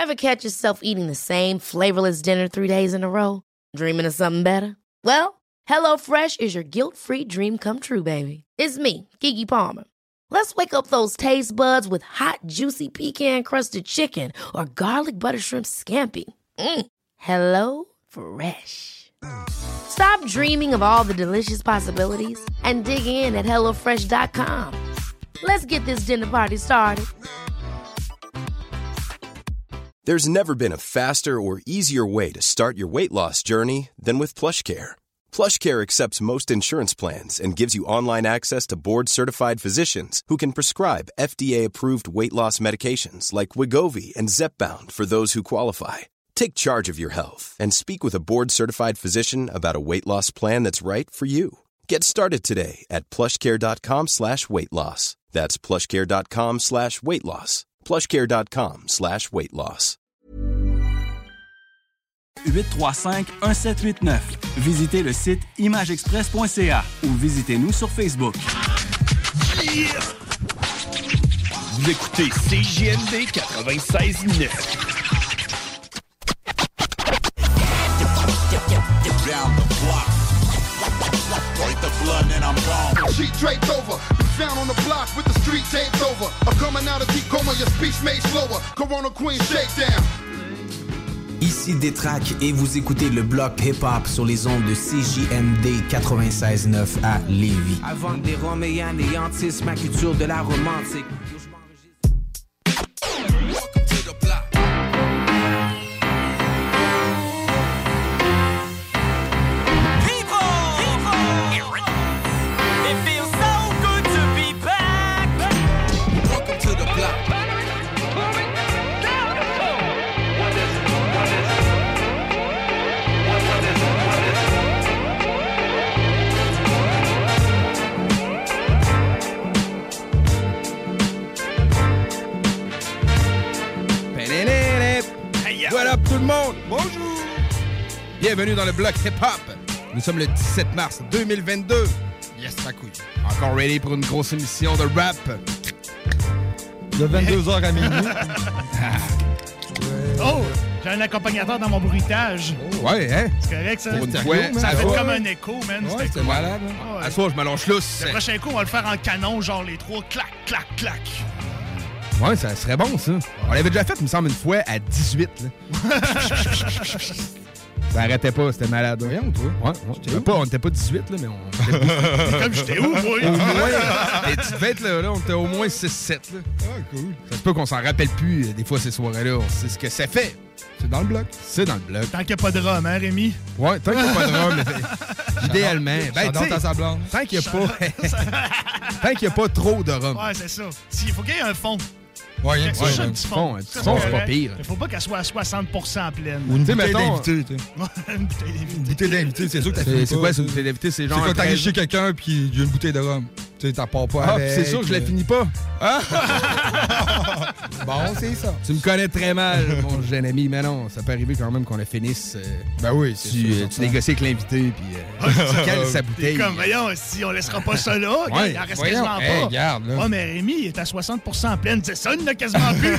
Ever catch yourself eating the same flavorless dinner 3 days in a row? Dreaming of something better? Well, HelloFresh is your guilt-free dream come true, baby. It's me, Keke Palmer. Let's wake up those taste buds with hot, juicy pecan-crusted chicken or garlic butter shrimp scampi. Hello Fresh. Stop dreaming of all the delicious possibilities and dig in at HelloFresh.com. Let's get this dinner party started. There's never been a faster or easier way to start your weight loss journey than with PlushCare. PlushCare accepts most insurance plans and gives you online access to board-certified physicians who can prescribe FDA-approved weight loss medications like Wegovy and Zepbound for those who qualify. Take charge of your health and speak with a board-certified physician about a weight loss plan that's right for you. Get started today at plushcare.com/weight-loss. That's plushcare.com/weight-loss. plushcare.com/weight-loss. 835-1789. Visitez le site imageexpress.ca ou visitez-nous sur Facebook. Yeah! Vous écoutez CJMD 96.9. Down the block. Break the blood and I'm gone. Sheet draped over. Found on the block with the street taped over. I'm coming out of deep coma, your speech made slower. Corona Queen shakedown. Ici Détraque et vous écoutez le bloc hip-hop sur les ondes de CJMD 96.9 à Lévis. Avant des Roms et anéantissent ma culture de la romantique. What up tout le monde? Bonjour! Bienvenue dans le bloc hip-hop. Nous sommes le 17 mars 2022. Yes, ma couille. Encore ready pour une grosse émission de rap. De 22h à minuit. Oh! J'ai un accompagnateur dans mon bruitage. Oh. Ouais, hein? C'est correct, ça? Pour une fois. Ça fait comme un écho, man. Ouais, c'était malade. Oh, ouais. À soir, je m'allonge lousse. Le prochain coup, on va le faire en canon, genre les trois, clac, clac, clac. Ouais, ça serait bon, ça. On l'avait déjà fait, il me semble, une fois à 18. Là. Ça arrêtait pas, c'était malade. Voyons, toi. Ouais. On était pas 18, là, mais on... Comme j'étais où, moi? Au moins, les petites fêtes, là, on était au moins 6-7. Là. Ah, cool. Ça se peut qu'on s'en rappelle plus, des fois, ces soirées-là. On sait ce que ça fait. C'est dans le bloc. C'est dans le bloc. Tant qu'il n'y a pas de rhum, hein, Rémi? Ouais, tant qu'il n'y a pas de rhum, idéalement. Ben, tu sais, tant qu'il n'y a pas trop de rhum. Ouais, c'est ça. Il faut qu'il y ait un fond. Ouais, un petit fond. Un petit fond, c'est pas pire. Il faut pas qu'elle soit à 60% pleine. Ou une bouteille d'invité, tu sais. Une bouteille d'invité. Une bouteille d'invité, c'est sûr que t'as fini. C'est quoi, c'est une bouteille d'invité? C'est genre. C'est quand t'arrives chez quelqu'un pis il y a une bouteille de rhum. Tu sais, t'en pars pas avec. C'est sûr que je la finis pas. Bon, c'est ça. Tu me connais très mal, mon jeune ami, mais non, ça peut arriver quand même qu'on la finisse. Ben oui, c'est sûr. Tu négocies avec l'invité, puis tu cales sa bouteille. Comme, voyons, si on laissera pas ça là, ouais, il en reste quasiment pas. Regarde, là. Ouais, mais Rémi, il est à 60% pleine. C'est ça, il n'en a quasiment plus.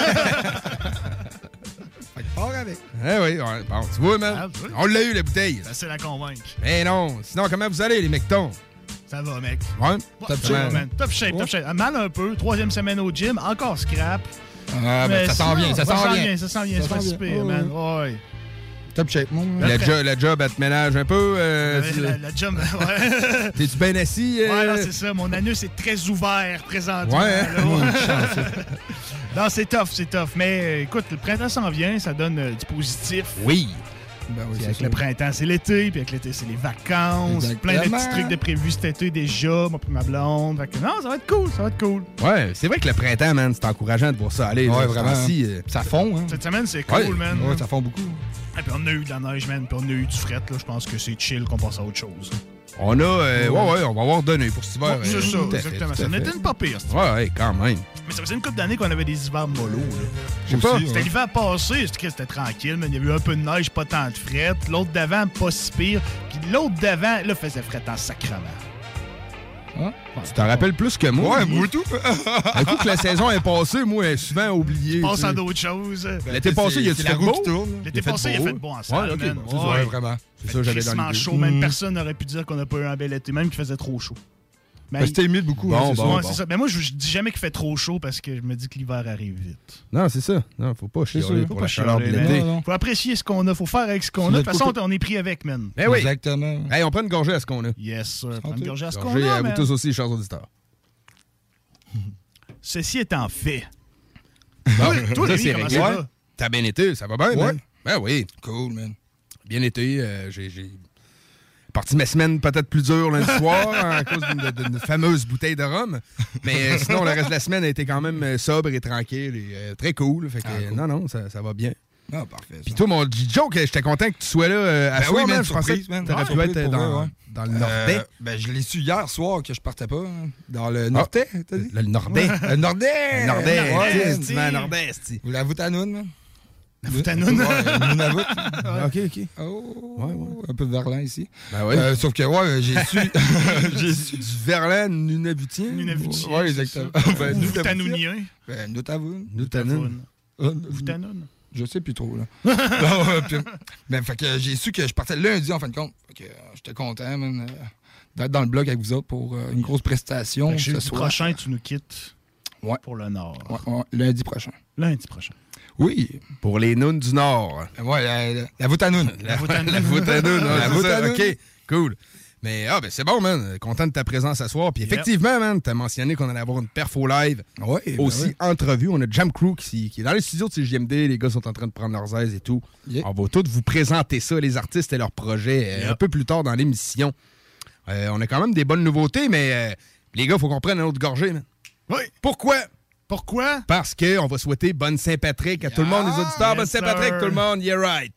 Part avec. Eh oui, bon, tu vois, man. On l'a eu, la bouteille. C'est la convaincre. Mais non. Sinon, comment vous allez, les mectons? Ça va, mec. Ouais? Top shape, man. Top shape. Mal un peu. 3e semaine au gym. Encore scrap. Ah, ben, ça s'en vient, Ça s'en vient. C'est pas si pire, man. Ouais. Top shape, mon. La job, elle te ménage un peu. La job, ouais. T'es-tu bien assis? Ouais, non, c'est ça. Mon anus est très ouvert présentement. Ouais, non, c'est tough. Mais écoute, le printemps s'en vient, ça donne du positif. Oui. Ben oui, avec le printemps, c'est l'été, puis avec l'été, c'est les vacances. Exactement. Plein de petits trucs de prévus cet été déjà, moi puis ma blonde. Fait que non, ça va être cool. Ouais, c'est vrai que le printemps, man, c'est encourageant de voir ça aller. Ouais, là, vraiment. Ça fond, hein. Cette semaine, c'est cool, man. Ouais, ça fond beaucoup. Et puis on a eu de la neige, man, puis on a eu du fret, là. Je pense que c'est chill qu'on passe à autre chose. On a... on va avoir donné pour cet hiver. C'est ça, exactement. Ça n'était pas pire, ouais, quand même. Mais ça faisait une couple d'années qu'on avait des hivers mollo, là. Je sais pas. C'était l'hiver passé, c'était tranquille, mais il y avait eu un peu de neige, pas tant de fret. L'autre d'avant, pas si pire. Puis l'autre d'avant, là, faisait fret en sacrement. Ah, tu t'en rappelles plus que moi. Ouais, moi tout. Un coup que la saison est passée, moi, elle est souvent oubliée. Passe à d'autres choses. L'été passé, il a-tu fait beau? L'été passé, il a fait beau en salle, man. Ouais, vraiment. C'est ça, j'avais dans l'idée. Chaud, même personne n'aurait pu dire qu'on n'a pas eu un bel été, même qu'il faisait trop chaud. Ben, c'était humide beaucoup. Bon, c'est ça. Mais moi, je dis jamais qu'il fait trop chaud parce que je me dis que l'hiver arrive vite. Non, c'est ça. Non, faut pas chialer pour la chaleur de l'été. Faut apprécier ce qu'on a. Faut faire avec ce qu'on a. De toute façon, on est pris avec, man. Ben oui. Exactement. Hey, on prend une gorgée à ce qu'on a. Yes, sir. Prends une gorgée à ce qu'on Gorgée a, à vous man. tous aussi, chers auditeurs. Ceci étant fait. Bon, toi, ça, Rémi, c'est comment réglé. ça va? T'as bien été, ça va bien, Ouais. man? Ben oui. Cool, man. Bien été. J'ai parti ma semaine peut-être plus dure lundi soir à cause d'une fameuse bouteille de rhum. Mais sinon, le reste de la semaine a été quand même sobre et tranquille et très cool. Fait que cool. non, ça va bien. Ah, parfait. Puis toi, mon joke, j'étais content que tu sois là à soir, oui, man. Je pensais surprise, man. que t'aurais pu Surprise être pour dans, vrai, ouais. dans le Nordais. Ben, je l'ai su hier soir que je partais pas. Hein. Dans le Nordais, t'as dit? Le Nordais. Le Nordais! Le Nordais. Ouais, Tu dis un Nordais, c'ti. Ou la Voutanoune, man. La Voutanoune? Ouais, Nunavut. OK. Oh, Ouais. un peu de Verlan ici. Ben oui. Sauf que, ouais, j'ai su... Du Verlan Nunavutien. Nunavutien. Ouais, exactement. Ben, Voutanounien. Ben, Notavoun. Nutanoun. Voutanoun. Je sais plus trop, là. Non, mais fait que j'ai su que je partais lundi, en fin de compte. Fait que j'étais content, man, d'être dans le bloc avec vous autres pour une grosse prestation. Jeudi ce soir. prochain, tu nous quittes Ouais. pour le Nord. Ouais, lundi prochain. Lundi prochain. Oui. Pour les Nouns du Nord. Ouais, la Voutanoune. La Voutanoune. La Voutanoune. OK, cool. Mais ben c'est bon, man. Content de ta présence ce soir. Puis effectivement, man, t'as mentionné qu'on allait avoir une perfo live. Ouais, aussi ouais. entrevue. On a Jam Crew qui est dans les studios de CJMD. Les gars sont en train de prendre leurs aises et tout. Yeah. On va tous vous présenter ça, les artistes et leurs projets, un peu plus tard dans l'émission. On a quand même des bonnes nouveautés, mais les gars, il faut qu'on prenne un autre gorgée, man. Oui. Pourquoi? Pourquoi? Parce qu'on va souhaiter bonne Saint-Patrick à tout le monde, les auditeurs. Yes, Bonne Saint-Patrick, sir. tout le monde. Yeah, right.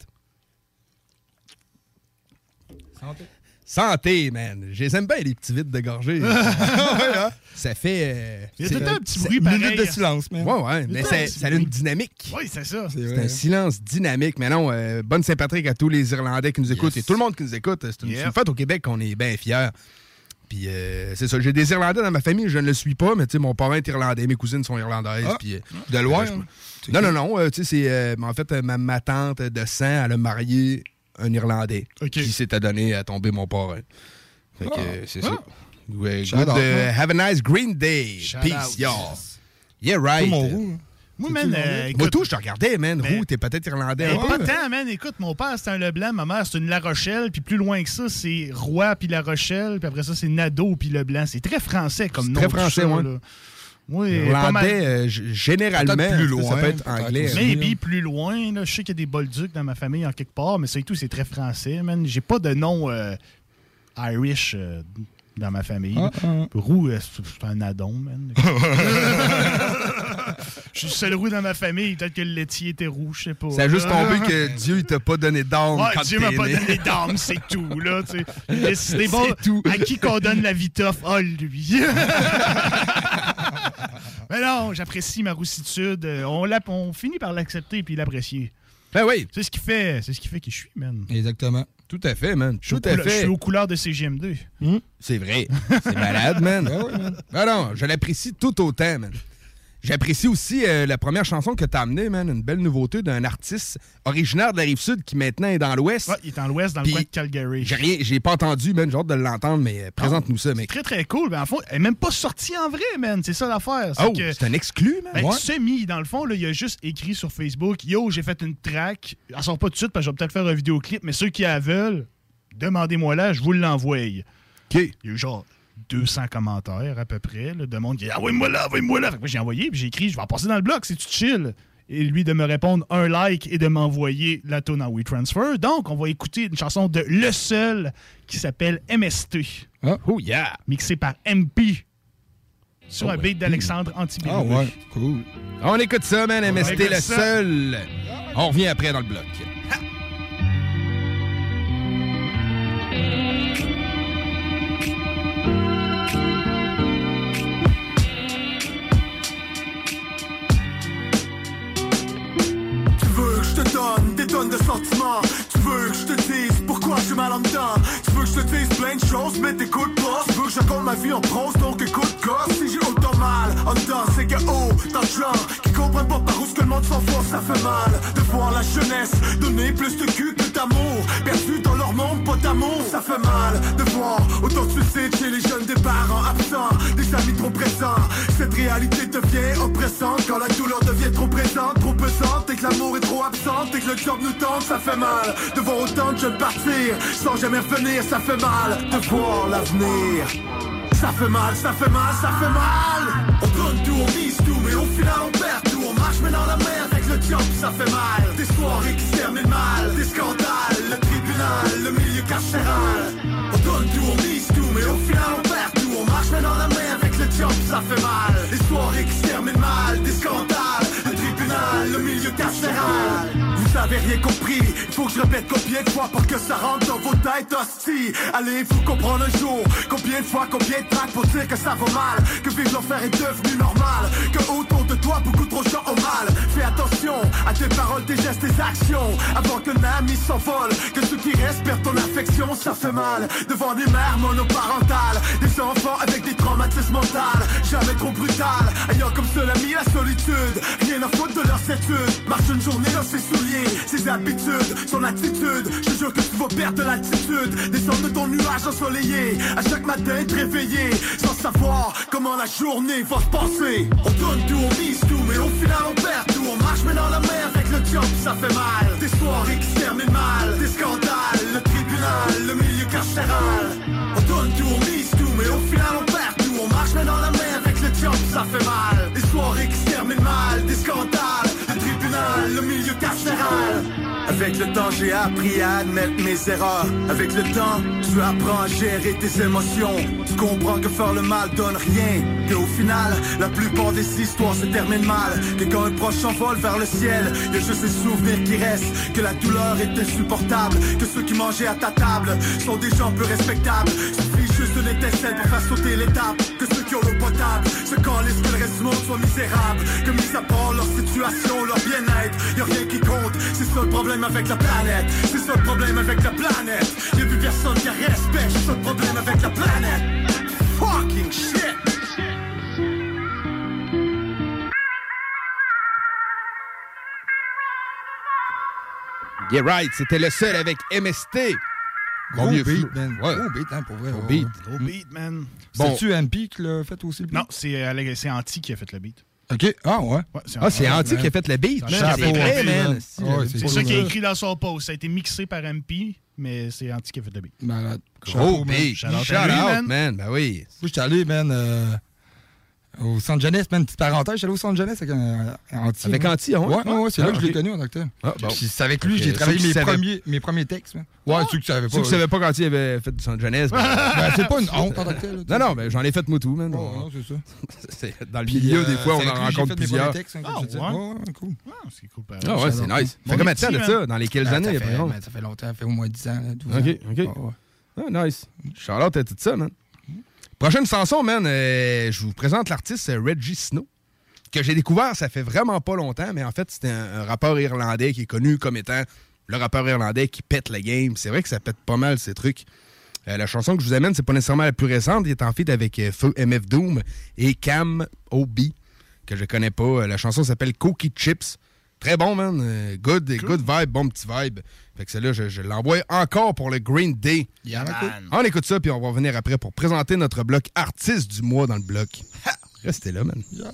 Santé. Santé, man. J'aime bien les petits vides de gorgée. Ça fait... Il y a tout le temps un petit bruit Une pareil. minute de silence, man. Ouais, mais ça a une dynamique. Oui, c'est ça. C'est un silence dynamique. Mais non, bonne Saint-Patrick à tous les Irlandais qui nous écoutent et tout le monde qui nous écoute. C'est une fête au Québec qu'on est bien fiers. Puis c'est ça, j'ai des Irlandais dans ma famille, je ne le suis pas, mais tu sais, mon parent est irlandais, mes cousines sont irlandaises. Puis, de loin? Non, tu sais, c'est... en fait, ma tante de sang, elle a marié un Irlandais qui s'est adonné à tomber mon parrain. Fait que c'est ça. Ouais, good, have a nice green day. Peace, y'all. Yeah, right. Tout mon roux. Moi, man, moi, tout, je te regardais, man. Roux, t'es peut-être irlandais. Pas tant, man. Écoute, mon père, c'était un Leblanc. Ma mère, c'est une La Rochelle. Puis plus loin que ça, c'est Roy puis La Rochelle. Puis après ça, c'est Nadeau puis Leblanc. C'est très français comme nom. Très français, moi. Oui, irlandais, généralement, plus loin, ça peut être anglais. Maybe plus loin. Là. Je sais qu'il y a des Bolducs dans ma famille en quelque part, mais c'est tout, c'est très français, man. J'ai pas de nom Irish dans ma famille. Roux, c'est un addon, man. Je suis le seul roux dans ma famille. Peut-être que le laitier était roux, je sais pas. Ça a juste tombé que Dieu, il t'a pas donné d'âme quand Dieu m'a pas donné d'âme, c'est tout, là. C'est bon, tout. À qui qu'on donne la vitoff? Ah, lui. Mais non, j'apprécie ma roussitude. On finit par l'accepter puis l'apprécier. Ben oui. C'est ce qui fait qui je suis, man. Exactement. Tout à fait, man. Je suis aux couleurs de CJMD. C'est vrai. C'est malade, man. Ah non, je l'apprécie tout autant, man. J'apprécie aussi la première chanson que t'as amenée, man. Une belle nouveauté d'un artiste originaire de la Rive-Sud qui maintenant est dans l'Ouest. Ouais, il est dans l'Ouest, dans le coin de Calgary. J'ai pas entendu, man. J'ai hâte de l'entendre, mais présente-nous ça, mec. Très, très cool. Ben, en fond, elle n'est même pas sortie en vrai, man. C'est ça l'affaire. C'est un exclu, man. Ben, semi, dans le fond, là, il a juste écrit sur Facebook, yo, j'ai fait une track. Elle sort pas tout de suite parce que je vais peut-être faire un vidéoclip, mais ceux qui la veulent, demandez-moi-la, je vous l'envoie. OK. Il y a eu genre 200 commentaires à peu près, là, de monde qui dit « Envoie-moi là, envoie-moi là! » Fait que moi, j'ai envoyé, puis j'ai écrit « Je vais en passer dans le bloc, c'est-tu chill? » Et lui de me répondre un like et de m'envoyer la tune en WeTransfer. Donc, on va écouter une chanson de Le Seul qui s'appelle MST. Oh yeah! Mixé par MP sur un beat d'Alexandre Antibillou. Ah ouais, cool. On écoute ça, man. MST Le Seul. On revient après dans le bloc. Tu veux que je te donne des tonnes de sentiments. Tu veux que je te dise pourquoi j'ai mal en dedans. Tu veux que je te dise plein de choses, mais t'écoutes pas. Tu veux que je raconte ma vie en prose, donc écoute gosse. Si j'ai autant mal en dedans, c'est que dans le genre qui comprennent pas par où ce que le monde s'enfonce, ça fait mal. De voir la jeunesse donner plus de cul que d'amour. Perdu dans leur monde, pas d'amour, ça fait mal. De voir autant de suicides chez les jeunes, des parents absents, des amis trop présents. Cette réalité devient oppressante quand la douleur devient trop présente, trop pesante, et que l'amour est trop absent, et que le job nous tente, ça fait mal. De voir autant de jeunes partir sans jamais revenir, ça fait mal. De voir l'avenir, ça fait mal, ça fait mal, ça fait mal. On donne tout, on mise tout, mais au final on perd tout. On marche mais dans la mer avec le job, ça fait mal. Des soirées qui se terminent mal, des scandales, le tribunal, le milieu carcéral. On donne tout, on mise tout, mais au final on perd tout. On marche mais dans la mer avec le job, ça fait mal. Des soirées qui se terminent mal, des scandales, le tribunal, le milieu carcéral. Vous avez rien compris, il faut que je répète combien de fois pour que ça rentre dans vos têtes, hostie. Allez-vous comprendre un jour combien de fois, combien de tracks pour dire que ça va mal, que vivre l'enfer est devenu normal, que autour de toi beaucoup trop de gens ont mal. Fais attention à tes paroles, tes gestes, tes actions, avant que l'ami s'envole, que ceux qui restent perdent ton affection, ça fait mal. Devant des mères monoparentales, des enfants avec des traumatismes mentaux, jamais trop brutal, ayant comme seul ami la solitude, rien à foutre de leurs études. Marche une journée dans ses souliers, ses habitudes, son attitude, je te jure que tu vas perdre de l'altitude. Descendre de ton nuage ensoleillé, à chaque matin te réveiller, sans savoir comment la journée va se passer. On donne tout, on mise tout, mais au final on perd tout. On marche mais dans la mer avec le job, ça fait mal. Des soirées qui se terminent mal, des scandales, le tribunal, le milieu carcéral. On donne tout, on mise tout, mais au final on perd tout. On marche mais dans la mer avec le job, ça fait mal. Des soirées qui se terminent mal, des scandales, le tribunal, le milieu carcéral. Avec le temps j'ai appris à admettre mes erreurs. Avec le temps tu apprends à gérer tes émotions. Tu comprends que faire le mal donne rien, que au final la plupart des histoires se terminent mal, que quand un proche s'envole vers le ciel, y a juste des souvenirs qui restent, que la douleur est insupportable, que ceux qui mangeaient à ta table sont des gens peu respectables. Suffit juste d'une étincelle pour faire sauter l'étape, que ceux qui ont l'eau potable se calissent, que le reste du monde soit misérable, que mis à part leur situation, leur bien-être, y a rien qui compte. C'est ça le problème avec la planète, c'est ça le problème avec la planète. Y'a plus personne qui respecte, c'est ça le problème avec la planète. Fucking shit. Yeah right, c'était le seul avec MST. Gros beat, man. Ouais. Gros beat, hein, pour vrai. Gros beat. Gros beat, man. Bon. C'est-tu MP qui l'a fait aussi le beat? Non, c'est Anti qui a fait le beat. OK. Ah, ouais. C'est Anti qui a fait le beat. C'est vrai, man. C'est ça qui est écrit dans son post. Ça a été mixé par MP, mais c'est Anti qui a fait le beat. Malade. Gros beat. Shout out, man. Ben oui. Moi, j'étais allé, man, au Centre Jeunesse, man, petite parenthèse, j'étais allé au Centre Jeunesse avec Anti. Avec Anti, ouais? Ouais, c'est là que je l'ai connu en acteur. C'est avec lui, j'ai travaillé mes premiers textes, man. Ouais, ceux que tu savais pas. Ceux qui savaient pas quand il avait fait du Centre Jeunesse. C'est pas une honte en acteur. Non, mais j'en ai fait moutou, man. Non, c'est ça. Dans le milieu, des fois, on en rencontre plusieurs. Ouais, cool. C'est cool, ah ouais, c'est nice. Ça fait combien de temps de ça? Dans lesquelles années, par exemple? Ça fait longtemps, ça fait au moins 10 ans, 12 ans. OK. Ah, nice. Charlotte à tout ça, man. Prochaine chanson, man, je vous présente l'artiste Reggie Snow, que j'ai découvert, ça fait vraiment pas longtemps, mais en fait, c'était un rappeur irlandais qui est connu comme étant le rappeur irlandais qui pète le game. C'est vrai que ça pète pas mal, ces trucs. La chanson que je vous amène, c'est pas nécessairement la plus récente. Il est en feat avec Feu MF Doom et Cam OB, que je connais pas. La chanson s'appelle Cookie Chips. Très bon, man. Good vibe, bon petit vibe. Fait que celle-là, je l'envoie encore pour le Green Day. On écoute ça, puis on va revenir après pour présenter notre bloc artiste du mois dans le bloc. Restez là, man. Yeah.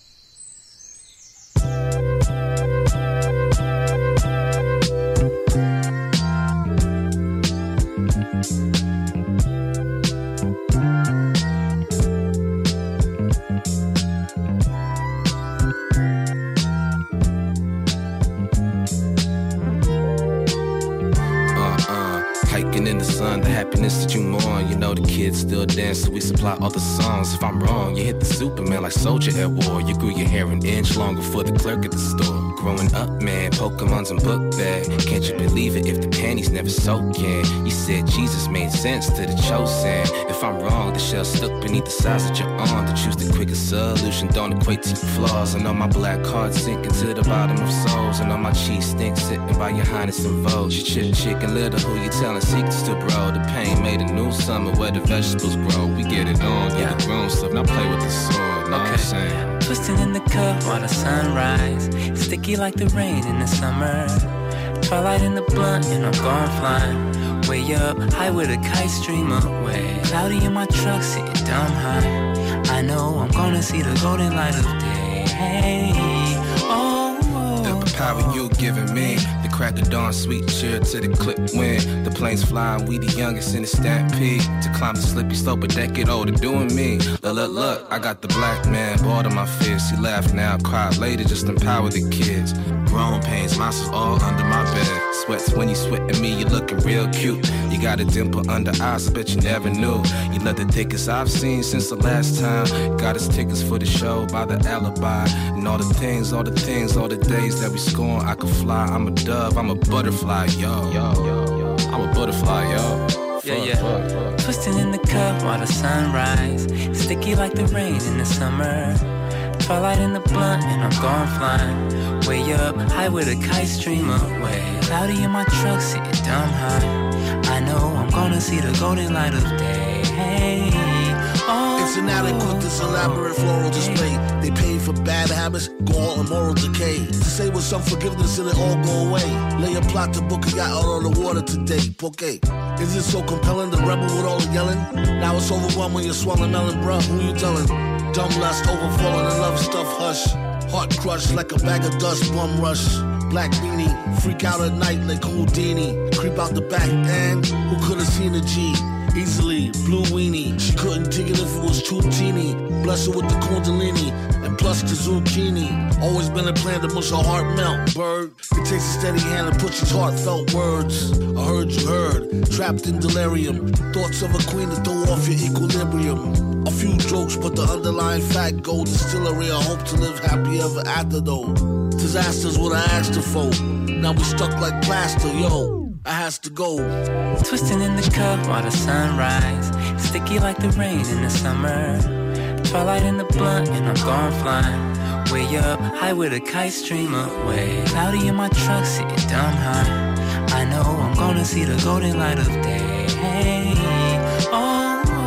Hiking in the sun, the happiness that you mourn. You know the kids still dance, so we supply other songs. If I'm wrong, you hit the Superman like Soldier at war. You grew your hair an inch longer for the clerk at the store. Growing up, man, Pokemon's in book bag. Can't you believe it if the panties never soaking? You said Jesus made sense to the chosen. If I'm wrong, the shell stuck beneath the size of your arm. To choose the quickest solution don't equate to your flaws. And all my black cards sinking to the bottom of souls. And all my cheese stinks sitting by your highness in vogue. You chip chicken little, who you telling secrets to, bro? The pain made a new summer where the vegetables grow. We get it on, yeah, the grown stuff. Now play with the sword, know what I'm saying? Twisting in the cup while the sunrise, sticky like the rain in the summer. Twilight in the blunt and I'm gone flying. Way up, high with a kite stream away. Cloudy in my truck, sitting dumb high. I know I'm gonna see the golden light of day. Hey, oh. The power you giving me, the crack of dawn, sweet cheer to the clip wind. The planes flying, we the youngest in the stampede. To climb the slippy slope a decade older, doing me. Look, I got the black man, bored of my fears. He laughed now, cried later, just empower the kids. Grown pains, monsters all under my bed. Sweats when you sweat at me, you looking real cute. You got a dimple under eyes, I bet you never knew. You love the thickest I've seen since the last time. Got us tickets for the show by the alibi. And all the things, all the days that we scorn. I could fly, I'm a dove, I'm a butterfly, yo. I'm a butterfly, yo. Yeah. Twisting in the cup while the sunrise, sticky like the rain in the summer. Twilight in the blunt and I'm gone flying. Way up, high with a kite stream away. Cloudy in my truck, sitting dumb high. I know I'm gonna see the golden light of day. Hey, oh. It's inadequate, this elaborate floral display. They pay for bad habits, gall and moral decay. To say with some forgiveness and it all go away. Lay a plot to book a yacht out on the water today. Bouquet. Is it so compelling, the rebel with all the yelling? Now it's overwhelming when you're swallowing melon, bruh. Who you telling? Dumb lust, overflowing and love stuff, hush. Heart crushed like a bag of dust, bum rush. Black beanie, freak out at night like Houdini. Creep out the back and who could have seen a G? Easily, blue weenie. She couldn't dig it if it was too teeny. Bless her with the kundalini and plus the zucchini. Always been a plan to mush her heart melt, bird. It takes a steady hand to push his heartfelt words. I heard you heard, trapped in delirium. Thoughts of a queen to throw off your equilibrium. A few jokes, but the underlying fact gold distillery. I hope to live happy ever after though. Disaster's what I asked her for. Now we stuck like plaster, yo. I has to go. Twisting in the cup while the sunrise, sticky like the rain in the summer. Twilight in the blunt and I'm gone flying. Way up, high with a kite stream away. Cloudy in my truck, sitting dumb high. I know I'm gonna see the golden light of day. Hey, oh.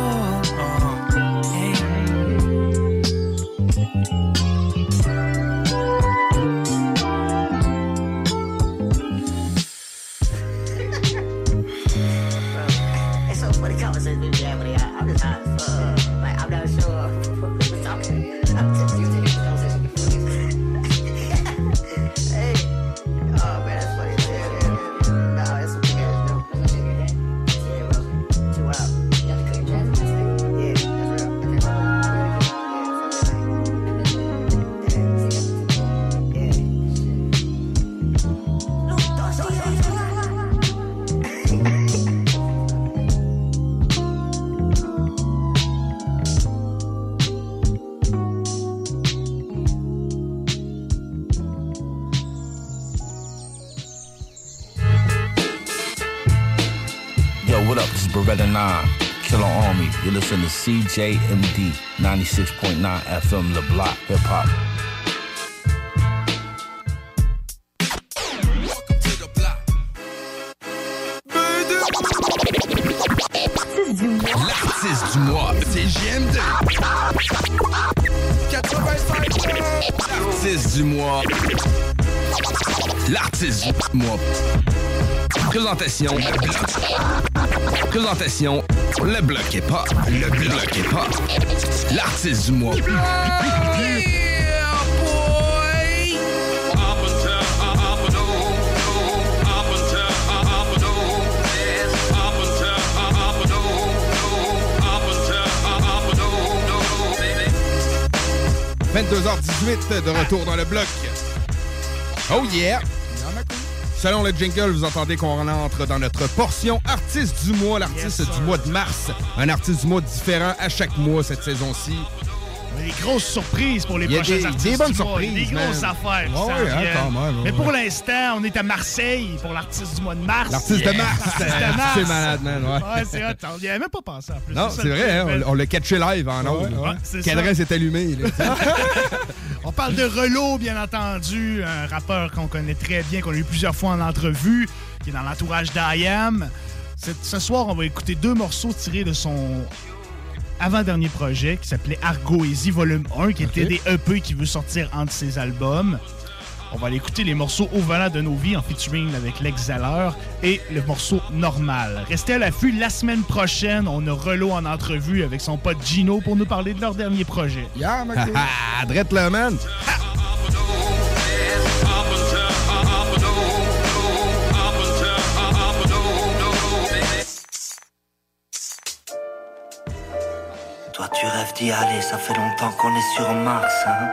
Killer Army, you listen to CJMD 96.9 FM Le Bloc Hip Hop. L'artiste du mois, CJMD 85. L'artiste du mois. L'artiste du mois. Présentation, le bloc. Présentation, le bloc hip hop. Le bloc hip hop. L'artiste du mois. « 22h18 de retour dans le bloc. Oh yeah! Selon le jingle, vous entendez qu'on entre dans notre portion artiste du mois, l'artiste du mois de mars. Un artiste du mois différent à chaque mois cette saison-ci. Des grosses surprises pour les prochains artistes. Des bonnes surprises. Des grosses affaires. Oui, quand même. Mais pour l'instant, on est à Marseille pour l'artiste du mois de mars. L'artiste de mars. C'est malade, man. Ouais, c'est hot. On n'y avait même pas pensé en plus. Non, c'est vrai. On l'a catché live en ondes. Cadran s'est allumé. On parle de Relo, bien entendu. Un rappeur qu'on connaît très bien, qu'on a eu plusieurs fois en entrevue, qui est dans l'entourage d'IAM. Ce soir, on va écouter 2 morceaux tirés de son avant-dernier projet qui s'appelait Argoésie Volume 1, qui était des EP qui veut sortir entre ses albums. On va aller écouter les morceaux Au volant de nos vies en featuring avec L'Exhaleur et le morceau Normal. Restez à l'affût, la semaine prochaine, on a Relo en entrevue avec son pote Gino pour nous parler de leur dernier projet. Yeah, drette le man! Toi tu rêves d'y aller, ça fait longtemps qu'on est sur Mars, hein.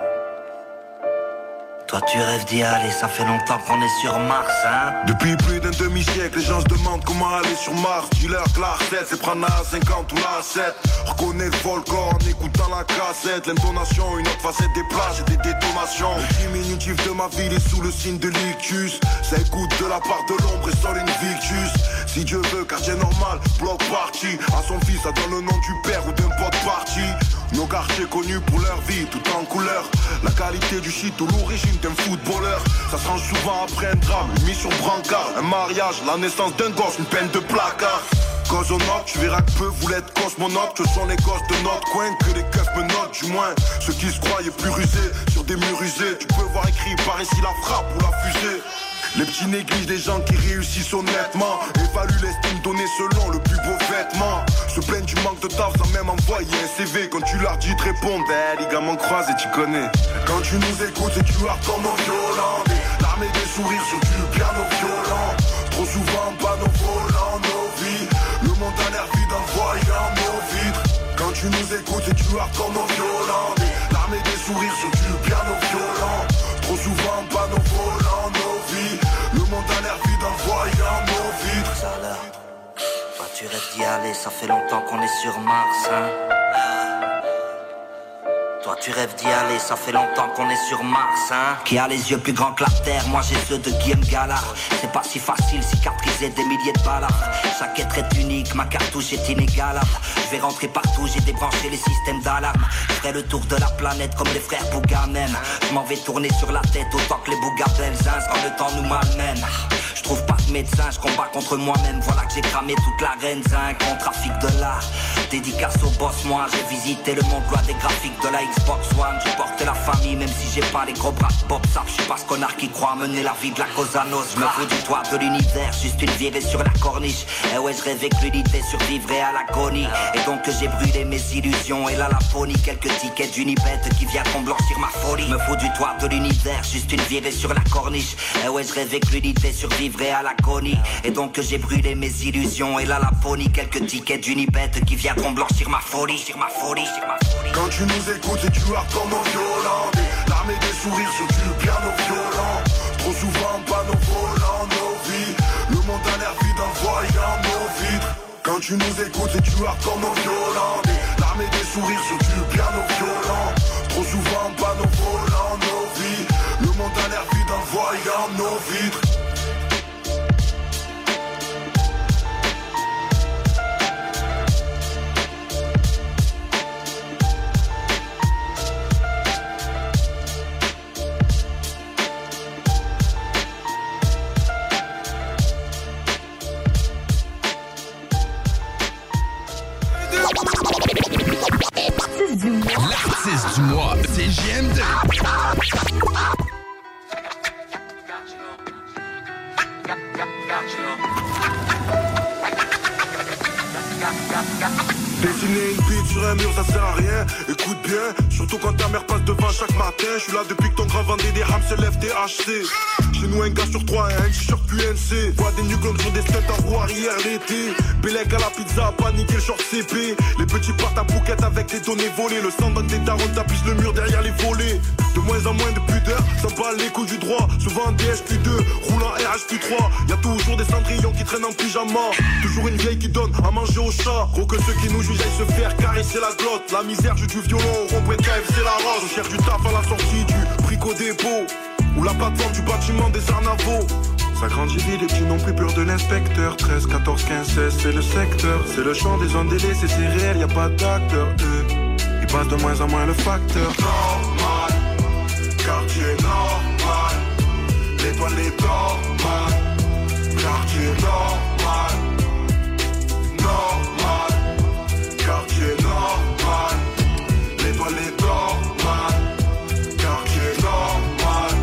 Toi tu rêves d'y aller, ça fait longtemps qu'on est sur Mars, hein. Depuis plus d'un demi-siècle, les gens se demandent comment aller sur Mars. Dis-leur que la recette, c'est prendre la 50 ou la 7. Reconnais le volcan en écoutant la cassette. L'intonation, une autre facette des plages et des détonations. Le diminutif de ma ville est sous le signe de l'ictus. Ça écoute de la part de l'ombre et sol une victus. Si Dieu veut, quartier normal, bloc parti. À son fils, ça donne le nom du père ou d'un pote parti. Nos quartiers connus pour leur vie, tout en couleur. La qualité du shit ou l'origine d'un footballeur. Ça se range souvent après un drame, une mission brancard. Un mariage, la naissance d'un gosse, une peine de placard. Cause au nord, tu verras que peu voulaient être cosmonautes. Ce sont les gosses de notre coin que les keufs me notent, du moins. Ceux qui se croyaient plus rusés, sur des murs usés. Tu peux voir écrit par ici la frappe ou la fusée. Les petits négligent les gens qui réussissent honnêtement. Évaluent l'estime donnée selon le plus beau vêtement. Se plaignent du manque de taf sans même envoyer un CV. Quand tu leur dis de répondre, les gamins croisent et tu connais. Quand tu nous écoutes et tu as comme un violent. L'armée des sourires sur du piano violent. Trop souvent pas nos volants, nos vies. Le monde a l'air vide en voyant nos vitres. Quand tu nous écoutes et tu as comme un violent. L'armée des sourires sur du piano violent. Trop souvent pas nos volants, nos vies. Le monde a l'air vide en voyant nos vitres. Toi tu rêves d'y aller, ça fait longtemps qu'on est sur Mars, hein. Toi tu rêves d'y aller, ça fait longtemps qu'on est sur Mars, hein. Qui a les yeux plus grands que la terre, moi j'ai ceux de Guillaume Gallard. C'est pas si facile, cicatriser des milliers de balles. Chaque être est unique, ma cartouche est inégalable. Je vais rentrer partout, j'ai débranché les systèmes d'alarme. Je ferai le tour de la planète comme les frères Bouganem. Je m'en vais tourner sur la tête autant que les Bougabels quand le temps nous malmène. Je trouve pas de médecin, je combats contre moi-même. Voilà que j'ai cramé toute la reine zinc. On trafic de l'art, dédicace au boss. Moi j'ai visité le monde, loi des graphiques de la Xbox One. J'ai porté la famille même si j'ai pas les gros bras de pop sap. Je suis pas ce connard qui croit mener la vie de la Cosa Nostra. Je me fous du toit de l'univers, juste une virée sur la corniche. Et ouais je rêvais que l'unité survivrait à l'agonie. Et donc j'ai brûlé mes illusions et là la phonie. Quelques tickets d'Unibet qui viendront blanchir ma folie. Je me fous du toit de l'univers, juste une virée sur la corniche. Et ouais je rêvais que l'unité survivrait à l'agonie. Et donc j'ai brûlé mes illusions et là la phonie. Quelques tickets d'Unibet qui viendront blanchir ma folie. Sur ma folie, sur ma folie. Quand tu nous écoutes et tu as comme un violent. L'armée des sourires sur du piano violent. Trop souvent pas nos volants, nos vies. Le monde a l'air vide en voyant nos vitres. Quand tu nous écoutes et tu as comme un violent. L'armée des sourires sur du piano violent. Trop souvent pas nos volants, nos vies. Le monde a l'air vide en voyant nos vitres. L'artiste du mois, c'est JMD. Dessiner une bite sur un mur ça sert à rien. Écoute bien, surtout quand ta mère passe devant chaque matin. Je suis là depuis que ton grand vendait des rames se lève THC. Chez nous un gars sur 3 et un t-shirt QNC. Vois des nucléons sur des stunts en roue arrière l'été. Bélec à la pizza, paniquer le short CP. Les petits partent à Phuket avec des données volées. Le sang donne des darons tapissent le mur derrière les volets. De moins en moins de pudeur, ça bat les coups du droit. Souvent DHQ2, roulant RHQ3. Y'a toujours des cendrillons qui traînent en pyjama. Toujours une vieille qui donne à manger au chat. Gros que ceux qui nous jugent aillent se faire caresser la glotte. La misère joue du violon au rond-point de KFC la rage. On cherche du taf à la sortie du brico dépôt ou la plateforme du bâtiment des Arnavaux. Ça grandit vite, les petits n'ont plus peur de l'inspecteur. 13, 14, 15, 16, c'est le secteur. C'est le chant des zones délaissées, c'est réel, y a pas d'acteur. Ils passent de moins en moins le facteur. Normal, quartier normal. L'étoile est normale. Quartier normal. Normal, quartier normal. L'étoile est normale. Quartier normal.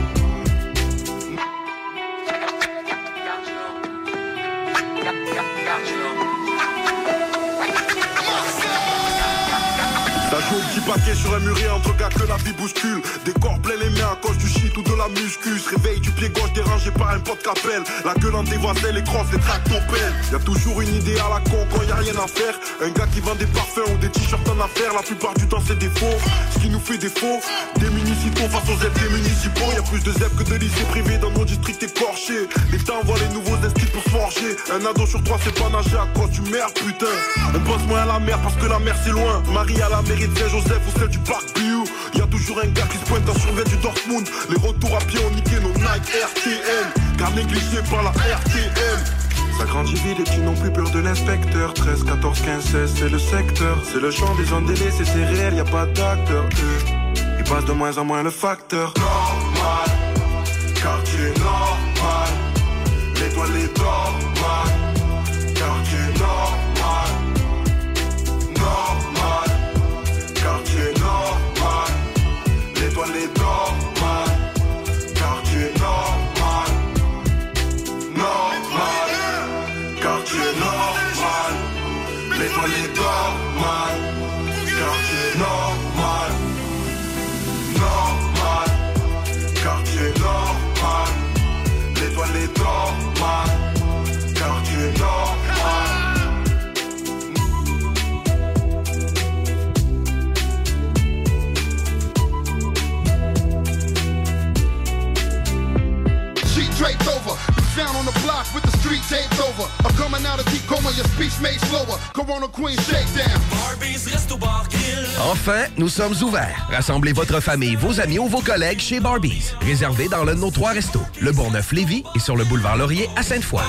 Ça joue au petit paquet sur un mûrier entre gars que la vie bouscule. Des corps pleins les mains à cause du shit ou de la muscu. Réveil du pied gauche dérangé par un pote qu'appelle. La gueule en dévoiselle, les crosses, les tractopelles. Y'a toujours une idée à la con quand y'a rien à faire. Un gars qui vend des parfums ou des t-shirts en affaires. La plupart du temps c'est des faux. Ce qui nous fait défaut, des municipaux face aux aides des municipaux. Y'a plus de ZEP que de lycées privés dans nos districts écorchés. L'État envoie les nouveaux instituts pour se forger. Un ado sur 3 c'est pas nager à cause du merde, putain. On pense moins à la mer parce que la mer c'est loin. Marie à la mairie de Saint-Joseph ou celle du parc Biou. Y'a toujours un gars qui se pointe en survêt du Dortmund. Les retours à pied ont niqué nos Nike RTM. Car négligé par la RTM. Ça grandit vite, les petits n'ont plus peur de l'inspecteur. 13, 14, 15, 16, c'est le secteur. C'est le chant des zones délaissées, c'est réel, y a pas d'acteur. Ils passent de moins en moins le facteur. Normal, quartier normal. L'étoile est normale. Quartier normal. Normal, quartier normal. L'étoile est normale. Quartier normal. Normal, quartier normal. L'étoile est normale. Quartier normal. Normal, quartier normal. L'étoile est normale. Quartier normal. Draped over, found on the block with the street taped over. I'm coming out of deep coma, your speech made slower. Corona Queen shakedown. Barbies Resto Bar Grill. Enfin, nous sommes ouverts. Rassemblez votre famille, vos amis ou vos collègues chez Barbies. Réservé dans l'un de nos 3 restos, le Bourgneuf-Lévis et sur le boulevard Laurier à Sainte-Foy.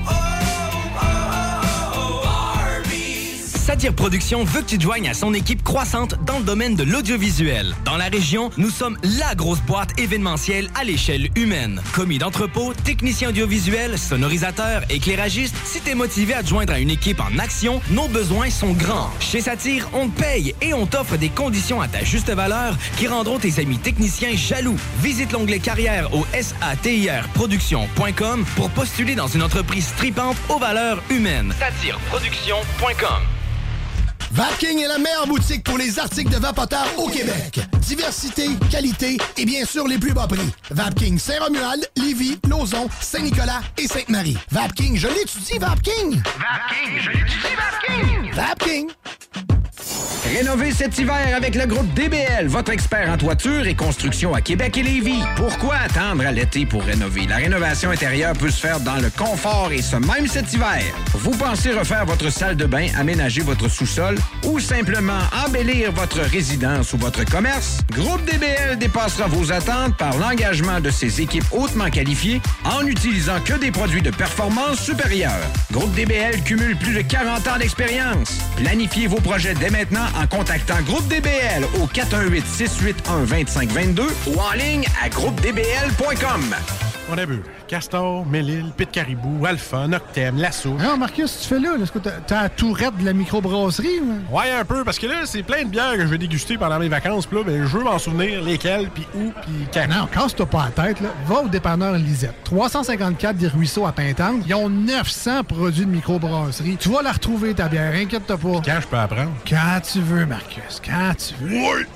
Satire Productions veut que tu te joignes à son équipe croissante dans le domaine de l'audiovisuel. Dans la région, nous sommes la grosse boîte événementielle à l'échelle humaine. Commis d'entrepôt, technicien audiovisuel, sonorisateur, éclairagiste, si t'es motivé à te joindre à une équipe en action, nos besoins sont grands. Chez Satire, on te paye et on t'offre des conditions à ta juste valeur qui rendront tes amis techniciens jaloux. Visite l'onglet carrière au satirproduction.com pour postuler dans une entreprise tripante aux valeurs humaines. Satireproduction.com. Vapking est la meilleure boutique pour les articles de vapoteurs au Québec. Diversité, qualité et bien sûr les plus bas prix. Vapking Saint-Romuald, Lévis, Lauson, Saint-Nicolas et Sainte-Marie. Vapking, je l'étudie, Vapking! Vapking, je l'étudie, Vapking! Vapking! Rénovez cet hiver avec le groupe DBL, votre expert en toiture et construction à Québec et Lévis. Pourquoi attendre à l'été pour rénover? La rénovation intérieure peut se faire dans le confort et ce même cet hiver. Vous pensez refaire votre salle de bain, aménager votre sous-sol ou simplement embellir votre résidence ou votre commerce? Groupe DBL dépassera vos attentes par l'engagement de ses équipes hautement qualifiées en n'utilisant que des produits de performance supérieure. Groupe DBL cumule plus de 40 ans d'expérience. Planifiez vos projets dès maintenant en contactant Groupe DBL au 418-681-2522 ou en ligne à groupedbl.com. On a bu Castor, Mélile, Pit Caribou, Alpha, Noctem, Lasso. Non, Marcus, tu fais là? Est-ce que t'as la tourette de la microbrasserie? Ouais, un peu, parce que là, c'est plein de bières que je vais déguster pendant mes vacances. Puis là, ben, je veux m'en souvenir lesquelles, puis où, puis quand. Non, casse-toi pas la tête. Là. Va au dépanneur Lisette. 354 des Ruisseaux à Pintante. Ils ont 900 produits de microbrasserie. Tu vas la retrouver, ta bière. Inquiète-toi pas. Puis quand je peux apprendre? Quand tu veux, Marcus. Quand tu veux. Oui!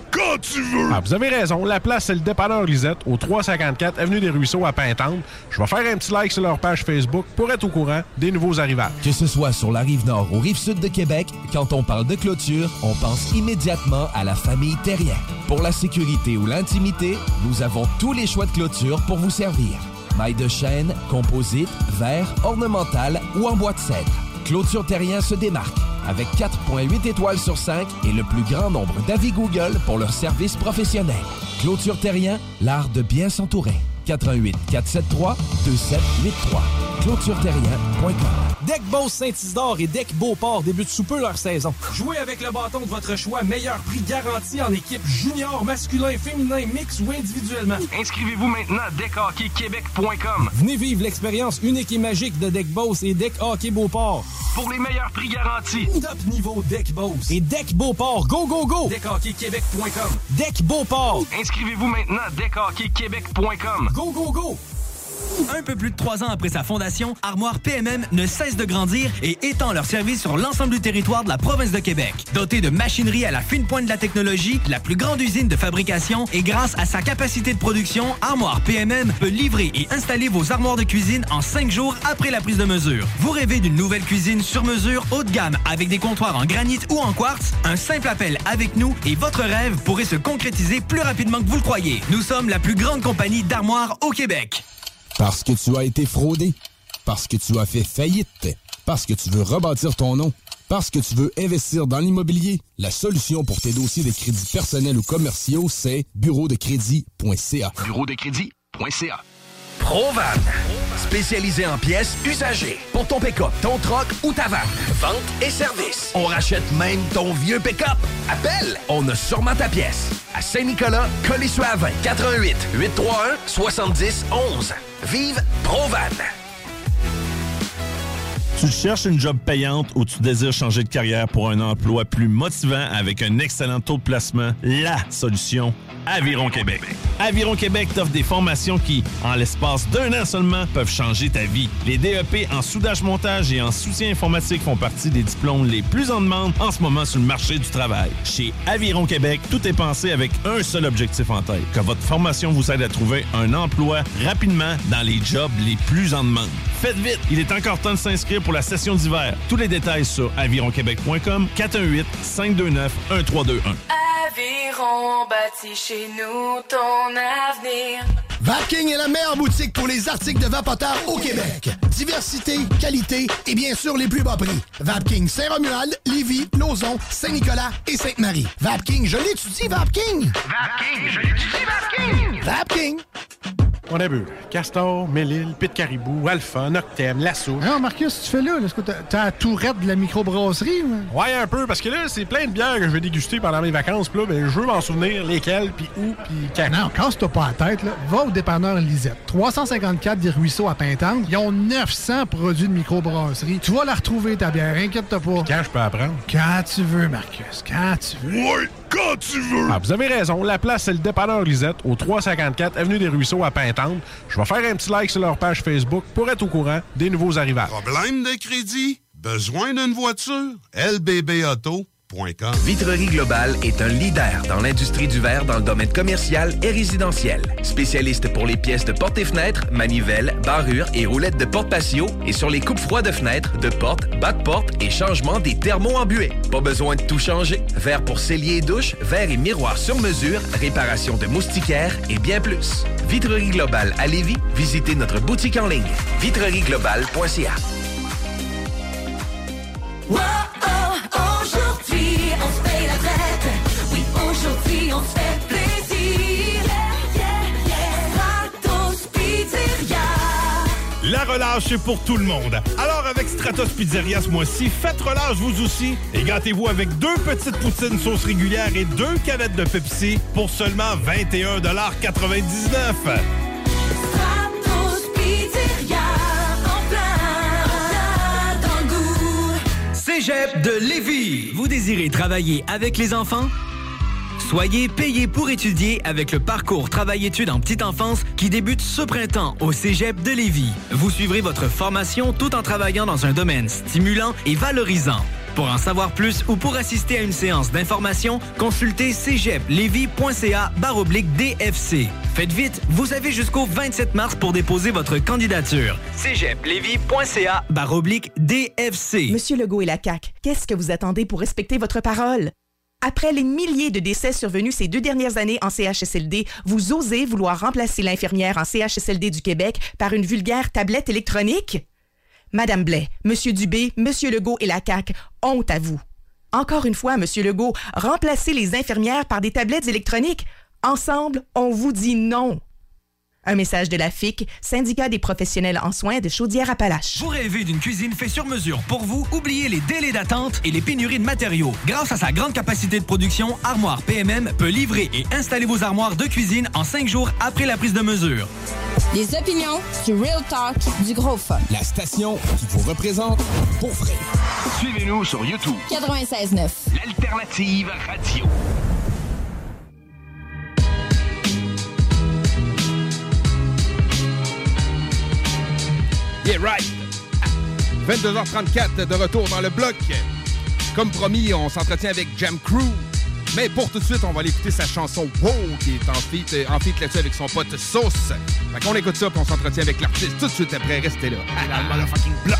quand tu veux! Ah, vous avez raison, la place, c'est le dépanneur Lisette, au 354 Avenue des Ruisseaux à Pintante. Je vais faire un petit like sur leur page Facebook pour être au courant des nouveaux arrivages. Que ce soit sur la Rive-Nord ou Rive-Sud de Québec, quand on parle de clôture, on pense immédiatement à la famille Terrien. Pour la sécurité ou l'intimité, nous avons tous les choix de clôture pour vous servir. Maille de chêne, composite, verre, ornemental ou en bois de cèdre. Clôture Terrien se démarque avec 4,8 étoiles sur 5 et le plus grand nombre d'avis Google pour leur service professionnel. Clôture Terrien, l'art de bien s'entourer. 88 473 2783. ClôtureTerrien.com. Deck Boss Saint-Isidore et Deck Beauport débutent sous peu leur saison. Jouez avec le bâton de votre choix, meilleur prix garanti en équipe junior, masculin, féminin, mix ou individuellement. Inscrivez-vous maintenant à deckhockeyquebec.com. Venez vivre l'expérience unique et magique de Deck Boss et Deck Hockey Beauport. Pour les meilleurs prix garantis. Top niveau Deck Boss et Deck Beauport. Go, go, go! deckhockeyquebec.com. Deck Beauport. Inscrivez-vous maintenant à deckhockeyquebec.com. Go, go, go! Un peu plus de 3 ans après sa fondation, Armoire PMM ne cesse de grandir et étend leur service sur l'ensemble du territoire de la province de Québec. Dotée de machinerie à la fine pointe de la technologie, la plus grande usine de fabrication et grâce à sa capacité de production, Armoire PMM peut livrer et installer vos armoires de cuisine en 5 jours après la prise de mesure. Vous rêvez d'une nouvelle cuisine sur mesure haut de gamme avec des comptoirs en granit ou en quartz? Un simple appel avec nous et votre rêve pourrait se concrétiser plus rapidement que vous le croyez. Nous sommes la plus grande compagnie d'armoires au Québec. Parce que tu as été fraudé, parce que tu as fait faillite, parce que tu veux rebâtir ton nom, parce que tu veux investir dans l'immobilier, la solution pour tes dossiers de crédits personnels ou commerciaux, c'est bureaudecrédit.ca. Bureaudecrédit.ca. Provan, spécialisé en pièces usagées pour ton pick-up, ton troc ou ta vanne. Vente et service. On rachète même ton vieux pick-up. Appelle, on a sûrement ta pièce. À Saint-Nicolas, Colissois-20, 88 831 70 11. Vive Provan. Tu cherches une job payante ou tu désires changer de carrière pour un emploi plus motivant avec un excellent taux de placement? La solution, Aviron Québec. Aviron Québec t'offre des formations qui, en l'espace d'1 an seulement, peuvent changer ta vie. Les DEP en soudage-montage et en soutien informatique font partie des diplômes les plus en demande en ce moment sur le marché du travail. Chez Aviron Québec, tout est pensé avec un seul objectif en tête, que votre formation vous aide à trouver un emploi rapidement dans les jobs les plus en demande. Faites vite, il est encore temps de s'inscrire pour la session d'hiver. Tous les détails sur avironquebec.com 418-529-1321. Aviron bâtit chez nous ton avenir. Vapking est la meilleure boutique pour les articles de vapoteurs au Québec. Diversité, qualité et bien sûr les plus bas prix. Vapking Saint-Romuald, Lévis, Lauson, Saint-Nicolas et Sainte-Marie. Vapking, je l'étudie, Vapking! Vapking, je l'étudie, Vapking! Vapking! On a bu Castor, Mélile, Pit Caribou, Alpha, Noctem, Lasso. Non, Marcus, tu fais là? Est-ce que t'as la tourette de la microbrasserie? Ouais, un peu, parce que là, c'est plein de bières que je vais déguster pendant mes vacances. Puis là, ben, je veux m'en souvenir lesquelles, puis où, puis quand. Non, casse-toi pas la tête. Là. Va au dépanneur Lisette. 354 des Ruisseaux à Pintante. Ils ont 900 produits de microbrasserie. Tu vas la retrouver, ta bière. Inquiète-toi pas. Puis quand je peux apprendre? Quand tu veux, Marcus. Quand tu veux. Ouais, quand tu veux. Ah, vous avez raison. La place, c'est le dépanneur Lisette, au 354 Avenue des Ruisseaux à Pintante. Je vais faire un petit like sur leur page Facebook pour être au courant des nouveaux arrivages. Problème de crédit? Besoin d'une voiture? LBBauto.com. Vitrerie Globale est un leader dans l'industrie du verre dans le domaine commercial et résidentiel. Spécialiste pour les pièces de portes et fenêtres, manivelles, barrures et roulettes de porte-patio et sur les coupes-froids de fenêtres, de portes, bas-de-porte et changement des thermos embués. Pas besoin de tout changer. Verre pour cellier et douche, verre et miroirs sur mesure, réparation de moustiquaires et bien plus. Vitrerie Globale à Lévis, visitez notre boutique en ligne. vitrerieglobale.ca. Wow, oh, aujourd'hui, on se paye la traite. Oui, aujourd'hui, on se fait plaisir. Stratos Pizzeria. La relâche est pour tout le monde. Alors avec Stratos Pizzeria ce mois-ci, faites relâche vous aussi et gâtez-vous avec 2 petites poutines sauce régulière et 2 canettes de Pepsi pour seulement 21,99 $. Stratos Pizzeria, en plein dans le goût. Cégep de Lévis. Vous désirez travailler avec les enfants? Soyez payé pour étudier avec le parcours Travail-études en petite enfance qui débute ce printemps au Cégep de Lévis. Vous suivrez votre formation tout en travaillant dans un domaine stimulant et valorisant. Pour en savoir plus ou pour assister à une séance d'information, consultez cégeplevy.ca/DFC. Faites vite, vous avez jusqu'au 27 mars pour déposer votre candidature. cégeplevy.ca/DFC. Monsieur Legault et la CAQ, qu'est-ce que vous attendez pour respecter votre parole? Après les milliers de décès survenus ces 2 dernières années en CHSLD, vous osez vouloir remplacer l'infirmière en CHSLD du Québec par une vulgaire tablette électronique? Madame Blais, Monsieur Dubé, Monsieur Legault et la CAQ, honte à vous. Encore une fois, Monsieur Legault, remplacez les infirmières par des tablettes électroniques. Ensemble, on vous dit non. Un message de la FIC, Syndicat des professionnels en soins de Chaudière-Appalaches. Vous rêvez d'une cuisine faite sur mesure pour vous? Oubliez les délais d'attente et les pénuries de matériaux. Grâce à sa grande capacité de production, Armoire PMM peut livrer et installer vos armoires de cuisine en 5 jours après la prise de mesure. Les opinions du Real Talk du Gros Fun. La station qui vous représente pour vrai. Suivez-nous sur YouTube. 96.9. L'Alternative Radio. Yeah, right! 22h34 de retour dans le bloc. Comme promis, on s'entretient avec Jam Crew. Mais pour tout de suite, on va aller écouter sa chanson Wow, qui est en feat là-dessus avec son pote Sauce. Fait qu'on écoute ça, puis on s'entretient avec l'artiste tout de suite après. Restez là. Dans le motherfucking bloc.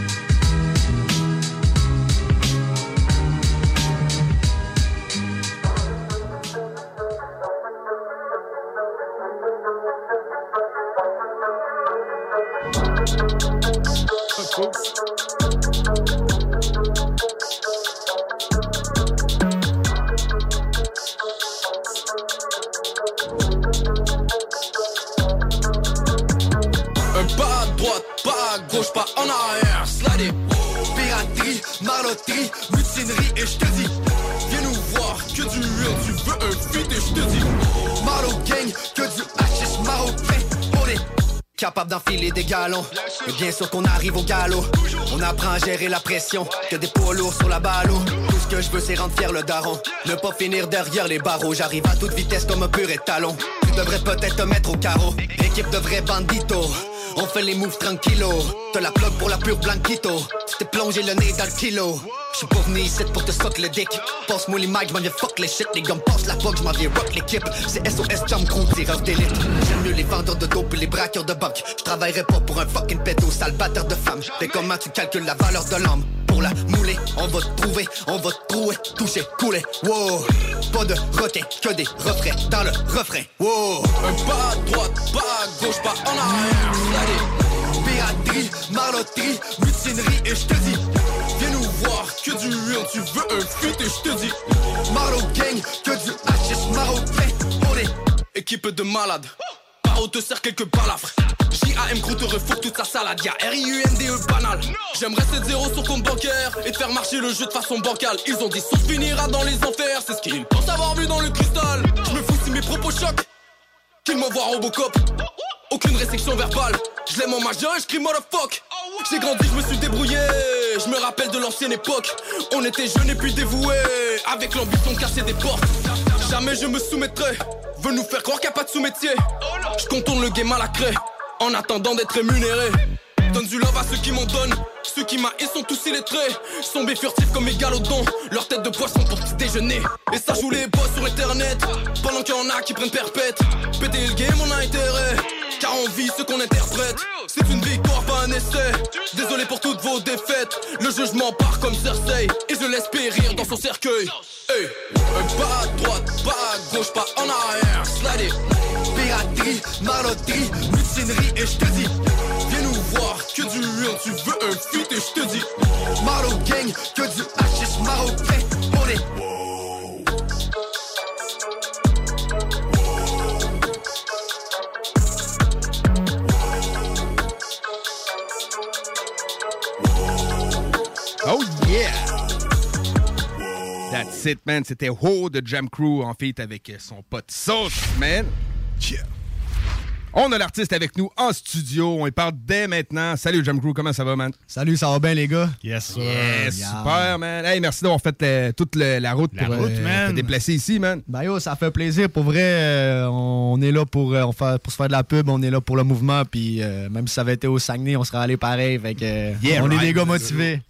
Un pas à droite, pas à gauche, pas en arrière, slider. Piraterie, marlotterie, mutinerie et je te dis, viens nous voir, que du real, tu veux un feat et je te dis, Marlo gang, que du hachis marocain, on est capable d'enfiler des galons. Mais bien sûr qu'on arrive au galop. On apprend à gérer la pression. Que des poids lourds sur la ballot. Tout ce que je veux c'est rendre fier le daron. Ne pas finir derrière les barreaux. J'arrive à toute vitesse comme un pur étalon. Tu devrais peut-être te mettre au carreau. Équipe de vrais banditos. On fait les moves tranquillo. T'as la plug pour la pure blanquito. Tu t'es plongé le nez dans le kilo. J'suis pas venu ici pour te sock le dick. Passe-moi les mags, j'm'en viens fuck les shit. Les gars passent la fuck, j'm'en viens rock l'équipe. C'est SOS Jam Crew, tireur d'élite. J'aime mieux les vendeurs de dope et les braqueurs de banque. J'travaillerai pas pour un fucking pédo, sale batteur de femme. Mais comment tu calcules la valeur de l'homme? Pour la mouler, on va te trouver, on va te trouer, toucher, couler, wow. Pas de requin, que des refrains dans le refrain, wow. Un pas à droite, pas à gauche, pas en arrière, allez. Piraterie, marlotterie, mutinerie et je te dis, viens nous voir, que du real, tu veux un feat et je te dis, Marlo gang, que du hachis marocain, on est équipe de malades. Paro te sert quelques balafres. JAM Crew te refourque toute sa salade. Y'a RIUNDE banal. J'aimerais 7-0 sur compte bancaire et te faire marcher le jeu de façon bancale. Ils ont dit Sauce finira dans les enfers. C'est ce qu'ils pensent avoir vu dans le cristal. Je me fous si mes propos choquent qu'ils m'envoient Robocop. Aucune restriction verbale. Je l'aime en majeur et je crie motherfuck. J'ai grandi, je me suis débrouillé. Je me rappelle de l'ancienne époque. On était jeunes et puis dévoués, avec l'ambition de casser des portes. Jamais je me soumettrai. Veut nous faire croire qu'il n'y a pas de sous-métier. Je contourne le game à la craie en attendant d'être rémunéré. Donne du love à ceux qui m'en donnent. Ceux qui m'haïssent sont tous illettrés. Sont furtifs comme mes galodons. Leur tête de poisson pour petit déjeuner. Et ça joue les boss sur internet. Pendant qu'il y en a qui prennent perpète. Péter le game on a intérêt. Car on vit ce qu'on interprète. C'est une victoire pas un essai. Désolé pour toutes vos défaites. Le jugement part comme Cersei. Et je laisse périr dans son cercueil. Hey. Un pas à droite, pas à gauche, pas en arrière. Slider. Piraterie, marlotterie, mutinerie et je te dis, viens nous voir, que du real, tu veux un feat et je te dis, Marlo gang, que du hachis marocain, on est Oh yeah! That's it, man. C'était Ho de Jam Crew en feat avec son pote Sauce, man. Yeah. On a l'artiste avec nous en studio. On y parle dès maintenant. Salut Jam Crew, comment ça va, man? Salut, ça va bien, les gars? Yes, sir. Yes, super, man. Hey, merci d'avoir fait toute la route pour te déplacer ici, man. Ben yo, ça fait plaisir. Pour vrai, on est là pour se faire de la pub. On est là pour le mouvement. Puis même si ça avait été au Saguenay, on serait allé pareil. Fait que, on est des gars motivés.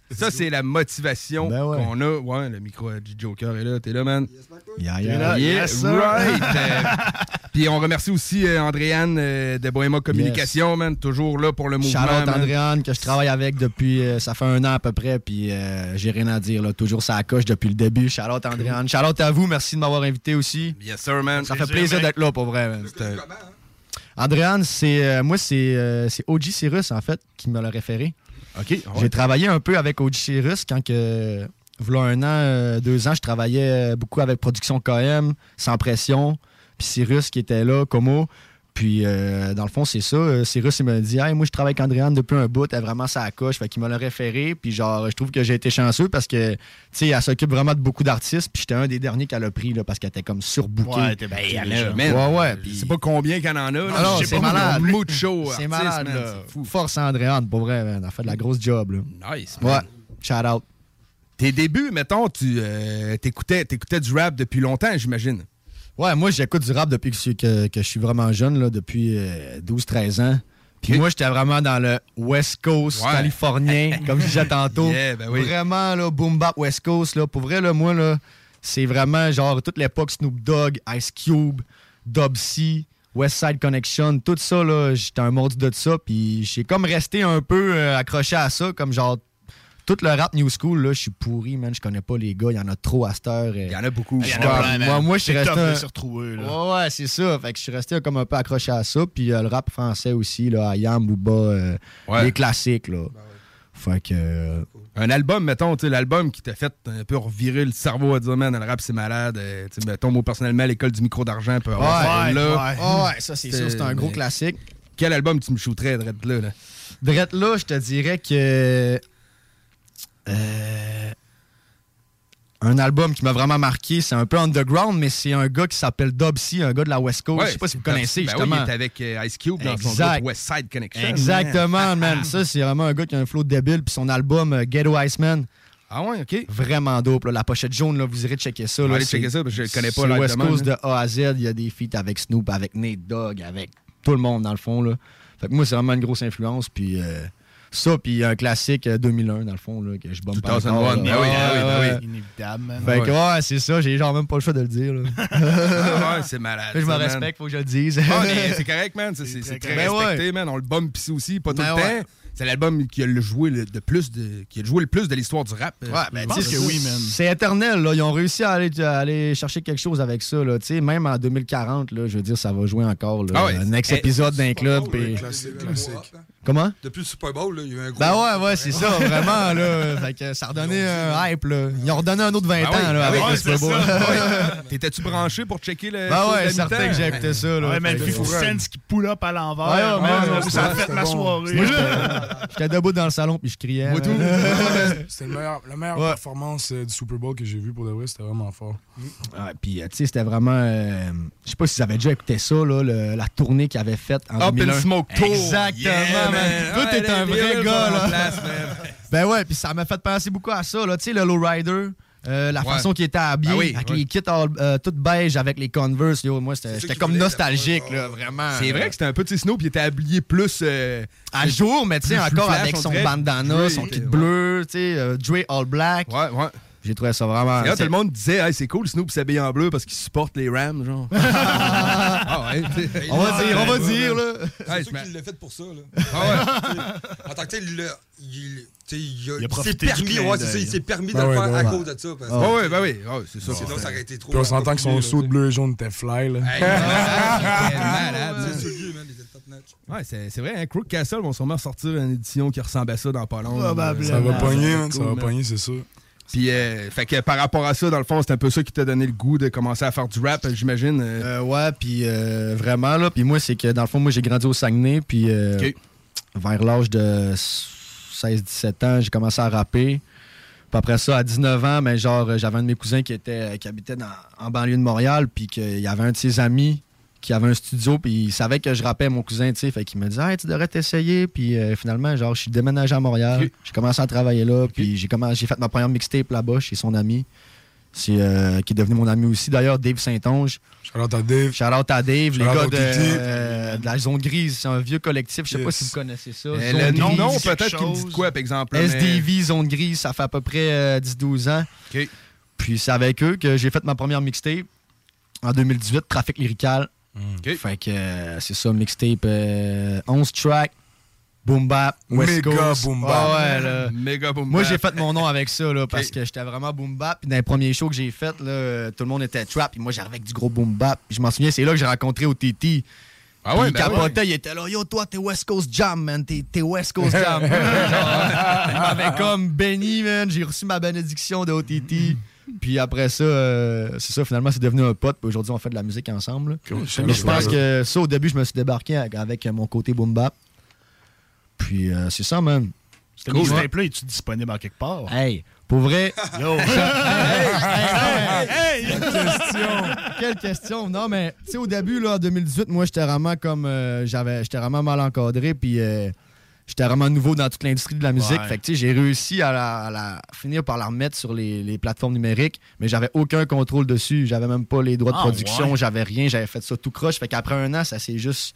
Ça, c'est la motivation qu'on a. Ouais, le micro à J-Joker est là. T'es là, man? Yes, right. Puis on remercie aussi Andréane de Bohéma Communication, man. Toujours là pour le mouvement. Shout-out Andréane, que je travaille avec depuis... ça fait 1 an à peu près, puis j'ai rien à dire. Là. Toujours ça coche depuis le début. Shout-out Andréane. Shout-out à vous. Merci de m'avoir invité aussi. Yes, sir, man. Ça fait plaisir d'être là, pour vrai, man. Andréane, c'est OG Cyrus, en fait, qui me l'a référé. OK. J'ai travaillé un peu avec OG Cyrus quand que... V'là 1 an, 2 ans, je travaillais beaucoup avec Production KM, Sans Pression, puis Cyrus qui était là, Como. Puis, dans le fond, c'est ça. Cyrus, il m'a dit « Hey, moi, je travaille avec Andréane depuis un bout, elle est vraiment ça coche. » Fait qu'il m'a référé. Puis, genre, je trouve que j'ai été chanceux parce que, tu sais, elle s'occupe vraiment de beaucoup d'artistes. Puis, j'étais un des derniers qu'elle a pris, là, parce qu'elle était comme surbookée. Ouais, Puis... C'est pas combien qu'il y en a, là. Alors, c'est pas malade. Mucho. C'est malade, là. Force Andréane, pour vrai, man. Elle a fait de la grosse job, là. Nice, man. Ouais. Shout out. Tes débuts, mettons, tu t'écoutais du rap depuis longtemps, j'imagine. Ouais, moi, j'écoute du rap depuis que je suis vraiment jeune, là, depuis 12-13 ans. Puis moi, j'étais vraiment dans le West Coast californien, comme je disais tantôt. Yeah, ben oui. Vraiment, là, boom bap West Coast. Là. Pour vrai, là, moi, là, c'est vraiment genre toute l'époque Snoop Dogg, Ice Cube, Dub C, West Side Connection, tout ça, là, j'étais un mordu de ça. Puis j'ai comme resté un peu accroché à ça, comme genre tout le rap new school, là, je suis pourri, man. Je connais pas les gars. Il y en a trop à cette heure. Il y en a beaucoup. Moi, je suis resté. De se retrouver, là. Ouais, c'est ça. Fait que je suis resté comme un peu accroché à ça. Puis le rap français aussi, là, Ayam, Booba, les classiques, là. Fait que. Un album, mettons, tu sais, l'album qui t'a fait un peu revirer le cerveau à dire, man, le rap, c'est malade. Tu sais, mettons, moi, personnellement, l'école du micro d'argent peut avoir ouais, ça, c'est sûr. C'est un gros classique. Quel album tu me shooterais, Drette là? Drette là, je te dirais que. Un album qui m'a vraiment marqué, c'est un peu underground, mais c'est un gars qui s'appelle Dub C, un gars de la West Coast. Je sais pas si vous connaissez, justement. Oui, il est avec Ice Cube dans son groupe West Side Connection. Exactement, man. Ça, c'est vraiment un gars qui a un flow débile. Puis son album Ghetto Iceman. Ah ouais, OK. Vraiment dope. Là. La pochette jaune, là, vous irez checker ça. Allez checker ça, parce que je connais pas le West Coast de A à Z. Il y a des feats avec Snoop, avec Nate Dogg, avec tout le monde, dans le fond. Là. Fait que moi, c'est vraiment une grosse influence. Puis... ça, puis un classique 2001, dans le fond, là, que je bombe pas encore. Ben oui. Inévitable, man. Fait que, ouais, c'est ça. J'ai genre même pas le choix de le dire. Là. Ouais, c'est malade. Je me respecte, faut que je le dise. C'est correct, man. C'est très respecté, man. On le bombe ici aussi, pas tout le temps. C'est l'album qui a joué le plus de l'histoire du rap. Ouais, ben, je pense que oui, man. C'est éternel, là. Ils ont réussi à aller chercher quelque chose avec ça, là. T'sais, même en 2040, là, je veux dire, ça va jouer encore, là. Un next épisode d'un club. Classique. Comment? Depuis le Super Bowl, là, il y a eu un gros... Ben ouais, c'est ça, vraiment, là. Fait que ça a redonné un hype, là. Ils ont redonné un autre 20 ans, là, avec le Super Bowl. T'étais-tu branché pour checker le... Ben ouais, certain que j'ai écouté ça, là. Ouais, mais le 50 Cent qui pull up à l'envers. Ça a fait ma soirée. J'étais debout dans le salon puis je criais. Moi, tout. C'était la meilleure performance du Super Bowl que j'ai vue pour de vrai. C'était vraiment fort. Ouais, puis, tu sais, c'était vraiment... je sais pas si vous avez déjà écouté ça, là, la tournée qu'il avait faite en 2001. Up in Smoke Tour. Exactement, man. Toi, t'es un vrai gars, là. Ben ouais, puis ça m'a fait penser beaucoup à ça, là. Tu sais, le Lowrider... la façon qu'il était habillé, avec les kits toutes beige, avec les Converse, yo, moi, j'étais comme nostalgique, là, vraiment. C'est vrai que c'était un peu, tu sais, Snoop, il était habillé plus... à jour, mais tu sais, encore avec son bandana, son kit bleu, tu sais, Dre All Black. Ouais. J'ai trouvé ça vraiment... Tout le monde disait, hey, c'est cool, Snoop s'habille en bleu parce qu'il supporte les Rams, genre. On va dire, là. C'est sûr qu'il l'a fait pour ça, là. En tant que tel, il s'est permis, il s'est permis de le faire à cause de ça. Oui, c'est ça. Sinon, ça aurait été trop... Puis on s'entend que son saut de bleu et jaune était fly, là. Malade. C'est celui, man, il était top notch. Ouais, c'est vrai, Crook Castle vont sûrement sortir une édition qui ressemble à ça dans pas long. Ça va pogner, man, ça va pogner, c'est sûr. Puis, fait que par rapport à ça, dans le fond, c'est un peu ça qui t'a donné le goût de commencer à faire du rap, j'imagine. Ouais, puis vraiment, là. Puis moi, c'est que dans le fond, moi, j'ai grandi au Saguenay. Puis vers l'âge de 16-17 ans, j'ai commencé à rapper. Puis après ça, à 19 ans, mais genre, j'avais un de mes cousins qui habitait en banlieue de Montréal. Puis qu'il y avait un de ses amis qui avait un studio, puis il savait que je rappais mon cousin, tu sais, fait qu'il me disait « Hey, tu devrais t'essayer », puis finalement, genre, je suis déménagé à Montréal, j'ai commencé à travailler là, puis j'ai fait ma première mixtape là-bas, chez son ami, qui est devenu mon ami aussi. D'ailleurs, Dave Saint-Onge. Shout-out à Dave. Shout-out à Dave, les gars de la Zone Grise. C'est un vieux collectif. Je sais pas si vous connaissez ça. Le nom, peut-être qu'il me dit de quoi, par exemple. SDV, Zone Grise, ça fait à peu près 10-12 ans. OK. Puis c'est avec eux que j'ai fait ma première mixtape en 2018, Trafic Lyrical. Okay. Fait que c'est ça, mixtape 11 tracks, boom bap, West Méga Coast. boom bap. Ah ouais, là. Méga boom bap. Moi, j'ai fait mon nom avec ça, là, parce que j'étais vraiment boom bap. Puis dans les premiers shows que j'ai fait, là, tout le monde était trap. Puis moi, j'arrivais avec du gros boom bap. Puis je m'en souviens, c'est là que j'ai rencontré OTT. Ah ouais, il capotait, il était là, yo, toi, t'es West Coast Jam, man, t'es West Coast Jam. Genre, il m'avait comme béni, man. J'ai reçu ma bénédiction de OTT. Puis après ça, c'est ça, finalement, c'est devenu un pote. Puis aujourd'hui, on fait de la musique ensemble. Cool. Mais je pense que ça, au début, je me suis débarqué avec mon côté boom bap. Puis c'est ça, man. Cette mixtape-là, es-tu disponible en quelque part? Hey, pour vrai. Yo! Hey! Quelle question! Non, mais tu sais, au début, là, en 2018, moi, j'étais vraiment comme. J'étais vraiment mal encadré. Puis j'étais vraiment nouveau dans toute l'industrie de la musique. Ouais. Fait que tu sais, j'ai réussi à finir par la remettre sur les plateformes numériques, mais j'avais aucun contrôle dessus. J'avais même pas les droits de production, j'avais rien, j'avais fait ça tout croche. Fait qu'après un an, ça s'est juste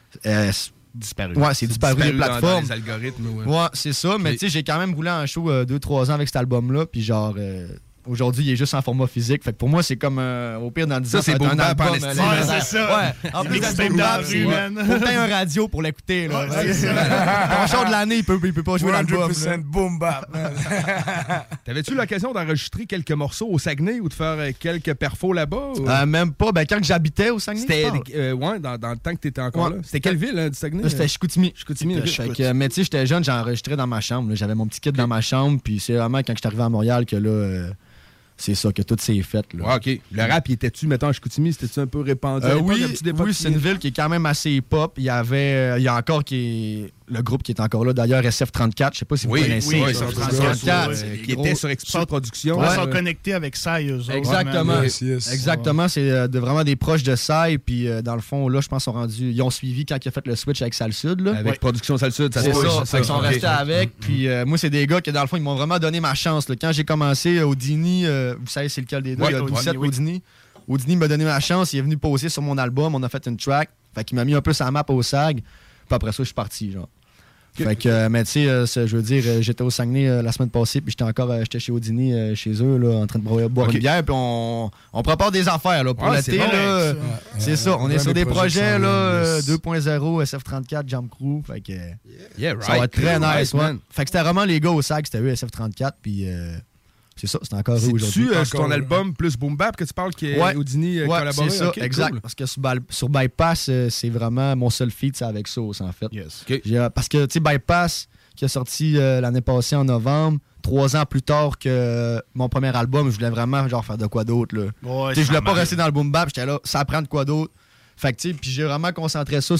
disparu. Ouais, c'est disparu des plateformes. Dans les algorithmes. Ouais, c'est ça. Mais tu sais, j'ai quand même roulé en show 2-3 ans avec cet album-là. Puis genre, aujourd'hui, il est juste en format physique. Fait que pour moi, c'est comme au pire dans 10 ans, ça, c'est un album. Ouais, c'est ça. Ouais. En plus, c'est faut que un radio pour l'écouter. Là. Ouais, ton show de l'année, il peut pas jouer l'album. 100% boom bap. T'avais-tu l'occasion d'enregistrer quelques morceaux au Saguenay ou de faire quelques perfos là-bas? Ou... même pas. Ben, quand j'habitais au Saguenay. C'était ouais, dans le temps que t'étais encore là. C'était quelle ville, du Saguenay? C'était Chicoutimi. Mais tu sais, j'étais jeune, j'enregistrais dans ma chambre. J'avais mon petit kit dans ma chambre. Puis c'est vraiment quand je suis arrivé à Montréal que là. C'est ça, que tout s'est fait. Là. Ouais, OK. Le rap, il était-tu, mettons, à Chicoutimi, c'était-tu un peu répandu? Oui, c'est une ville qui est quand même assez hip-hop. Il y a encore le groupe qui est encore là, d'ailleurs, SF34. Je sais pas si vous connaissez. Oui, SF34. Qui était sur Expo Production. Ils sont connectés avec Sai, eux autres. Exactement. Exactement. C'est vraiment des proches de Sai. Puis, dans le fond, là, je pense ils ont suivi quand il a fait le switch avec Salle Sud. Là. Avec Production Salle Sud. C'est ça. Ils sont restés avec. Puis, moi, c'est des gars qui, dans le fond, ils m'ont vraiment donné ma chance. Là. Quand j'ai commencé au Dini, vous savez, c'est lequel des deux? Il y a 17 Houdini. Houdini m'a donné ma chance. Il est venu poser sur mon album. On a fait une track. Fait qu'il m'a mis un peu sa map au SAG. Puis après ça, je suis parti, genre. Fait que, mais tu sais, je veux dire, j'étais au Saguenay la semaine passée. Puis j'étais chez Houdini, chez eux, là, en train de boire une bière. Puis on prépare des affaires, là, pour l'été, là. C'est ça. On est sur des projets, là, 2.0, SF34, Jam Crew. Fait que, ça va être très nice, man. Fait que c'était vraiment les gars au SAG, c'était eux, SF34. Puis... c'est ça, c'est encore eux aujourd'hui. C'est-tu sur ton album plus Boom Bap que tu parles qui est Houdini collaboré? C'est ça, okay, exact. Cool. Parce que sur Bypass, c'est vraiment mon seul feat, c'est avec Sauce, en fait. Yes. Okay. Parce que, tu sais, Bypass, qui a sorti l'année passée en novembre, 3 ans plus tard que mon premier album, je voulais vraiment genre faire de quoi d'autre. Ouais, je voulais pas rester dans le Boom Bap, j'étais là, ça prend de quoi d'autre. Fait que, tu sais, puis j'ai vraiment concentré ça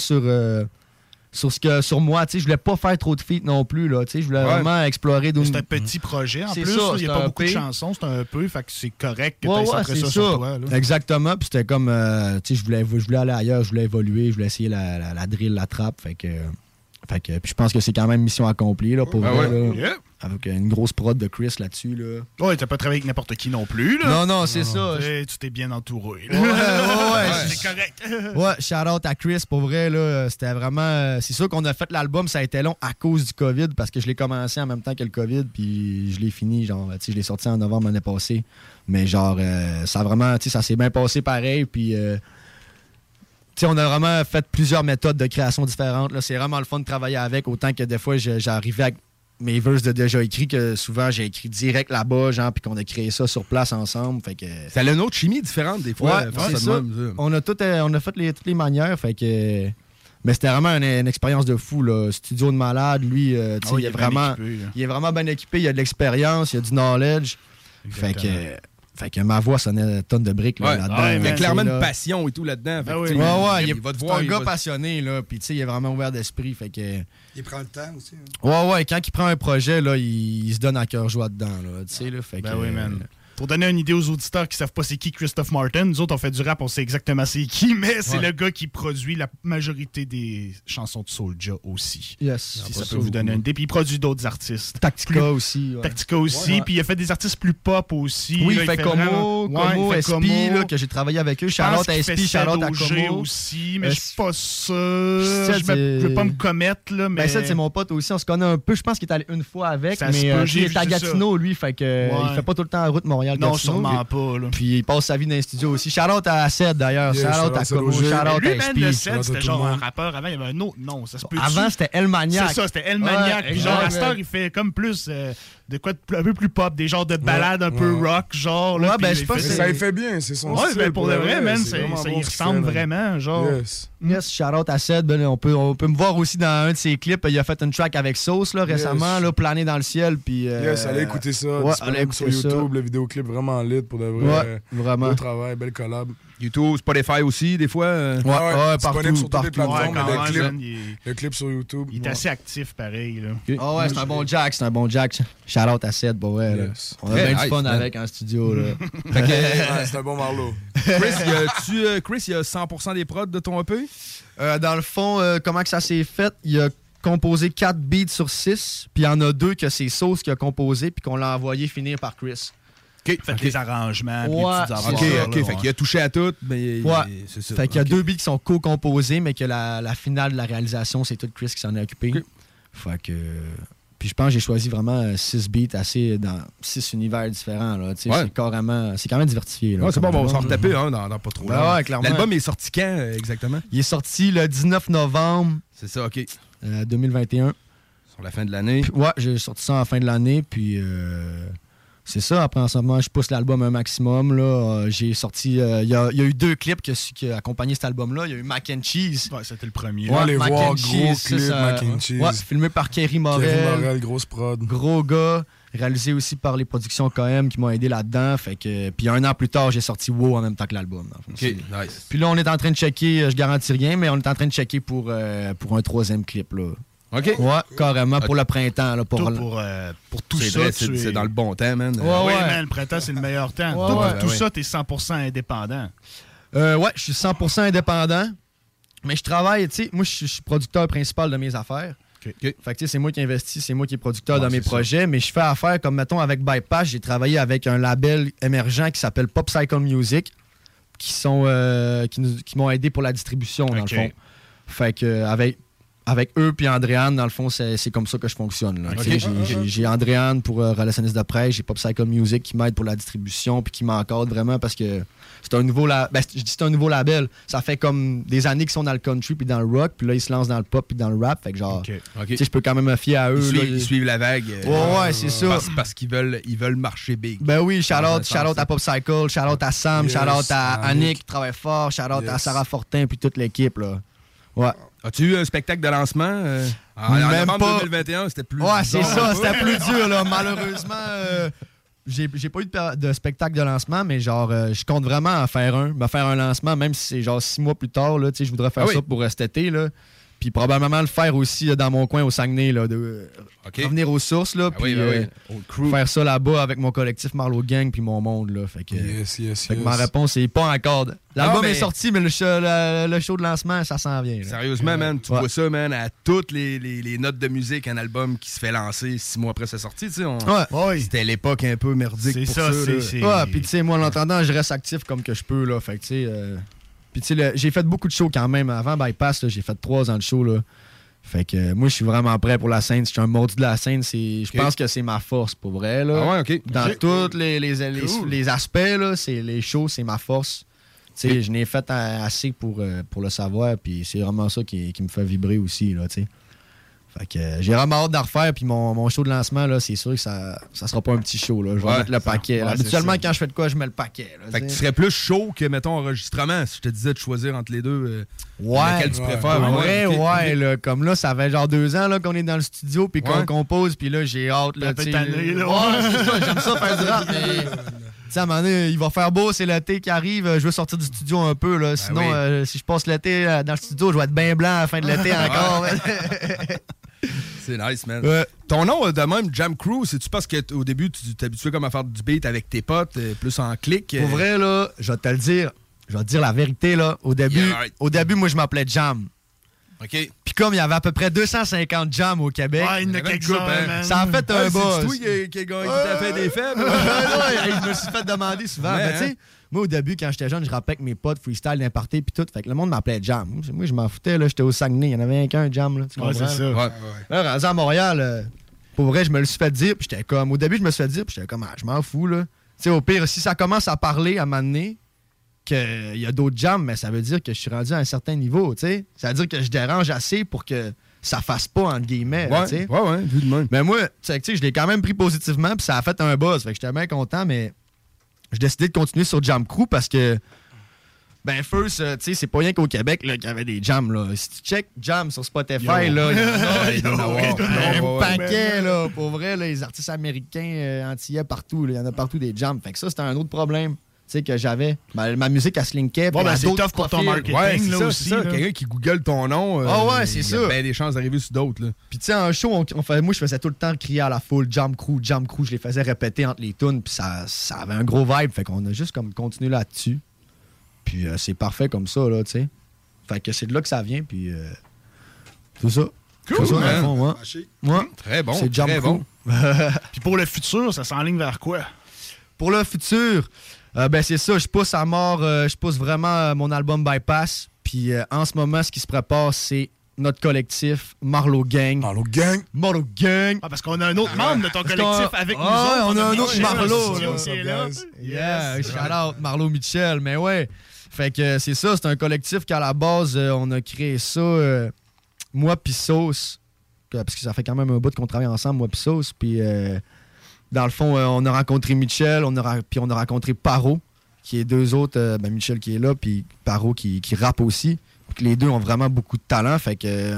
sur moi, tu sais, je voulais pas faire trop de feats non plus, là, tu sais, je voulais vraiment explorer d'autres... C'est un petit projet, en plus, il n'y a pas beaucoup de chansons, c'est un peu, fait que c'est correct que tu aies centré ça sur toi. Là. Exactement, puis c'était comme, tu sais, je voulais aller ailleurs, je voulais évoluer, je voulais essayer la drill, la trappe, fait que puis je pense que c'est quand même mission accomplie, là, pour vrai, là, avec une grosse prod de Chris là-dessus, là. Ouais, t'as pas travaillé avec n'importe qui non plus, là. Non, c'est ça. Tu t'es bien entouré, là. Ouais, c'est correct. Ouais, shout-out à Chris, pour vrai, là, c'était vraiment... C'est sûr qu'on a fait l'album, ça a été long à cause du COVID, parce que je l'ai commencé en même temps que le COVID, puis je l'ai fini, genre, tu sais, je l'ai sorti en novembre l'année passée. Mais genre, ça a vraiment, tu sais, ça s'est bien passé pareil, puis... T'sais, on a vraiment fait plusieurs méthodes de création différentes. Là. C'est vraiment le fun de travailler avec, autant que des fois, j'arrivais avec mes verses de déjà écrits, que souvent, j'ai écrit direct là-bas, genre, puis qu'on a créé ça sur place ensemble. Fait que... Ça a une autre chimie différente, des fois. Ouais, c'est ça. On a fait toutes les manières, fait que... Mais c'était vraiment une expérience de fou, là. Studio de malade, lui, il est vraiment bien équipé, il a de l'expérience, il a du knowledge. Fait que ma voix sonnait tonne de briques là-dedans. Il y a clairement une passion et tout là-dedans. Il va te voir. C'est un gars passionné, là. Puis tu sais, il est vraiment ouvert d'esprit. Fait que... Il prend le temps aussi. Hein. Ouais, quand il prend un projet, là, il se donne à cœur joie dedans, là. Tu sais, là. Fait que, oui, man. Pour donner une idée aux auditeurs qui savent pas c'est qui Christophe Martin, nous autres, on fait du rap, on sait exactement c'est qui, mais c'est le gars qui produit la majorité des chansons de Soulja aussi. Yes. Si ça peut vous donner une idée. Puis il produit d'autres artistes. Tactica aussi. Tactica aussi. Puis il a fait des artistes plus pop aussi. Oui, là, il fait Como, SP, là, que j'ai travaillé avec eux. Charlotte à SP, Charlotte à Como. aussi, mais je suis pas sûr. Je veux pas me commettre, là, mais... c'est mon pote aussi. On se connaît un peu. Je pense qu'il est allé une fois avec, ça mais il est à vu Gatineau, lui. Fait que il fait pas tout le temps la route Montréal-Gatineau. Non, sûrement pas. Là. Puis il passe sa vie dans les studios aussi. Charlotte à Sed, d'ailleurs. Charlotte à Como. Charlotte à SP. Lui, c'était genre un rappeur. Avant, il y avait un autre nom. Ça se peut. Avant, c'était El Maniac. C'est ça, c'était El Maniac. Puis genre, Astor, il fait comme plus de quoi un peu plus pop, des genres de ballades un peu rock, genre. Ouais, ben je sais pas. Ça y fait bien, c'est son style. Ouais, ben pour le vrai, man, ça y ressemble vraiment, genre. Yes, Charlotte à Sed. On peut me voir aussi dans un de ses clips. Il a fait une track avec Sauce, là, récemment, là, Planer dans le ciel. Puis. Yes, allez écouter ça. Ouais, allez écouter sur YouTube, le vidéoclip vraiment lit pour de vrai. Ouais, vraiment. Beau travail, belle collab. YouTube, Spotify aussi, des fois. Disponible sur toutes les plateformes. Le clip sur YouTube. Il est assez actif, pareil. Ah ouais, c'est un bon Jack. Shout-out à Seth, bon ouais. On a bien du fun avec en studio. Là. C'est un bon Marlo. Chris, il y a 100% des prods de ton EP? Dans le fond, comment que ça s'est fait? Il a composé 4 beats sur 6, puis il y en a 2 que c'est Sauce qui a composé, puis qu'on l'a envoyé finir par Chris. Fait des arrangements, puis des petites affaires. OK. Fait qu'il a touché à tout, mais c'est ça. Fait qu'il y a 2 beats qui sont co-composés, mais que la finale de la réalisation, c'est tout Chris qui s'en est occupé. Fait que... Puis je pense que j'ai choisi vraiment 6 beats assez dans 6 univers différents. Là. C'est quand même diversifié. Là, c'est bon, on va s'en retaper dans pas trop long. Clairement. L'album est sorti quand exactement? Il est sorti le 19 novembre. C'est ça, OK. 2021. Sur la fin de l'année. Ouais, j'ai sorti ça en fin de l'année, puis... C'est ça, après en ce moment, je pousse l'album un maximum. Là. J'ai sorti. Il y a eu 2 clips qui accompagnaient cet album-là. Il y a eu Mac and Cheese. Ouais, c'était le premier. Ouais, les voir, gros clip, Mac and Cheese. Ouais, filmé par Kerry Morel. Kerry Morel, grosse prod. Gros gars. Réalisé aussi par les productions KM qui m'ont aidé là-dedans. Fait que, puis 1 an plus tard, j'ai sorti WoW en même temps que l'album. OK, nice. Puis là, on est en train de checker, je garantis rien, mais on est en train de checker pour un 3e clip. Là. OK. Ouais, carrément, pour le printemps. Là, pour tout ça. Vrai, c'est dans le bon temps, man. Oui, man, le printemps, c'est le meilleur temps. Tout ça, t'es 100% indépendant. Ouais, je suis 100% indépendant. Mais je travaille, tu sais, moi, je suis producteur principal de mes affaires. Okay. Fait que c'est moi qui investis, c'est moi qui est producteur de mes projets. Mais je fais affaire, comme mettons, avec Bypass, j'ai travaillé avec un label émergent qui s'appelle Pop Cycle Music, qui m'ont aidé pour la distribution, dans le fond. Fait que avec eux puis Andréane, dans le fond, c'est comme ça que je fonctionne. Là. Okay. J'ai Andréane pour relationnistes de presse, j'ai Pop Cycle Music qui m'aide pour la distribution puis qui m'encadre vraiment parce que c'est un nouveau c'est un nouveau label. Ça fait comme des années qu'ils sont dans le country puis dans le rock, puis là ils se lancent dans le pop puis dans le rap. Fait que genre, je peux quand même me fier à eux. Ils suivent la vague. Ouais, c'est ça. Parce qu'ils veulent marcher big. Ben oui, shout-out à Pop Cycle, shout-out à Sam, shout-out à Annick qui travaille fort, shout-out à Sarah Fortin puis toute l'équipe là. Ouais. As-tu eu un spectacle de lancement? En novembre 2021, c'était plus dur. Ouais, c'est ça, c'était plus dur. Là. Malheureusement, j'ai pas eu de spectacle de lancement, mais genre, je compte vraiment en faire un lancement, même si c'est genre 6 mois plus tard. Là, je voudrais faire ça pour cet été. Là. Puis probablement le faire aussi dans mon coin au Saguenay, là, de revenir aux sources, là, puis faire ça là-bas avec mon collectif Marlo Gang puis mon monde. Là, fait que, fait que ma réponse, c'est pas encore. L'album est sorti, mais le show de lancement, ça s'en vient. Là. Sérieusement, man, tu vois ça, man, à toutes les notes de musique, un album qui se fait lancer 6 mois après sa sortie. C'était l'époque un peu merdique pour ça. Puis tu sais, moi, en l'entendant, je reste actif comme que je peux. Là, fait que tu sais... Puis tu sais, j'ai fait beaucoup de shows quand même. Avant Bypass, là, j'ai fait 3 ans de show. Là. Fait que moi, je suis vraiment prêt pour la scène. Je suis un mordu de la scène. Je pense que c'est ma force, pour vrai. Là. Ah ouais, OK. Dans tous les aspects, là, les shows, c'est ma force. Tu sais, je n'ai fait assez pour le savoir. Puis c'est vraiment ça qui me fait vibrer aussi, là, tu sais. Fait que j'ai vraiment hâte d'en refaire. Puis mon show de lancement, là, c'est sûr que ça sera pas un petit show. Là. Je vais mettre le paquet. Habituellement, quand je fais de quoi, je mets le paquet. Là, fait que tu serais plus chaud que, mettons, enregistrement. Si je te disais de choisir entre les deux, lequel tu préfères. Là, comme là, ça fait genre 2 ans là, qu'on est dans le studio puis qu'on compose. Puis là, j'ai hâte. Là, c'est ça, j'aime ça faire du rap. Mais... à un moment donné, il va faire beau, c'est l'été qui arrive, je veux sortir du studio un peu. Là. Sinon, si je passe l'été dans le studio, je vais être bien blanc à la fin de l'été encore. C'est nice, man. Ton nom de même, Jam Crew, c'est-tu parce qu'au début, tu t'habituais comme à faire du beat avec tes potes, plus en clic? Pour vrai, là, je vais te le dire. Je vais te dire la vérité, là. Au début, moi, je m'appelais Jam. OK. Puis comme il y avait à peu près 250 jams au Québec, il y en a quelques-uns, ça a fait un buzz. C'est toi qui t'a fait des faibles. Je me suis fait demander souvent. Ouais, Mais tu sais, moi, au début, quand j'étais jeune, je rappelais avec mes potes freestyle, d'imparté, puis tout. Fait que le monde m'appelait Jam. Moi, je m'en foutais, là. J'étais au Saguenay. Il y en avait qu'un Jam, là. Tu comprends? C'est ça. Ouais. Là, rendu à Montréal, pour vrai, je me le suis fait dire, puis j'étais comme... Au début, je me suis fait dire, puis j'étais comme, je m'en fous, là. Tu sais, au pire, si ça commence à parler à un moment donné, qu'il y a d'autres jams, mais ça veut dire que je suis rendu à un certain niveau, tu sais. Ça veut dire que je dérange assez pour que ça fasse pas, entre guillemets, tu sais. Ouais, vu de même. Mais moi, tu sais, je l'ai quand même pris positivement, puis ça a fait un buzz. Fait que j'étais bien content, mais j'ai décidé de continuer sur Jam Crew parce que, ben, first, tu sais, c'est pas rien qu'au Québec qu'il y avait des jams, là. Si tu check Jam sur Spotify, là, il y en a un paquet, là. Pour vrai, là, les artistes américains, antillais, partout, il y en a partout des jams. Fait que ça, c'était un autre problème. Tu sais, que j'avais. Ma musique, elle se linkait. Bon, ben, c'est tough pour ton marketing, ouais, c'est là, ça, aussi. C'est ça. Quelqu'un qui google ton nom. C'est ça. Il y a bien des chances d'arriver sur d'autres, là. Puis, tu sais, en show, moi, je faisais tout le temps crier à la foule Jam Crew. Je les faisais répéter entre les tunes. Puis, ça avait un gros vibe. Fait qu'on a juste comme continué là-dessus. Puis, c'est parfait comme ça, là, tu sais. Fait que c'est de là que ça vient. Puis, tout ça. Cool, ça, man. Moi, très bon. C'est Jam Crew. Puis, pour le futur, ça s'enligne vers quoi? Pour le futur... ben c'est ça, je pousse à mort, je pousse vraiment mon album Bypass. Puis en ce moment, ce qui se prépare, c'est notre collectif Marlowe Gang. Marlowe Gang. Marlowe Gang. Ah, parce qu'on a un autre membre de ton collectif avec nous autres. On a un autre Marlowe. Yeah, shout out Marlowe Mitchell. Mais ouais, fait que c'est ça, c'est un collectif qu'à la base, on a créé ça, moi pis Sauce. Parce que ça fait quand même un bout qu'on travaille ensemble, moi pis Sauce. Puis... dans le fond, on a rencontré Mitchell, puis on a rencontré Paro, qui est deux autres, Mitchell qui est là, puis Paro qui rappe aussi. Puis les deux ont vraiment beaucoup de talent, fait que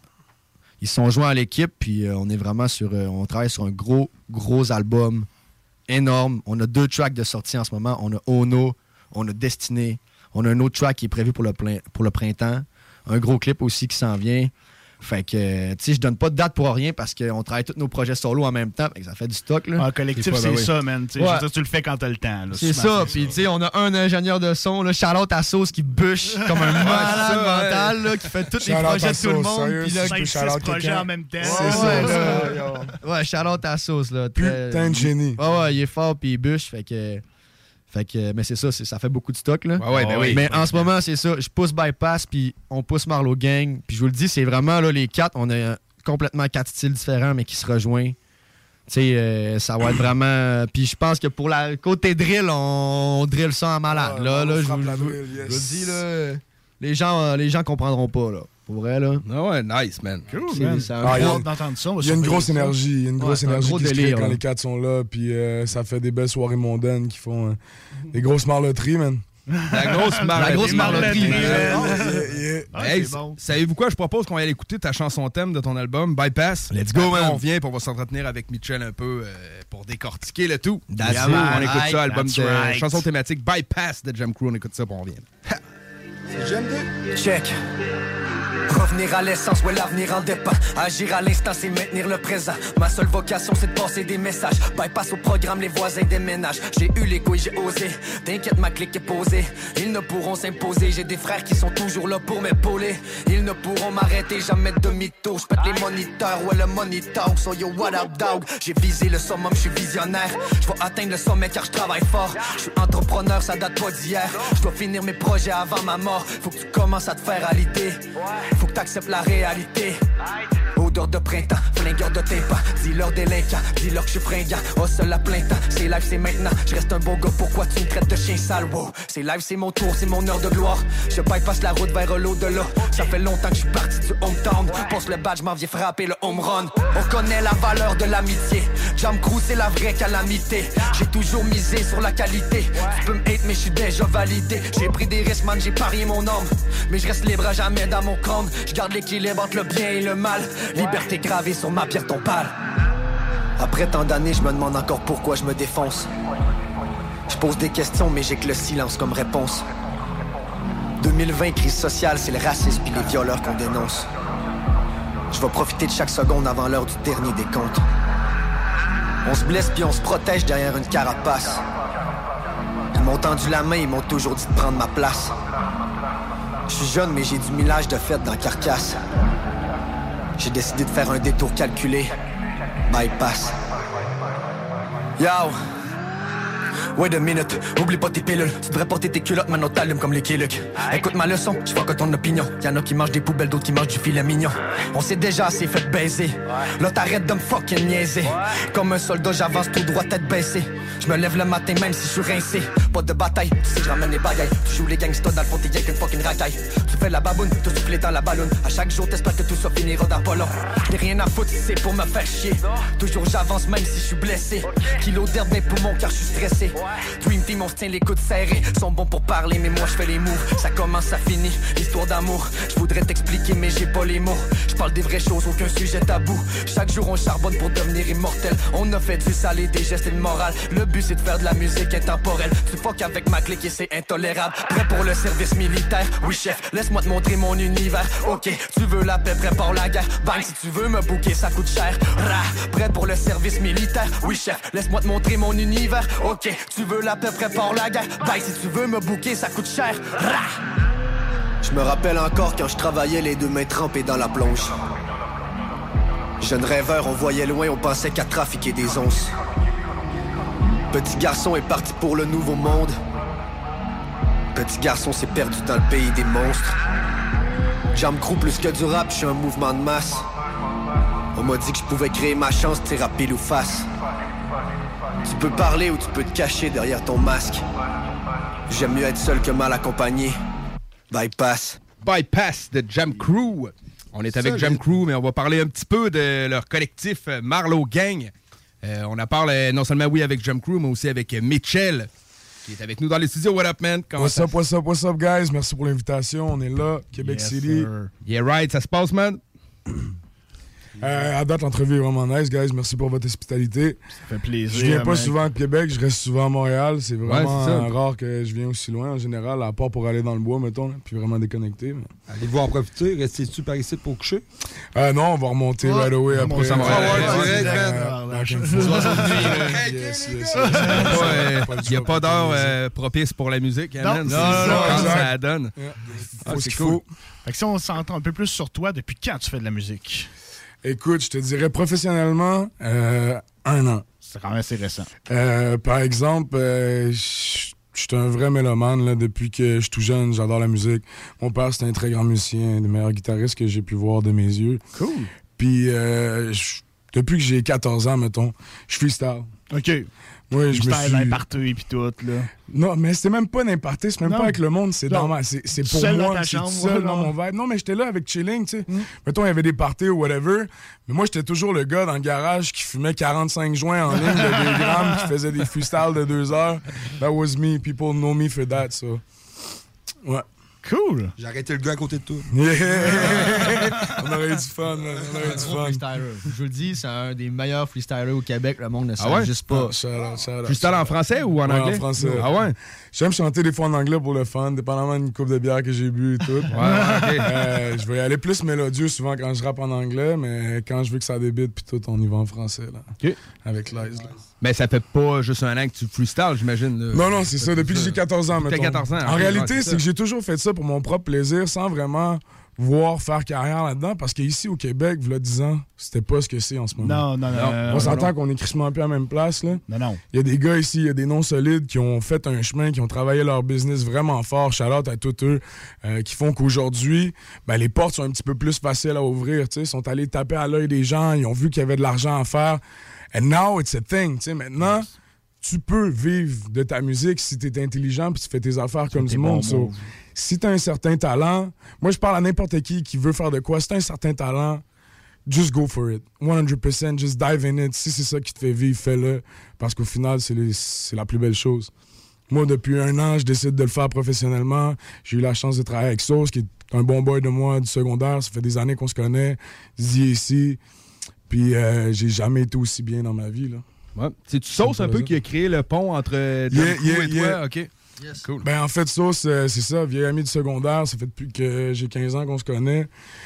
ils se sont joints à l'équipe, puis on est vraiment on travaille sur un gros album énorme. On a 2 tracks de sortie en ce moment. On a Ono, on a Destiné, on a un autre track qui est prévu pour le printemps. Un gros clip aussi qui s'en vient. Fait que, tu sais, je donne pas de date pour rien parce qu'on travaille tous nos projets solo en même temps. Fait que ça fait du stock, là. Ah, collectif, c'est ça, man. Ouais. Je veux dire, tu le fais quand t'as le temps. Là, c'est ça. Puis, tu sais, on a un ingénieur de son, là, Charlotte à Sauce, qui bûche comme un malade mental, là, qui fait tous les projets de tout le monde. Puis là, 5-6 projets en même temps. C'est ça. Ouais, Charlotte à Sauce, là. Putain de génie. Ouais, il est fort, puis il bûche. Fait que, mais c'est ça, ça fait beaucoup de stock, là. Oui. Mais en ce moment, c'est ça. Je pousse Bypass, puis on pousse Marlowe Gang. Puis je vous le dis, c'est vraiment, là, les 4, on a complètement 4 styles différents, mais qui se rejoignent. Tu sais, ça va être vraiment... Puis je pense que pour la côté drill, on drill ça en malade. Je vous dis, là, les gens comprendront pas, là. Pour vrai, là. Ah ouais, nice, man. Cool, man. Il y a une grosse énergie. Il y a une grosse énergie qui se crée quand les 4 sont là. Puis ça fait des belles soirées mondaines qui font des grosses marlotteries, man. La grosse marlotterie. Hey, bon. Savez-vous quoi? Je propose qu'on aille écouter ta chanson thème de ton album, Bypass. Let's go, man. On vient pour on va s'entretenir avec Mitchell un peu pour décortiquer le tout. That's on écoute ça, album de right. chanson thématique Bypass de Jam Crew. On écoute ça pour on revient. Check. Revenir à l'essence, ouais, l'avenir en dépend. Agir à l'instant, c'est maintenir le présent. Ma seule vocation, c'est de passer des messages. Bypass au programme, les voisins déménagent. J'ai eu l'ego et j'ai osé. T'inquiète, ma clique est posée. Ils ne pourront s'imposer. J'ai des frères qui sont toujours là pour m'épauler. Ils ne pourront m'arrêter, jamais demi-tour. J'pète les moniteurs, ouais, le money talk. So yo, what up, dog? J'ai visé le summum, j'suis visionnaire. J'vais atteindre le sommet car j'travaille fort. J'suis entrepreneur, ça date pas d'hier. J'dois finir mes projets avant ma mort. Faut que tu commences à te faire à l'idée. Faut que t'acceptes la réalité. Odeur de printemps, flingueur de tympan. Dis-leur délinquant, dis-leur que je suis fringant. Oh, seul à plein temps, c'est live, c'est maintenant. Je reste un bon gars, pourquoi tu me traites de chien sale? Wow. C'est live, c'est mon tour, c'est mon heure de gloire. Je bypass la route vers l'au-delà. Ça fait longtemps que je suis parti du hometown. Pense le badge, m'en viens frapper le home run. On connaît la valeur de l'amitié. Jam Crew, c'est la vraie calamité. J'ai toujours misé sur la qualité. Tu peux me hate, mais je suis déjà validé. J'ai pris des risques, man, j'ai parié mon homme. Mais je reste libre à jamais dans mon crâne. Je garde l'équilibre entre le bien et le mal. Liberté gravée sur ma pierre tombale. Après tant d'années, je me demande encore pourquoi je me défonce. Je pose des questions, mais j'ai que le silence comme réponse. 2020, crise sociale, c'est le racisme puis les violeurs qu'on dénonce. Je vais profiter de chaque seconde avant l'heure du dernier décompte. On se blesse puis on se protège derrière une carapace. Ils m'ont tendu la main, ils m'ont toujours dit de prendre ma place. Je suis jeune mais j'ai du millage de fête dans Carcasse. J'ai décidé de faire un détour calculé. Bypass. Yo! Wait a minute, oublie pas tes pilules. Tu devrais porter tes culottes, maintenant t'allumes comme les Killuks. Écoute ma leçon, je vois que ton opinion. Y'en a qui mangent des poubelles, d'autres qui mangent du filet mignon. On s'est déjà assez fait baiser. Là t'arrêtes de me fucking niaiser. Comme un soldat, j'avance tout droit, tête baissée. Je me lève le matin même si je suis rincé. Pas de bataille, tu sais que je ramène les bagailles. Tu joues les gangsters dans le fond, t'es rien qu'une fucking racaille. Tu fais la baboune, tu souffles dans la ballonne. À chaque jour t'espères que tout ça finira dans pas long. T'es rien à foutre si c'est pour me faire chier. Toujours j'avance même si je suis blessé. Kilo d'air dans mes poumons car je suis stressé. Dream Team, on se tient les coudes serrés. Sont bons pour parler mais moi je fais les moves. Ça commence, ça finit, histoire d'amour. Je voudrais t'expliquer mais j'ai pas les mots. Je parle des vraies choses, aucun sujet tabou. Chaque jour on charbonne pour devenir immortel. On a fait du sale et des gestes et de morale. Le but c'est de faire de la musique intemporelle. Tu fuck avec ma clique et c'est intolérable. Prêt pour le service militaire? Oui chef, laisse-moi te montrer mon univers. Ok, tu veux la paix, prépare la guerre. Bang, si tu veux me bouquer ça coûte cher. Rah, prêt pour le service militaire? Oui chef, laisse-moi te montrer mon univers. Ok, tu veux la paix, prépare la guerre. Bang, si tu veux me bouquer ça coûte cher. Rah. Je me rappelle encore quand je travaillais les deux mains trempées dans la plonge. Jeune rêveur, on voyait loin, on pensait qu'à trafiquer des onces. Petit garçon est parti pour le nouveau monde. Petit garçon s'est perdu dans le pays des monstres. J'en me croue plus que du rap, je suis un mouvement de masse. On m'a dit que je pouvais créer ma chance, t'es rap pile ou face. Tu peux parler ou tu peux te cacher derrière ton masque. J'aime mieux être seul que mal accompagné. Bypass. Bypass de Jam Crew. On est avec Jam Crew, mais on va parler un petit peu de leur collectif Marlowe Gang. On en parle non seulement, oui, avec Jam Crew, mais aussi avec Mitchell, qui est avec nous dans les studios. What up, man? What's up, guys? Merci pour l'invitation. On est là, Québec City. Sir. Yeah, right. Ça se passe, man? À date, l'entrevue est vraiment nice, guys. Merci pour votre hospitalité. Ça fait plaisir. Je viens pas souvent de Québec, je reste souvent à Montréal. C'est vraiment rare que je viens aussi loin, en général, à part pour aller dans le bois, mettons, là, puis vraiment déconnecter. Mais... Allez-vous en profiter? Restez-tu par ici pour coucher? Non, on va remonter right away après. Il n'y a pas d'heure propice pour la musique, man. Ça donne. Faut ce qu'il faut. Fait que si on s'entend un peu plus sur toi, depuis quand tu fais de la musique? Écoute, je te dirais professionnellement, 1 an. C'est quand même assez récent. Par exemple, je suis un vrai mélomane là, depuis que je suis tout jeune. J'adore la musique. Mon père, c'était un très grand musicien, un des meilleurs guitaristes que j'ai pu voir de mes yeux. Cool. Puis, depuis que j'ai 14 ans, mettons, je freestyle. OK. Oui, je me suis... l'imparté et puis tout, là. Non, mais c'était même pas n'imparté, c'est même pas avec le monde, c'est dans ma... C'est pour moi, c'est tout seul dans mon vibe. Non, mais j'étais là avec chilling, tu sais. Mettons, il y avait des parties ou whatever, mais moi, j'étais toujours le gars dans le garage qui fumait 45 joints en ligne de 2 grammes, qui faisait des freestyles de 2 heures. That was me. People know me for that, so... Ouais. Cool! J'ai arrêté le gars à côté de toi. Yeah! On aurait eu du fun, man. On aurait eu du fun. Je vous le dis, c'est un des meilleurs freestylers au Québec. Le monde ne sait juste pas. Freestyle en français ou en anglais? En français. Ah ouais? J'aime chanter des fois en anglais pour le fun, dépendamment d'une coupe de bière que j'ai bu et tout. Je vais y aller plus mélodieux souvent quand je rappe en anglais, mais quand je veux que ça débite puis tout, on y va en français, là. OK. Avec l'aise, là. Mais ça fait pas juste un an que tu freestyles, j'imagine. Non, c'est ça. Depuis que j'ai 14 ans, mettons. 14 ans. En réalité, c'est que j'ai toujours fait ça pour mon propre plaisir, sans vraiment voir faire carrière là-dedans, parce qu'ici, au Québec, il y a 10 ans, c'était pas ce que c'est en ce moment. Non. On s'entend qu'on est crissement un peu à la même place, là. Non. Il y a des gars ici, il y a des noms solides qui ont fait un chemin, qui ont travaillé leur business vraiment fort, shout-out à tous eux, qui font qu'aujourd'hui, les portes sont un petit peu plus faciles à ouvrir, tu sais. Ils sont allés taper à l'œil des gens, ils ont vu qu'il y avait de l'argent à faire. And now it's a thing, tu sais. Maintenant, tu peux vivre de ta musique si tu es intelligent puis tu fais tes affaires comme du monde. So, si tu as un certain talent, moi je parle à n'importe qui veut faire de quoi. Si tu as un certain talent, just go for it. 100%, just dive in it. Si c'est ça qui te fait vivre, fais-le. Parce qu'au final, c'est la plus belle chose. Moi, depuis 1 an, je décide de le faire professionnellement. J'ai eu la chance de travailler avec Sauce, qui est un bon boy de moi du secondaire. Ça fait des années qu'on se connaît. ici. Puis j'ai jamais été aussi bien dans ma vie, là. Ouais. C'est-tu Sauce un peu qui a créé le pont entre Jam Crew et toi? OK. Yes. Cool. En fait, Sauce, c'est ça, vieil ami du secondaire. Ça fait depuis que j'ai 15 ans qu'on se connaît.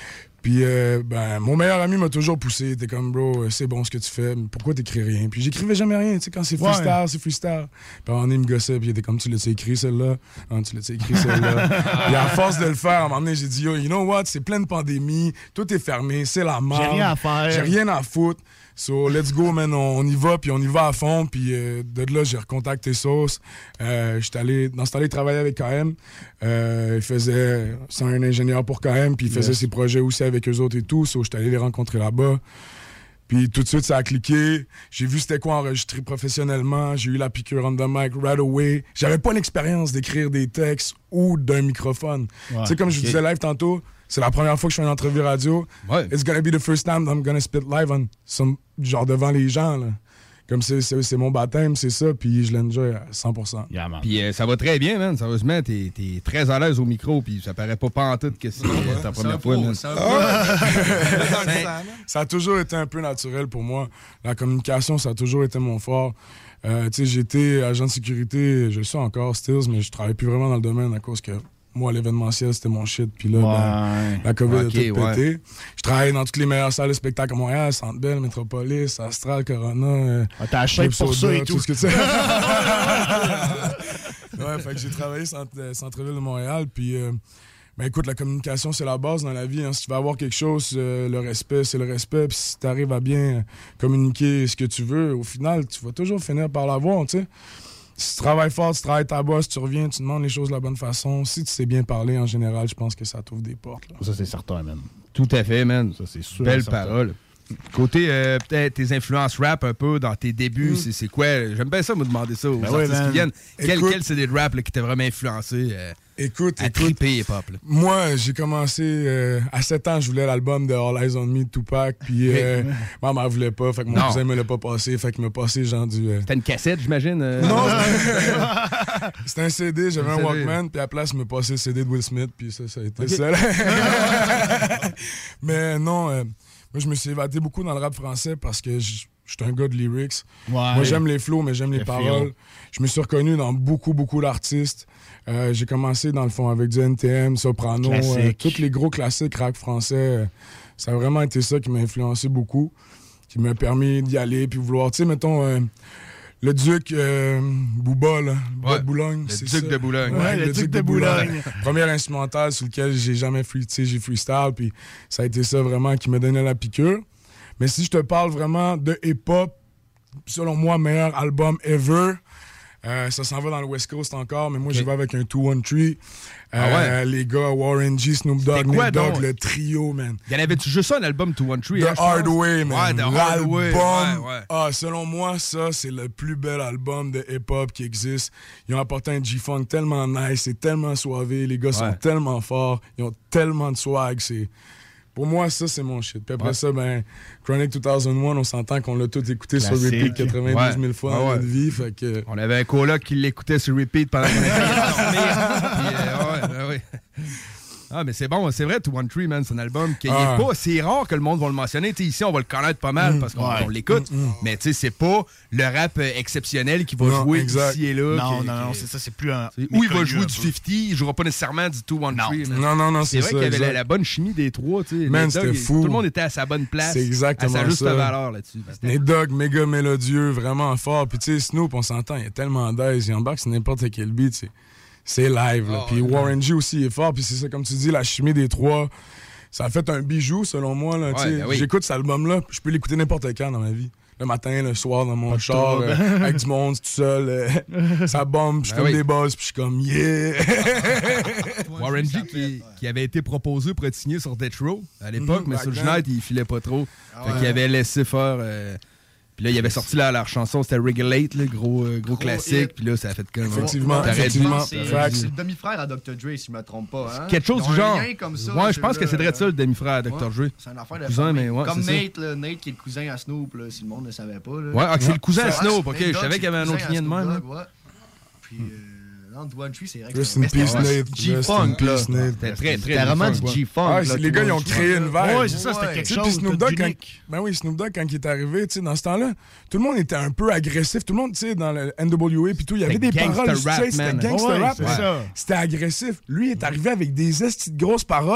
Puis, mon meilleur ami m'a toujours poussé. Il était comme, bro, c'est bon ce que tu fais, mais pourquoi t'écris rien? Puis j'écrivais jamais rien, tu sais, quand c'est freestyle, c'est freestyle. Puis il me gossait, puis il était comme, tu l'as-tu écrit celle-là? Non, tu l'as-tu écrit celle-là? Puis à force de le faire, à un moment donné, j'ai dit, yo, you know what? C'est plein de pandémies, tout est fermé, c'est la merde. J'ai rien à faire. J'ai rien à foutre. So, let's go, man, on y va, puis on y va à fond. Puis de là, j'ai recontacté Sauce. J'étais allé travailler avec KM. C'est un ingénieur pour KM, puis il faisait ses projets aussi avec eux autres et tout. So, j'étais allé les rencontrer là-bas. Puis tout de suite, ça a cliqué. J'ai vu c'était quoi enregistrer professionnellement. J'ai eu la piqûre on the mic right away. J'avais pas l'expérience d'écrire des textes ou d'un microphone. Tu sais, comme je vous disais live tantôt, c'est la première fois que je fais une entrevue radio. Ouais. It's gonna be the first time I'm gonna spit live on genre devant les gens, là. Comme c'est mon baptême, c'est ça, puis je l'enjoy à 100%. Yeah, puis ça va très bien, man. Sérieusement, t'es très à l'aise au micro, puis ça paraît pas pantoute que c'est ta première fois, man. Ça a toujours été un peu naturel pour moi. La communication, ça a toujours été mon fort. Tu sais, j'étais agent de sécurité, je le suis encore, Stills, mais je travaille plus vraiment dans le domaine à cause que moi, l'événementiel, c'était mon shit. Puis là, la COVID a tout pété. Je travaillais dans toutes les meilleures salles de spectacle à Montréal, Centre Bell, Métropolis, Astral, Corona. T'as acheté pour ça et tout. Ce que tu sais. Ouais, fait que j'ai travaillé Centre-Ville de Montréal. Puis, écoute, la communication, c'est la base dans la vie. Hein. Si tu veux avoir quelque chose, le respect, c'est le respect. Puis si tu arrives à bien communiquer ce que tu veux, au final, tu vas toujours finir par l'avoir, tu sais. Si tu travailles fort, tu travailles ta bosse, tu reviens, tu demandes les choses de la bonne façon. Si tu sais bien parler, en général, je pense que ça t'ouvre des portes. Là. Ça, c'est certain, man. Tout à fait, man. Ça, c'est sûr. Belle parole. Côté, peut-être, tes influences rap un peu dans tes débuts, c'est quoi? J'aime bien ça, me demander ça aux artistes qui viennent. Quel CD de rap là, qui t'a vraiment influencé à triper hip-hop? Moi, j'ai commencé à 7 ans, je voulais l'album de All Eyes on Me de Tupac, puis maman voulait pas, fait que mon cousin me l'a pas passé, fait qu'il m'a passé genre du... C'était une cassette, j'imagine? Non, c'était un CD, j'avais un Walkman, puis à la place, il m'a passé le CD de Will Smith, puis ça a été ça. Mais non... Moi, je me suis évadé beaucoup dans le rap français parce que je suis un gars de lyrics. Ouais. Moi, j'aime les flows, mais j'aime les paroles. Je me suis reconnu dans beaucoup d'artistes. J'ai commencé, dans le fond, avec du NTM, Soprano, tous les gros classiques rap français. Ça a vraiment été ça qui m'a influencé beaucoup, qui m'a permis d'y aller, puis vouloir, tu sais, mettons... le Duc Booba, là, Bois de Boulogne. Le Duc de Boulogne. Ouais, le Duc de Boulogne. Premier instrumental sur lequel j'ai jamais j'ai freestyle, puis ça a été ça vraiment qui m'a donné la piqûre. Mais si je te parle vraiment de hip-hop, selon moi, meilleur album ever, ça s'en va dans le West Coast encore, mais moi, j'y vais avec un 213. Les gars, Warren G, Snoop Dogg, Nate Dogg, le trio, man. Y en avait-tu juste ça, un album 213? The Hard Way, man. Ouais, The Hard Way. Selon moi, ça, c'est le plus bel album de hip-hop qui existe. Ils ont apporté un G-Funk tellement nice, c'est tellement soivé, les gars sont tellement forts, ils ont tellement de swag, Pour moi, ça, c'est mon shit. Puis après ça, Chronic 2001, on s'entend qu'on l'a tout écouté sur repeat 92 000 fois dans notre vie. Fait que... On avait un coloc qui l'écoutait sur repeat pendant qu'on était dormir. Ah, mais c'est bon, c'est vrai, 213, man, c'est un album qui est pas... C'est rare que le monde va le mentionner. T'sais, ici, on va le connaître pas mal parce qu'on l'écoute. Mais tu sais, c'est pas le rap exceptionnel qui va jouer ici et là. Non, c'est ça, c'est plus un... Où il va jouer du 50, il jouera pas nécessairement du 213. Non, c'est vrai qu'il y avait la bonne chimie des trois. Man, c'était fou. Tout le monde était à sa bonne place. C'est exactement à sa juste valeur là-dessus. Nate Dogg, méga mélodieux, vraiment fort. Puis tu sais, Snoop, on s'entend, il y a tellement d'aise. Il embarque sur n'importe quel beat, c'est live. Puis Warren G aussi est fort. Puis c'est ça, comme tu dis, la chimie des trois, ça a fait un bijou, selon moi. Là, J'écoute cet album-là, je peux l'écouter n'importe quand dans ma vie. Le matin, le soir, dans mon char, avec du monde, tout seul. Ça bombe, je fume des buzz, puis je suis comme yeah! Warren G qui avait été proposé pour être signé sur Death Row à l'époque, mais sur le United, il filait pas trop. Il avait laissé faire... Puis là, il avait sorti leur chanson, c'était Regulate, le gros classique. Puis là, ça a fait comme... Effectivement. C'est le demi-frère à Dr. Dre, si je me trompe pas. Hein? Quelque chose du genre. Comme ça, ouais, je pense que c'est vrai de ça, le demi-frère à Dr. Dre. C'est une affaire de famille. Comme Nate, Nate qui est le cousin à Snoop, là, si le monde ne savait pas. Là. Ouais, c'est le cousin à Snoop, OK. Je savais qu'il y avait un autre lien de même. Puis... Non, 213, c'est vrai que Rest in peace, Nate. G-Funk, là. C'était très vraiment du G-Funk. Les gars, ils ont créé une vibe. Ouais, c'est ça, c'était quelque chose Snoop Dogg, Snoop Dogg, quand il est arrivé, dans ce temps-là, tout le monde était un peu agressif. Tout le monde, tu sais, dans le NWA, puis tout, il y avait des paroles. C'était gangster rap. C'était agressif. Lui, il est arrivé avec des estis de grosses paroles.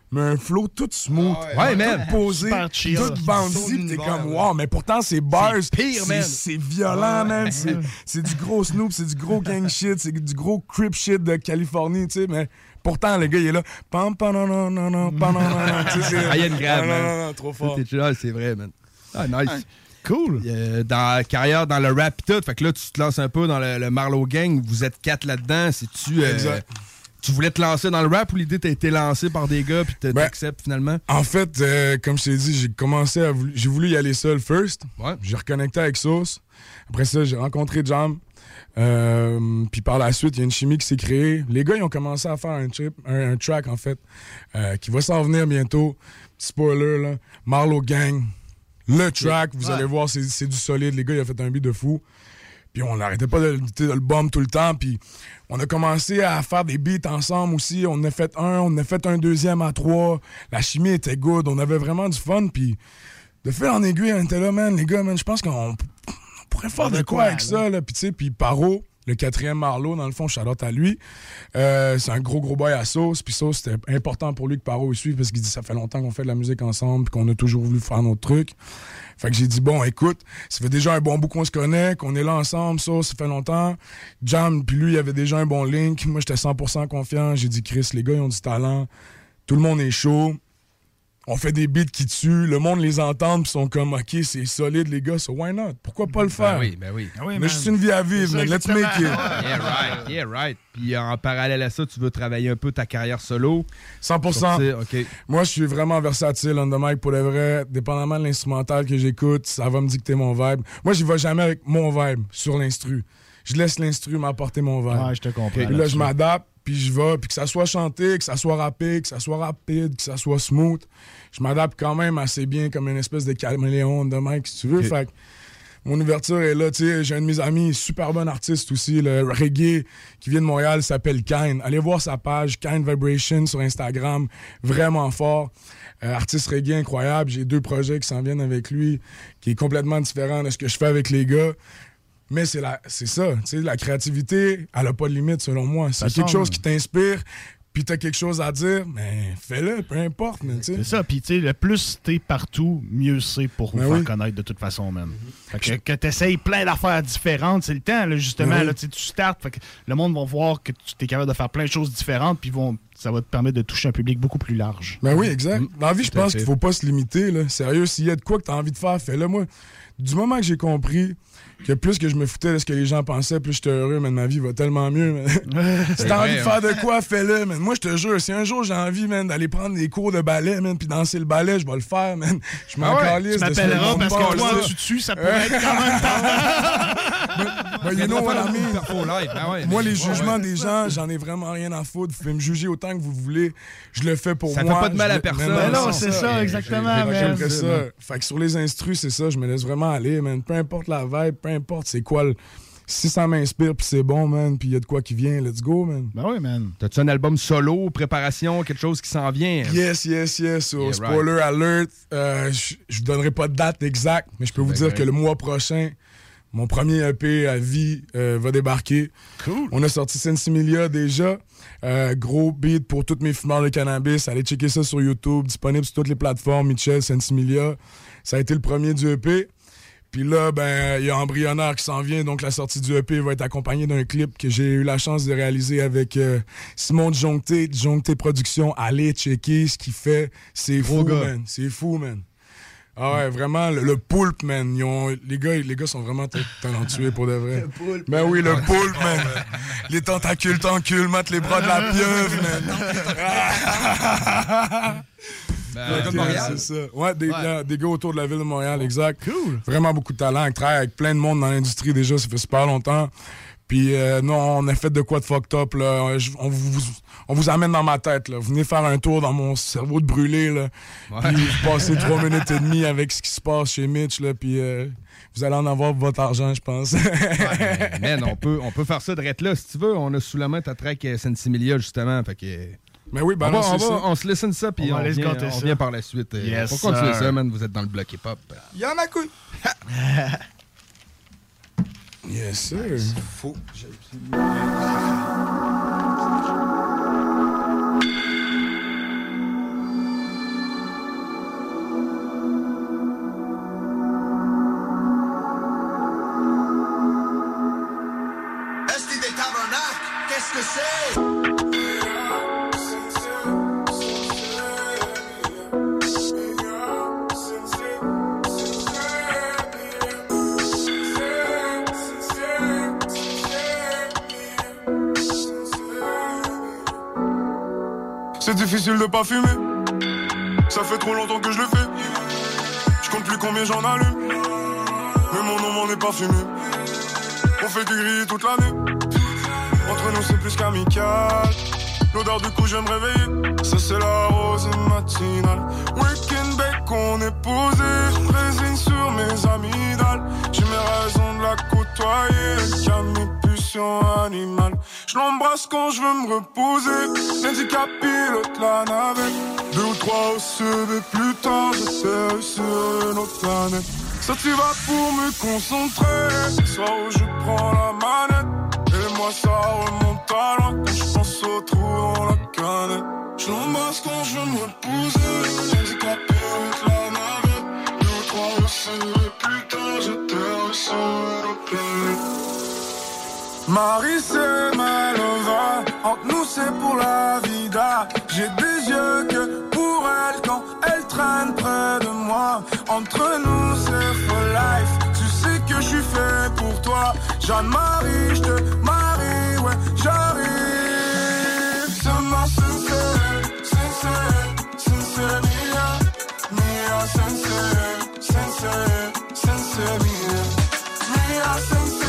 mais un flow tout smooth. Man. Tout posé, tout bouncy, pis t'es comme, wow, mais pourtant, ces bars, c'est violent, man. C'est du gros Snoop, c'est du gros gang shit, c'est du gros crip shit de Californie, tu sais, mais pourtant, le gars, il est là. Pam, pam, non, non, non, non, pam, non, non, non. Il y a une grave, man. Non, trop fort. C'est vrai, man. Ah, nice. Cool. Dans la carrière, dans le rap et tout, fait que là, tu te lances un peu dans le Marlowe Gang. Vous êtes 4 là-dedans. C'est-tu... Tu voulais te lancer dans le rap ou l'idée t'a été lancée par des gars puis t'acceptes finalement? En fait, comme je t'ai dit, j'ai voulu y aller seul first. Ouais. J'ai reconnecté avec Sauce. Après ça, j'ai rencontré Jam. Puis par la suite, il y a une chimie qui s'est créée. Les gars, ils ont commencé à faire un track, en fait, qui va s'en venir bientôt. Spoiler, là. Marlowe Gang. Le track, vous allez voir, c'est du solide. Les gars, ils ont fait un beat de fou. Puis on n'arrêtait pas de le bomb tout le temps. Puis on a commencé à faire des beats ensemble aussi. On a fait un deuxième à 3. La chimie était good. On avait vraiment du fun. Puis de fil en aiguille, on était là, man. Les gars, man, je pense qu'on pourrait faire de quoi avec ça. Là. Puis tu sais, puis Paro, le 4e Marlowe, dans le fond, shout-out à lui. C'est un gros boy à Sauce. Puis Sauce, c'était important pour lui que Paro le suive parce qu'il dit ça fait longtemps qu'on fait de la musique ensemble puis qu'on a toujours voulu faire notre truc. Fait que j'ai dit, bon, écoute, ça fait déjà un bon bout qu'on se connaît, qu'on est là ensemble, ça fait longtemps. Jam, puis lui, il avait déjà un bon link. Moi, j'étais 100% confiant. J'ai dit, Chris, les gars, ils ont du talent. Tout le monde est chaud. On fait des beats qui tuent. Le monde les entend, puis sont comme, OK, c'est solide, les gars, so why not? Pourquoi pas le faire? Ben oui. Mais juste une vie à vivre, man. Let's make it. Yeah, right. Puis en parallèle à ça, tu veux travailler un peu ta carrière solo? 100%. OK. Moi, je suis vraiment versatile on the mic pour le vrai. Dépendamment de l'instrumental que j'écoute, ça va me dicter mon vibe. Moi, j'y vais jamais avec mon vibe sur l'instru. Je laisse l'instru m'apporter mon vibe. Ouais, je te comprends. Puis là, je m'adapte, puis je vais. Puis que ça soit chanté, que ça soit rappé, que ça soit rapide, que ça soit smooth, je m'adapte quand même assez bien comme une espèce de caméléon on the mic, si tu veux. Fait que mon ouverture est là, tu sais. J'ai un de mes amis, super bon artiste aussi, le reggae, qui vient de Montréal, s'appelle Kine. Allez voir sa page, Kine Vibration, sur Instagram. Vraiment fort. Artiste reggae incroyable. J'ai 2 projets qui s'en viennent avec lui, qui est complètement différent de ce que je fais avec les gars. Mais c'est ça, tu sais, la créativité, elle n'a pas de limite, selon moi. C'est quelque chose qui t'inspire, puis t'as quelque chose à dire, mais fais-le, peu importe, man, tu sais. C'est ça, puis tu sais, le plus t'es partout, mieux c'est pour vous faire connaître de toute façon, man. Fait que t'essayes plein d'affaires différentes, c'est le temps, là, justement, là, tu startes, fait que le monde va voir que tu es capable de faire plein de choses différentes, puis ça va te permettre de toucher un public beaucoup plus large. Ben oui, exact. Dans la vie, je pense qu'il faut pas se limiter, là. Sérieux, s'il y a de quoi que t'as envie de faire, fais-le. Moi, du moment que j'ai compris que plus que je me foutais de ce que les gens pensaient, plus j'étais heureux, mais ma vie va tellement mieux. Si t'as envie de faire de quoi, fais-le, man. Moi, je te jure, si un jour j'ai envie, man, d'aller prendre des cours de ballet, man, puis danser le ballet, je vais le faire, man. Je m'en calisse. Tu m'appelleras parce que toi, tu tues, ça pourrait être quand même you know what I mean? Moi, les jugements des gens, j'en ai vraiment rien à foutre. Vous pouvez me juger autant que vous voulez. Je le fais pour moi. Ça fait pas de mal à personne. Non, c'est ça, exactement. J'aimerais ça. Fait que sur les instrus, c'est ça, je me laisse vraiment aller, man. Peu importe la vibe, peu importe c'est quoi si ça m'inspire puis c'est bon, man, puis il y a de quoi qui vient, let's go, man. Ben oui, man. T'as-tu un album solo, préparation, quelque chose qui s'en vient? Yes. So, spoiler alert, je vous donnerai pas de date exacte, mais je peux vous dire que le mois prochain, mon premier EP à vie va débarquer. Cool. On a sorti Sensimilia déjà. Gros beat pour tous mes fumeurs de cannabis. Allez checker ça sur YouTube, disponible sur toutes les plateformes. Michel, Sensimilia. Ça a été le premier du EP. Puis là, ben, il y a Embryonnaire qui s'en vient, donc la sortie du EP va être accompagnée d'un clip que j'ai eu la chance de réaliser avec Simon Djoncté Productions. Allez checker ce qu'il fait. C'est fou, man. C'est fou, man. Ah ouais, vraiment, le poulpe, man. Les gars sont vraiment talentueux pour de vrai. Le poulpe. Ben oui, le poulpe, man. Les tentacules t'enculent, mate les bras de la pieuvre, man. C'est ça. Ouais, des gars autour de la ville de Montréal, exact. Cool. Vraiment beaucoup de talent. Ils travaillent avec plein de monde dans l'industrie déjà, ça fait super longtemps. Puis non, on a fait de quoi de fucked up, là. On vous amène dans ma tête, là. Venez faire un tour dans mon cerveau de brûlé, là. Puis passer 3 minutes et demie avec ce qui se passe chez Mitch, là. Puis vous allez en avoir pour votre argent, je pense. Man, on peut faire ça direct là, si tu veux. On a sous la main ta track Sensimilia, justement. Fait que... Mais oui, ben on se listen ça, puis on vient par la suite. Yes, pour continuer ça, man, vous êtes dans le bloc hip-hop. Y'en a couille! Yes, sir. C'est faux. qu'est-ce que c'est? C'est difficile de pas fumer. Ça fait trop longtemps que je le fais. Je compte plus combien j'en allume. Mais mon nom m'en est pas fumé. On fait du gris toute l'année. Entre nous c'est plus qu'amical. L'odeur du coup je vais me réveiller. Ça c'est la rose matinale. Week-end bacon est posé. Résine sur mes amygdales. J'ai mes raisons de la côtoyer. Elle calme mes pulsions animales. Je l'embrasse quand je veux me reposer. L'handicap pilote la navette. 2 ou 3 OCB plus tard, j'atterris sur une autre planète. Ça tu vas pour me concentrer. Le soir où je prends la manette. Et moi ça remonte à loin quand je pense au trou dans la canette. Je l'embrasse quand je veux me reposer. L'handicap pilote la navette. 2 ou 3 OCB plus tard, j'atterris sur une autre planète. Marie c'est Malova, entre nous c'est pour la vida. J'ai des yeux que pour elle quand elle traîne près de moi. Entre nous c'est for life, tu sais que je suis fait pour toi. Jeanne-Marie, je te marie, ouais j'arrive. Seulement sensei, mia sensei, mia sensei.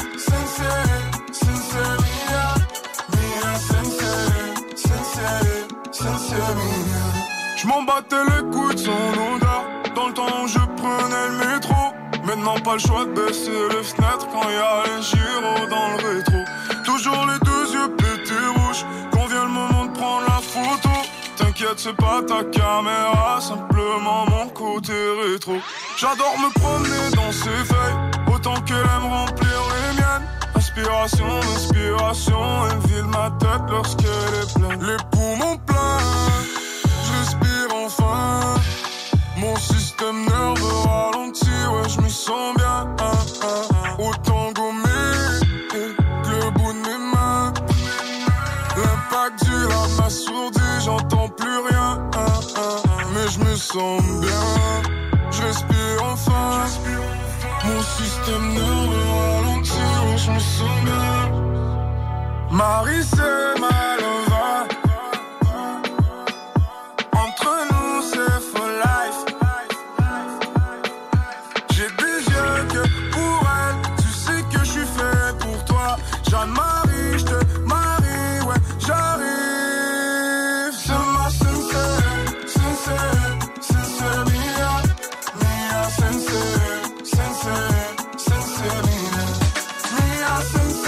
Je m'en battais les couilles de son odeur. Dans le temps où je prenais le métro. Maintenant pas le choix de baisser les fenêtres quand y a les gyros dans le rétro. Toujours les 2 yeux pétés rouges. Quand vient le moment de prendre la photo. T'inquiète c'est pas ta caméra, simplement mon côté rétro. J'adore me promener dans ses feuilles, autant qu'elle aime remplir les miennes. Inspiration, inspiration, elle vide ma tête lorsqu'elle est pleine. Les poumons pleins, je respire enfin. Mon système nerveux ralentit, ouais je me sens bien. Autant gommer que le bout de mes mains. L'impact du lave m'assourdit, j'entends plus rien. Mais je me sens bien, je respire enfin. Mon système nerveux ralentit, ouais je me sens bien. Marie c'est Malova. Entre nous c'est for life. J'ai des yeux que pour elle, tu sais que je suis fait pour toi. Jeanne-Marie, je te marie, ouais j'arrive. C'est ma sensei, mia sensei, mia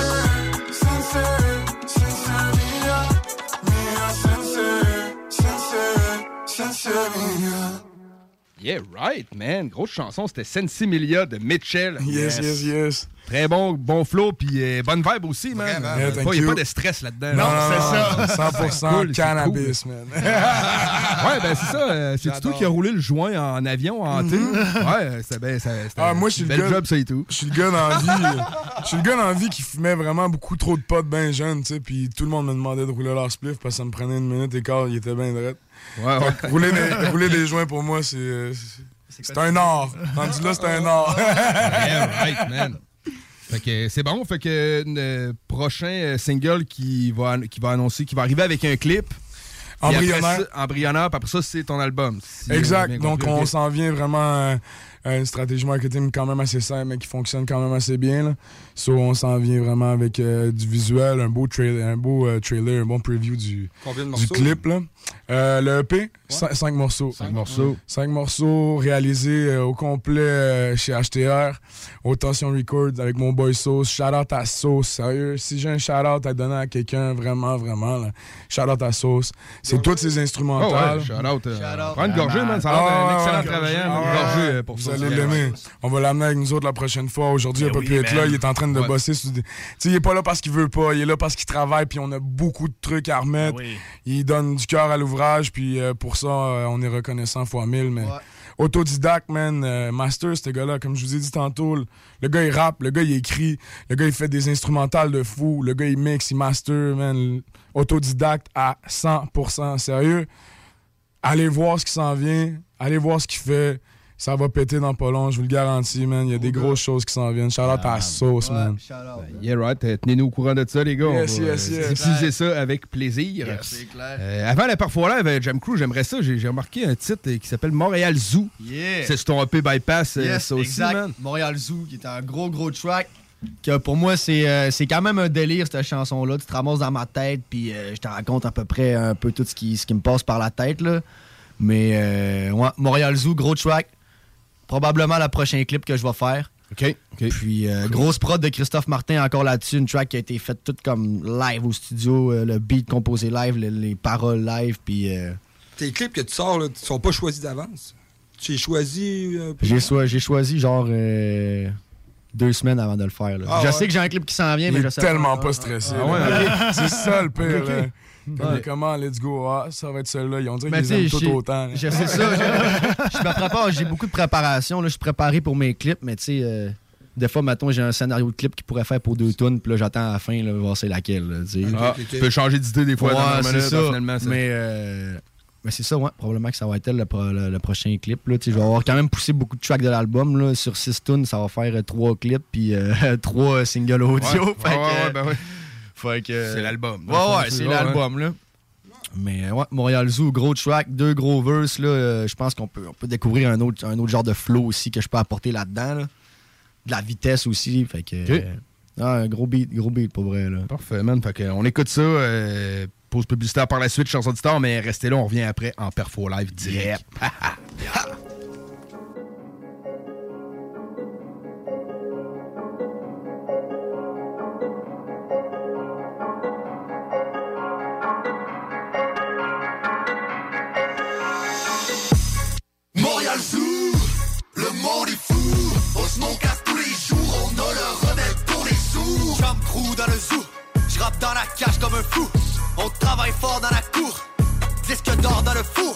sensei. Yeah, right, man. Grosse chanson, c'était Sensimilia de Mitchell. Yes. Très bon flow, puis bonne vibe aussi, man. Il n'y a pas de stress là-dedans. Non, c'est ça. 100% cool, cannabis, cool. Man. Ouais, ben c'est ça. C'est toi qui a roulé le joint en avion, hanté. Ouais, c'était moi, je bel job, ça et tout. Je suis le gars dans la vie. Je suis le gars dans la vie qui fumait vraiment beaucoup trop de potes bien jeune, tu sais, puis tout le monde me demandait de rouler leur spliff parce que ça me prenait 1 minute et quart, il était bien drette. Ouais. Rouler des joints pour moi, c'est un art. Rendu là, c'est un art. Yeah, right, man. Fait que c'est bon. Fait que le prochain single qui va annoncer, qui va arriver avec un clip. Embryonnaire, puis après ça, c'est ton album. Exact. Donc, on s'en vient vraiment à une stratégie marketing quand même assez simple, mais qui fonctionne quand même assez bien. Là. So, on s'en vient vraiment avec du visuel, un beau trailer, un bon preview du clip. Là. Le EP, 5 morceaux. 5 morceaux réalisés au complet chez HTR, au Tension Records, avec mon boy Sauce. Shout-out à Sauce, sérieux. Si j'ai un shout-out à donner à quelqu'un, vraiment, là, shout-out à Sauce. C'est toutes ces instrumentales. Shout-out. Prends une gorgée, man. Ça a l'air un excellent travaillant. Une gorgée pour ça. Vous allez l'aimer. On va l'amener avec nous autres la prochaine fois. Aujourd'hui, il n'a pas pu être là. Il est en train de bosser. Il est pas là parce qu'il veut pas. Il est là parce qu'il travaille. Puis on a beaucoup de trucs à remettre. Il donne du cœur à l'ouvrage. Puis pour ça, on est reconnaissant fois 1000. Mais autodidacte, man. Master, ce gars-là, comme je vous ai dit tantôt, le gars, il rappe, le gars, il écrit, le gars, il fait des instrumentales de fou, le gars, il mixe, il master, man. Autodidacte à 100%. Sérieux, allez voir ce qui s'en vient, allez voir ce qu'il fait. Ça va péter dans pas long, je vous le garantis, man. Il y a des grosses choses qui s'en viennent. Shout-out à la sauce, man. Yeah, right. Tenez-nous au courant de ça, les gars. Yes, on va diffuser ça avec plaisir. Yes. C'est clair. Avant la Parfois Live, Jam Crew, j'aimerais ça. J'ai remarqué un titre qui s'appelle Montréal Zoo. Yeah. C'est sur ton EP Bypass, yes, ça aussi, exact. man. Montréal Zoo, qui est un gros track. Que pour moi, c'est quand même un délire, cette chanson-là. Tu te ramasses dans ma tête, puis je te raconte à peu près un peu tout ce qui me passe par la tête, là. Mais, ouais, Montréal Zoo, gros track. Probablement le prochain clip que je vais faire. OK. Puis, grosse prod de Christophe Martin encore là-dessus. Une track qui a été faite toute comme live au studio. Le beat composé live, les paroles live. Puis... Tes clips que tu sors, là, ils sont pas choisis d'avance. Tu les choisis... J'ai choisi genre 2 semaines avant de le faire. Là. Je sais que j'ai un clip qui s'en vient, mais je sais tellement pas stressé. C'est ça le pire. Okay. Comment, let's go, ça va être celui-là. Ils ont dit qu'ils les aiment tout autant. Je sais ça. Je me prépare, j'ai beaucoup de préparation. Là, je suis préparé pour mes clips, mais tu sais, des fois, mettons, j'ai un scénario de clip qui pourrait faire pour 2 tunes, puis là, j'attends à la fin, là, voir c'est laquelle. Là, Tu peux changer d'idée des fois dans la minute, ça. Finalement. Mais c'est ça, ouais. Probablement que ça va être le prochain clip. Là. Je vais avoir quand même poussé beaucoup de tracks de l'album. Là. Sur 6 tunes, ça va faire 3 clips, puis 3 singles audio. C'est l'album. Ouais, c'est l'album, là. Mais ouais, Montréal Zoo, gros track, 2 gros verses, là. Je pense qu'on peut découvrir un autre genre de flow aussi que je peux apporter là-dedans, là. De la vitesse aussi, fait que... un gros beat pour vrai, là. Parfait, man. Fait qu'on écoute ça, pause publicitaire par la suite, chanson du temps, mais restez là, on revient après en Perfo Live direct. Montréal Zoo, le monde est fou. On se monte casse tous les jours, on a le remède pour les sous. Jam Crew dans le zoo, j'rappe dans la cage comme un fou. On travaille fort dans la cour, disque d'or dans le four.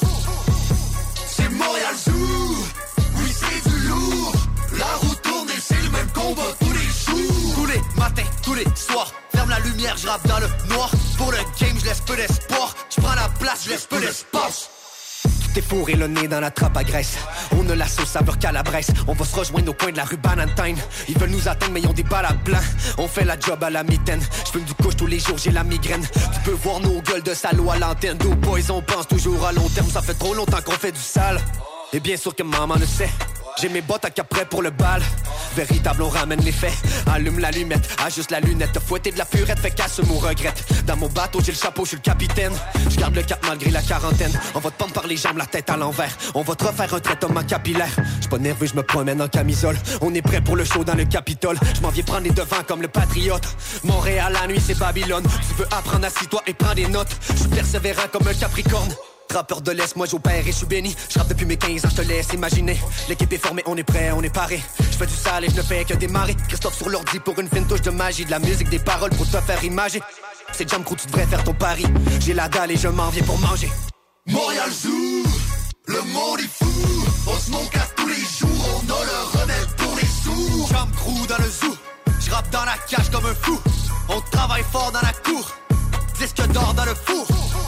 C'est Montréal Zoo, oui c'est du lourd. La roue tourne et c'est le même combat tous les jours. Tous les matins, tous les soirs, ferme la lumière, j'rappe dans le noir. Pour le game, j'laisse peu d'espoir. J'prends la place, j'laisse peu d'espace. T'es fourré le nez dans la trappe à graisse. On a la sauce saveur calabresse. On va se rejoindre au coin de la rue Banantine. Ils veulent nous atteindre mais ils ont des balles à blanc. On fait la job à la mitaine. J'fume du couche tous les jours, j'ai la migraine. Tu peux voir nos gueules de salaud à l'antenne. Dos boys, on pense toujours à long terme. Ça fait trop longtemps qu'on fait du sale. Et bien sûr que maman le sait. J'ai mes bottes à cap prêt pour le bal. Véritable, on ramène les faits. Allume l'allumette, ajuste la lunette. Te fouetter de la purette, fait casse mon regrette. Dans mon bateau, j'ai le chapeau, je suis le capitaine. Je garde le cap malgré la quarantaine. On va te pendre par les jambes, la tête à l'envers. On va te refaire un traitement capillaire. J'suis pas nerveux, je me promène en camisole. On est prêt pour le show dans le Capitole. Je m'en viens prendre les devants comme le patriote. Montréal, la nuit, c'est Babylone. Tu veux apprendre, assis-toi et prends des notes. Je suis persévérant comme un capricorne. Rappeur de l'Est, moi j'opère et je suis béni. Je rappe depuis mes 15 ans, je te laisse imaginer. L'équipe est formée, on est prêt, on est paré. Je fais du sale et je ne fais que démarrer. Christophe sur l'ordi pour une fine touche de magie. De la musique, des paroles pour te faire imager. C'est Jam Crew, tu devrais faire ton pari. J'ai la dalle et je m'en viens pour manger. Montréal Zoo, le monde est fou. On se monte casse tous les jours, on a le remède pour les sous. Jam Crew dans le zoo, je rappe dans la cage comme un fou. On travaille fort dans la cour, disque d'or dans le four.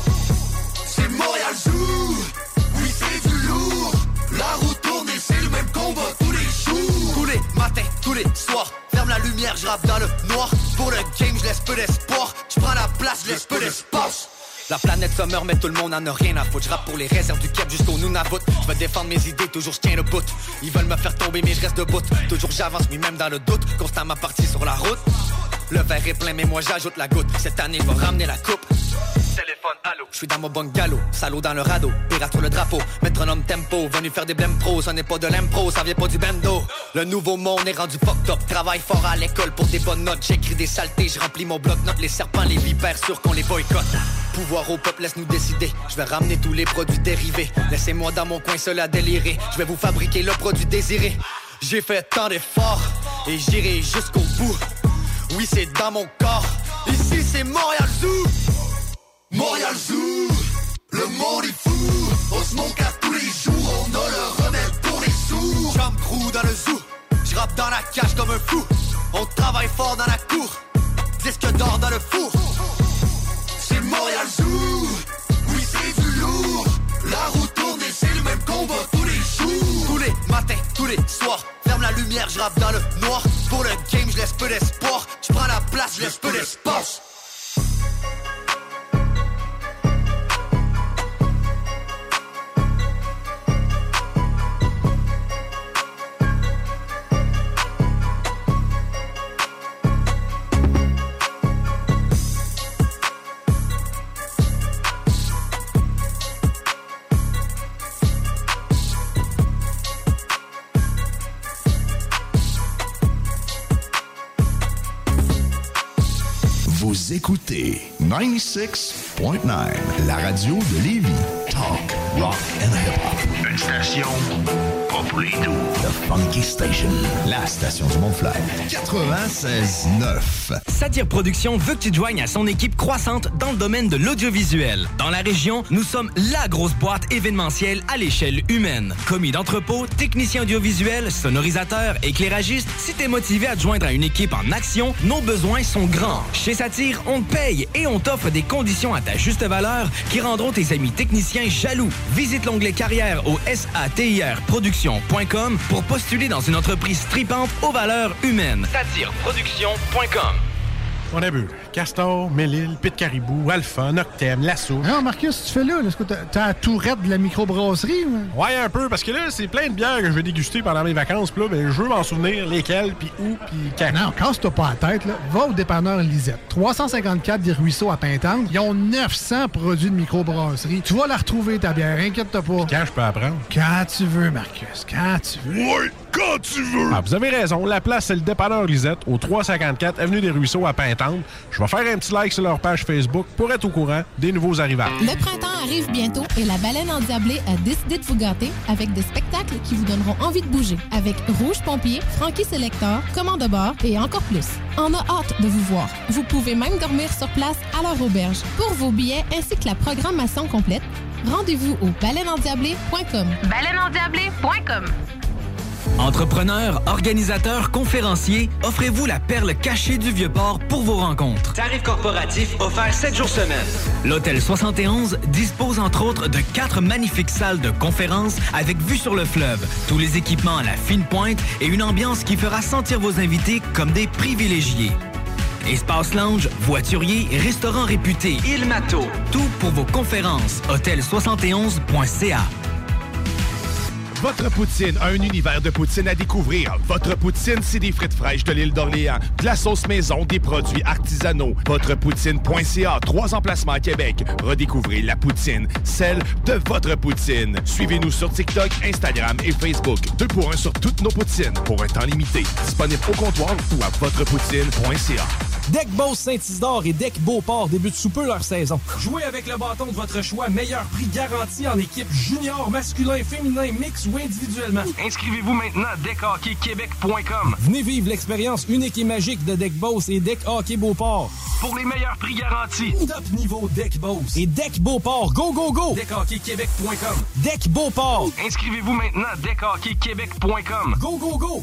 C'est Montréal Zoo, oui c'est du lourd. La roue tourne et c'est le même combat tous les jours. Tous les matins, tous les soirs, ferme la lumière, je rappe dans le noir. Pour le game, je laisse peu d'espoir. Je prends la place, je laisse peu d'espace. La planète se meurt mais tout le monde en a rien à foutre. Je rappe pour les réserves du Cap jusqu'au Nunavut. Je veux défendre mes idées, toujours je tiens le bout. Ils veulent me faire tomber mais je reste debout. Toujours j'avance, oui même dans le doute. Constamment parti sur la route. Le verre est plein mais moi j'ajoute la goutte. Cette année je vais ramener la coupe. Téléphone, allô. Je suis dans mon bungalow, salaud dans le radeau. Pirate sur le drapeau, métronome tempo. Venu faire des blèmes pro, ça n'est pas de l'impro, ça vient pas du bendo. Le nouveau monde est rendu fucked up. Travaille fort à l'école pour des bonnes notes. J'écris des saletés, je remplis mon bloc-notes. Les serpents, les vipères, sûr qu'on les boycotte. Pouvoir au peuple, laisse-nous décider. Je vais ramener tous les produits dérivés. Laissez-moi dans mon coin seul à délirer. Je vais vous fabriquer le produit désiré. J'ai fait tant d'efforts et j'irai jusqu'au bout. Oui, c'est dans mon corps. Ici, c'est Montréal Zoo. Montréal Zoo, le monde est fou. On se monte casse tous les jours, on a le remède pour dans le zoo. J'rappe dans la cage comme un fou. On travaille fort dans la cour. Disque d'or dans le four. C'est le Montréal Zoo. Oui, c'est du lourd. La roue tourne et c'est le même combat tous les jours. Tous les matins, tous les soirs. Ferme la lumière, j'rappe dans le noir. Pour le game, j'laisse peu d'espoir. J'prends la place, j'laisse peu d'espace. Vous écoutez 96.9, la radio de Lévis. Talk, rock and hip-hop. Une station pas pour les doux. The Funky Station, la station du Mont-Flair. 96.9. Satire Productions veut que tu te joignes à son équipe croissante dans le domaine de l'audiovisuel. Dans la région, nous sommes la grosse boîte événementielle à l'échelle humaine. Commis d'entrepôt, technicien audiovisuel, sonorisateur, éclairagiste, si t'es motivé à te joindre à une équipe en action, nos besoins sont grands. Chez Satire, on te paye et on t'offre des conditions à ta juste valeur qui rendront tes amis techniciens jaloux. Visite l'onglet carrière au satirproduction.com pour postuler dans une entreprise tripante aux valeurs humaines. Satireproduction.com. On a vu Castor, Mélile, Pit Caribou, Alpha, Noctem, Lasso. Non, Marcus, tu fais là? Est-ce que t'as la tourette de la microbrasserie? Ouais, un peu, parce que là, c'est plein de bières que je vais déguster pendant mes vacances. Puis là, ben, je veux m'en souvenir lesquelles, puis où, puis quand. Non, casse-toi pas la tête, là. Va au dépanneur Lisette. 354 des Ruisseaux à Pintante. Ils ont 900 produits de microbrasserie. Tu vas la retrouver, ta bière. Inquiète-toi pas. Quand je peux apprendre? Quand tu veux, Marcus. Quand tu veux. Ouais, quand tu veux. Ah, vous avez raison. La place, c'est le dépanneur Lisette, au 354 Avenue des Ruisseaux à Pintante. Je vais faire un petit like sur leur page Facebook pour être au courant des nouveaux arrivages. Le printemps arrive bientôt et la Baleine Endiablée a décidé de vous gâter avec des spectacles qui vous donneront envie de bouger. Avec Rouge Pompier, Frankie Selector, Commande de bord et encore plus. On a hâte de vous voir. Vous pouvez même dormir sur place à leur auberge. Pour vos billets ainsi que la programmation complète, rendez-vous au baleineendiablée.com. baleineendiablée.com. Entrepreneurs, organisateurs, conférenciers, offrez-vous la perle cachée du Vieux-Port pour vos rencontres. Tarif corporatif offert 7 jours semaine. L'Hôtel 71 dispose entre autres de 4 magnifiques salles de conférences avec vue sur le fleuve, tous les équipements à la fine pointe et une ambiance qui fera sentir vos invités comme des privilégiés. Espace lounge, voiturier, restaurant réputé, Il Mato, tout pour vos conférences. Hôtel71.ca. Votre Poutine, un univers de poutine à découvrir. Votre Poutine, c'est des frites fraîches de l'île d'Orléans, de la sauce maison, des produits artisanaux. Votrepoutine.ca, 3 emplacements à Québec. Redécouvrez la poutine, celle de votre poutine. Suivez-nous sur TikTok, Instagram et Facebook. 2 pour 1 sur toutes nos poutines, pour un temps limité. Disponible au comptoir ou à votrepoutine.ca. Deck Boss Saint-Isidore et Deck Beauport débutent sous peu leur saison. Jouez avec le bâton de votre choix, meilleur prix garanti en équipe junior, masculin, féminin, mix ou individuellement. Inscrivez-vous maintenant à deckhockeyquebec.com. Venez vivre l'expérience unique et magique de Deck Boss et Deck Hockey Beauport. Pour les meilleurs prix garantis. Top niveau Deck Boss et Deck Beauport. Go, go, go! deckhockeyquebec.com. Deck Beauport. Inscrivez-vous maintenant à deckhockeyquebec.com. Go, go, go!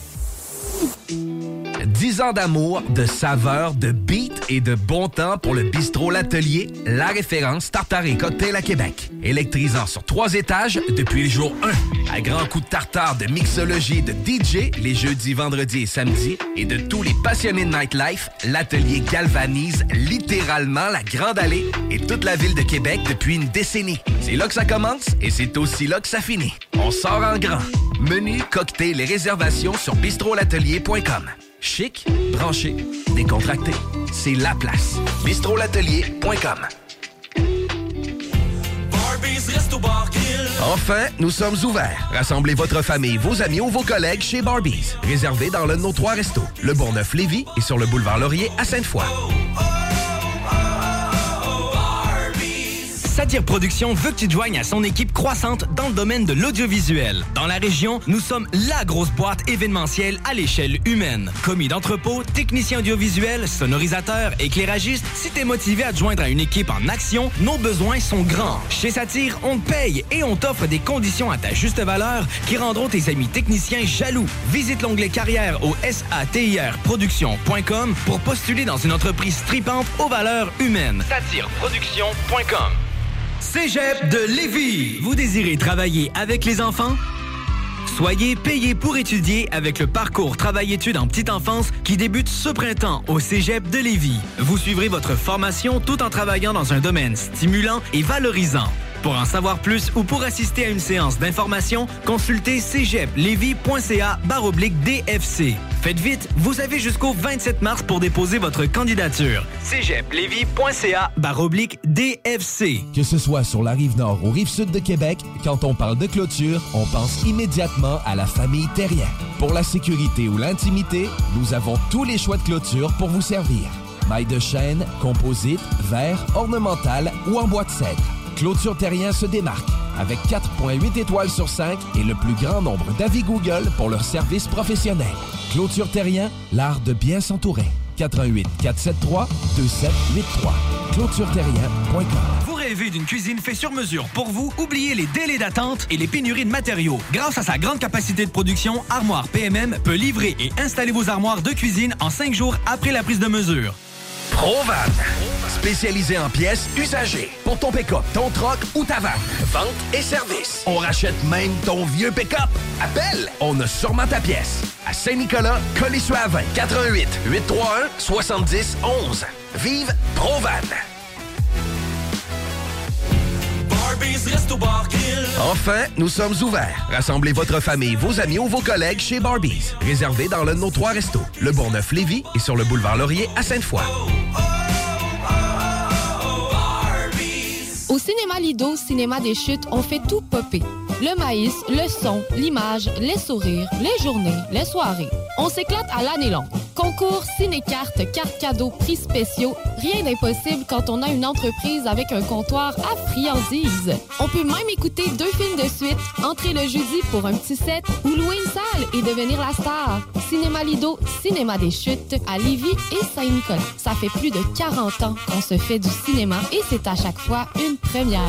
10 ans d'amour, de saveur, de beat et de bon temps pour le bistrot L'Atelier, la référence tartare et cocktail à Québec. Électrisant sur 3 étages depuis le jour 1. À grands coups de tartare, de mixologie, de DJ, les jeudis, vendredis et samedis, et de tous les passionnés de nightlife, L'Atelier galvanise littéralement la Grande Allée et toute la ville de Québec depuis une décennie. C'est là que ça commence et c'est aussi là que ça finit. On sort en grand. Menu, cocktail et réservations sur bistrolatelier.com. Chic, branché, décontracté. C'est la place. bistrolatelier.com. Enfin, nous sommes ouverts. Rassemblez votre famille, vos amis ou vos collègues chez Barbies. Réservé dans l'un de nos 3 restos, le Bourgneuf-Lévis et sur le boulevard Laurier à Sainte-Foy. Satire Productions veut que tu te joignes à son équipe croissante dans le domaine de l'audiovisuel. Dans la région, nous sommes la grosse boîte événementielle à l'échelle humaine. Commis d'entrepôt, technicien audiovisuel, sonorisateur, éclairagiste, si t'es motivé à te joindre à une équipe en action, nos besoins sont grands. Chez Satire, on te paye et on t'offre des conditions à ta juste valeur qui rendront tes amis techniciens jaloux. Visite l'onglet carrière au satirproduction.com pour postuler dans une entreprise tripante aux valeurs humaines. Satireproduction.com. Cégep de Lévis. Vous désirez travailler avec les enfants? Soyez payé pour étudier avec le parcours Travail-études en petite enfance qui débute ce printemps au Cégep de Lévis. Vous suivrez votre formation tout en travaillant dans un domaine stimulant et valorisant. Pour en savoir plus ou pour assister à une séance d'information, consultez cégeplevy.ca/DFC. Faites vite, vous avez jusqu'au 27 mars pour déposer votre candidature. cégeplevy.ca/DFC. Que ce soit sur la Rive-Nord ou Rive-Sud de Québec, quand on parle de clôture, on pense immédiatement à la famille Terrien. Pour la sécurité ou l'intimité, nous avons tous les choix de clôture pour vous servir. Mailles de chêne, composite, verre, ornemental ou en bois de cèdre. Clôture Terrien se démarque avec 4,8 étoiles sur 5 et le plus grand nombre d'avis Google pour leur service professionnel. Clôture Terrien, l'art de bien s'entourer. 88 473 2783. ClôtureTerrien.com. Vous rêvez d'une cuisine faite sur mesure pour vous? Oubliez les délais d'attente et les pénuries de matériaux. Grâce à sa grande capacité de production, Armoire PMM peut livrer et installer vos armoires de cuisine en 5 jours après la prise de mesure. Provan, spécialisé en pièces usagées. Pour ton pick-up, ton troc ou ta vanne. Vente et service. On rachète même ton vieux pick-up. Appelle, on a sûrement ta pièce. À Saint-Nicolas, Colissois-20, 88 831 70 11. Vive Provan. Enfin, nous sommes ouverts. Rassemblez votre famille, vos amis ou vos collègues chez Barbies. Réservé dans l'un de nos 3 restos, le Bourgneuf-Lévis et sur le boulevard Laurier à Sainte-Foy. Au Cinéma Lido, Cinéma des Chutes, on fait tout popper. Le maïs, le son, l'image, les sourires, les journées, les soirées. On s'éclate à l'année longue. Concours, ciné-cartes, cartes cadeaux, prix spéciaux. Rien d'impossible quand on a une entreprise avec un comptoir à friandises. On peut même écouter 2 films de suite, entrer le jeudi pour un petit set ou louer une salle et devenir la star. Cinéma Lido, Cinéma des Chutes, à Lévis et Saint-Nicolas. Ça fait plus de 40 ans qu'on se fait du cinéma et c'est à chaque fois une première.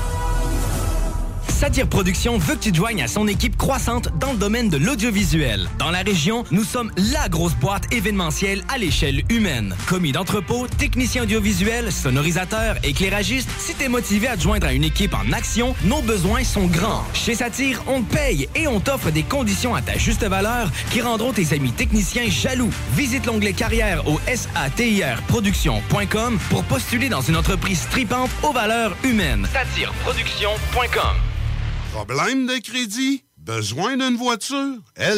Satire Productions veut que tu te joignes à son équipe croissante dans le domaine de l'audiovisuel. Dans la région, nous sommes la grosse boîte événementielle à l'échelle humaine. Commis d'entrepôt, technicien audiovisuel, sonorisateur, éclairagiste, si t'es motivé à te joindre à une équipe en action, nos besoins sont grands. Chez Satire, on te paye et on t'offre des conditions à ta juste valeur qui rendront tes amis techniciens jaloux. Visite l'onglet carrière au satirproduction.com pour postuler dans une entreprise tripante aux valeurs humaines. Satireproduction.com. Problème de crédit? Besoin d'une voiture?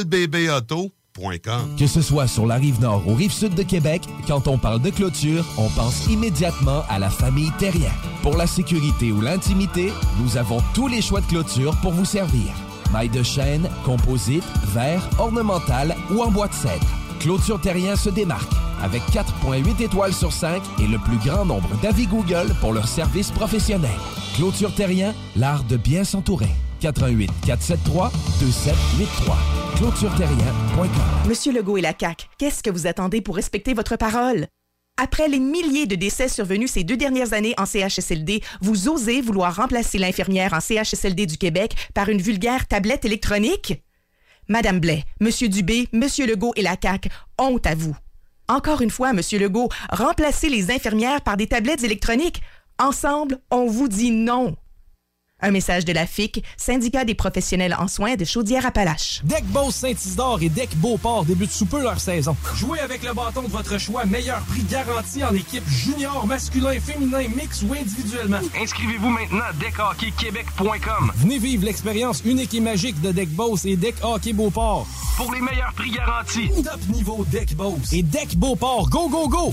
lbbauto.com. Que ce soit sur la Rive-Nord ou Rive-Sud de Québec, quand on parle de clôture, on pense immédiatement à la famille Terrien. Pour la sécurité ou l'intimité, nous avons tous les choix de clôture pour vous servir. Mailles de chêne, composite, verre, ornemental ou en bois de cèdre. Clôture Terrien se démarque avec 4,8 étoiles sur 5 et le plus grand nombre d'avis Google pour leur service professionnel. Clôture Terrien, l'art de bien s'entourer. 88 473 2783. ClôtureTerrien.com. Monsieur Legault et la CAQ, qu'est-ce que vous attendez pour respecter votre parole? Après les milliers de décès survenus ces 2 dernières années en CHSLD, vous osez vouloir remplacer l'infirmière en CHSLD du Québec par une vulgaire tablette électronique? Madame Blais, Monsieur Dubé, Monsieur Legault et la CAQ, honte à vous. Encore une fois, Monsieur Legault, remplacez les infirmières par des tablettes électroniques. Ensemble, on vous dit non. Un message de la FIC, syndicat des professionnels en soins de Chaudière-Appalaches. Deck Boss Saint-Isidore et Deck Beauport débutent sous peu leur saison. Jouez avec le bâton de votre choix, meilleur prix garanti en équipe junior, masculin, féminin, mix ou individuellement. Inscrivez-vous maintenant à deckhockeyquebec.com. Venez vivre l'expérience unique et magique de Deck Boss et Deck Hockey Beauport. Pour les meilleurs prix garantis. Top niveau Deck Boss et Deck Beauport. Go, go, go!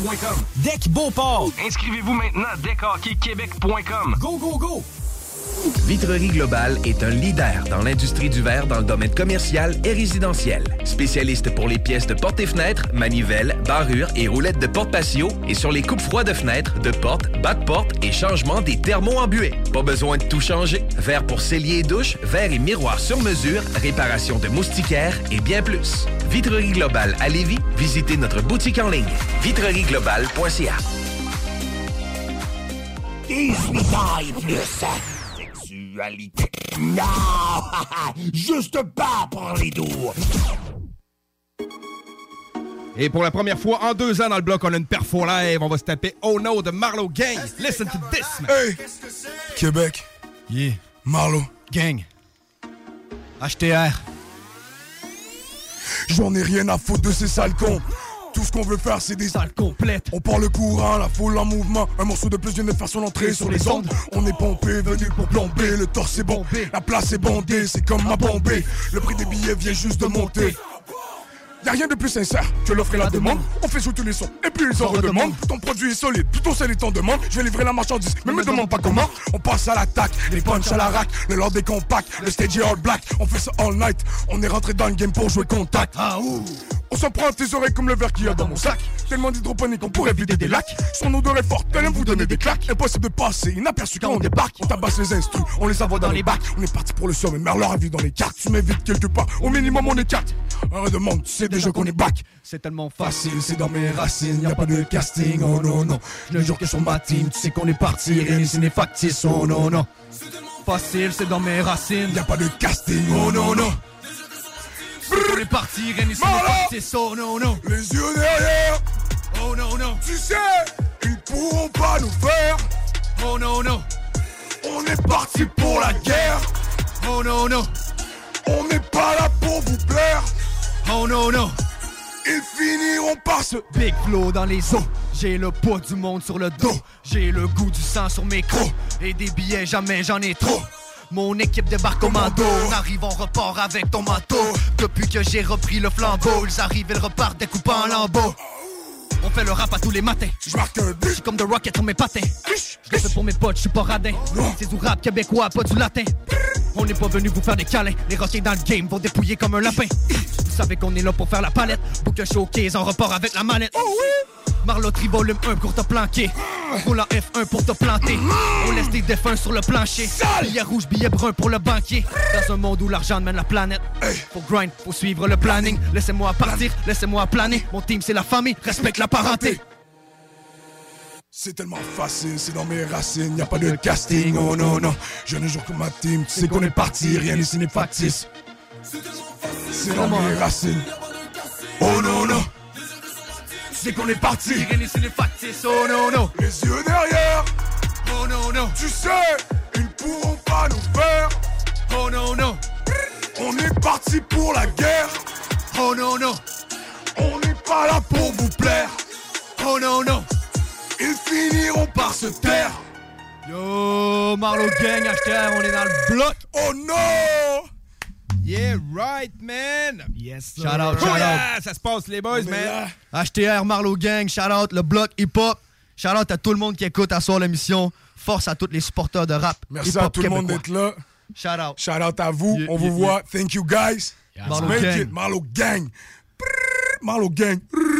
Deckhockeyquebec.com. Deck Beauport. Inscrivez-vous maintenant à deckhockeyquebec.com. Go, go, go! Vitrerie Globale est un leader dans l'industrie du verre dans le domaine commercial et résidentiel. Spécialiste pour les pièces de portes et fenêtres, manivelles, barrures et roulettes de porte-patio et sur les coupes froides de fenêtres, de portes, bas de porte et changement des thermos embués. Pas besoin de tout changer. Verre pour cellier et douche, verre et miroir sur mesure, réparation de moustiquaires et bien plus. Vitrerie Globale à Lévis, visitez notre boutique en ligne. vitrerieglobale.ca. 18 ans et plus. Sexualité. Non! Juste pas pour les doux. Et pour la première fois en 2 ans dans le bloc, on a une perfo live. On va se taper Oh No de Marlowe Gang. Listen to this, man. Hey! Québec. Yeah. Marlowe. Gang. HTR. J'en ai rien à foutre de ces sales cons. Tout ce qu'on veut faire, c'est des salles complètes. On part le courant, la foule en mouvement. Un morceau de plus vient de faire son entrée sur les ondes. On est pompé, venu pour plomber. Le torse est bombé, la place est bondée. C'est comme ma bombée. Le prix des billets vient juste de monter. Y'a rien de plus sincère que l'offre et la demande. On fait jouer tous les sons et puis ils en redemandent. Ton produit est solide, plus ton sel est en demande. Je vais livrer la marchandise, mais me demande pas comment. On passe à l'attaque, les punch à la rack. Le lord est compact, le stage est all black. On fait ça all night, on est rentré dans le game pour jouer contact. Ah ouh. On s'en prend à tes oreilles comme le verre qu'il y a dans mon sac. Tellement d'hydroponique qu'on pourrait vider des lacs. Son odeur est forte, elle aime vous donner des claques. Impossible de passer inaperçu quand on débarque. On tabasse les instrus, on les envoie dans les bacs. On est parti pour le sommet, Merleur a vu dans les cartes. Tu m'évites quelque part, au minimum on écarte. Un demande, tu sais déjà qu'on est back. C'est tellement facile, c'est dans mes racines. Y'a pas de casting, oh non non. Je ne jure que sur ma team, tu sais qu'on est parti. Rien ici n'est factice, oh non non. Facile, c'est dans mes racines. Y'a pas de casting, oh non non. On est parti, rien ici n'est factice, oh non non. Les yeux derrière, oh non non. Tu sais, ils pourront pas nous faire. Oh non non. On est parti pour la guerre. Oh non non. On n'est pas là pour vous plaire. Oh non non. Ils finiront par se Big flow dans les os. J'ai le poids du monde sur le dos. J'ai le goût du sang sur mes crocs. Et des billets jamais j'en ai trop. Mon équipe débarque au commando. On arrive, on repart avec ton manteau. Depuis que j'ai repris le flambeau, ils arrivent, ils repartent découpés en lambeaux. On fait le rap à tous les matins. J'marque un but. J'suis comme The Rocket sur mes patins. J'le fais pour mes potes, j'suis pas radin. C'est du rap québécois, pas du latin. On n'est pas venu vous faire des câlins. Les rockers dans le game vont dépouiller comme un lapin. Vous savez qu'on est là pour faire la palette. Book un showcase, on repart avec la mallette. Oh oui! Marloterie volume 1 pour te planquer. Roule en F1 pour te planter. On laisse tes défunts sur le plancher. Billet rouge, billet brun pour le banquier. Dans un monde où l'argent mène la planète. Faut grind, faut suivre le planning. Laissez-moi partir, laissez-moi planer. Mon team c'est la famille, respecte la parenté. C'est tellement facile, c'est dans mes racines. Y'a pas de casting, oh non non. Je ne jure que ma team, tu sais qu'on est parti. Rien ici n'est factice. C'est dans mes racines. Oh non non. Tu sais qu'on est parti. Rien ici n'est factice, oh non non. Les yeux derrière. Oh non non. Tu sais, ils pourront pas nous faire. Oh non non. On est parti pour la guerre. Oh non non. On n'est pas là pour vous plaire. Oh non non. Ils finiront par se taire. Yo, Marlowe Gang, HTR, on est dans le bloc. Oh non. Yeah, right, man. Yes, sir. Shout out, shout out. Ça se passe, les boys, man. HTR, Marlowe Gang, shout out, le bloc hip-hop. Shout out à tout le monde qui écoute à soir l'émission. Force à tous les supporters de rap. Merci à tout le monde d'être là. Shout out. Shout out à vous. On vous voit. Thank you, guys. Yeah, Marlowe Gang. Marlowe Gang. Marlowe Gang.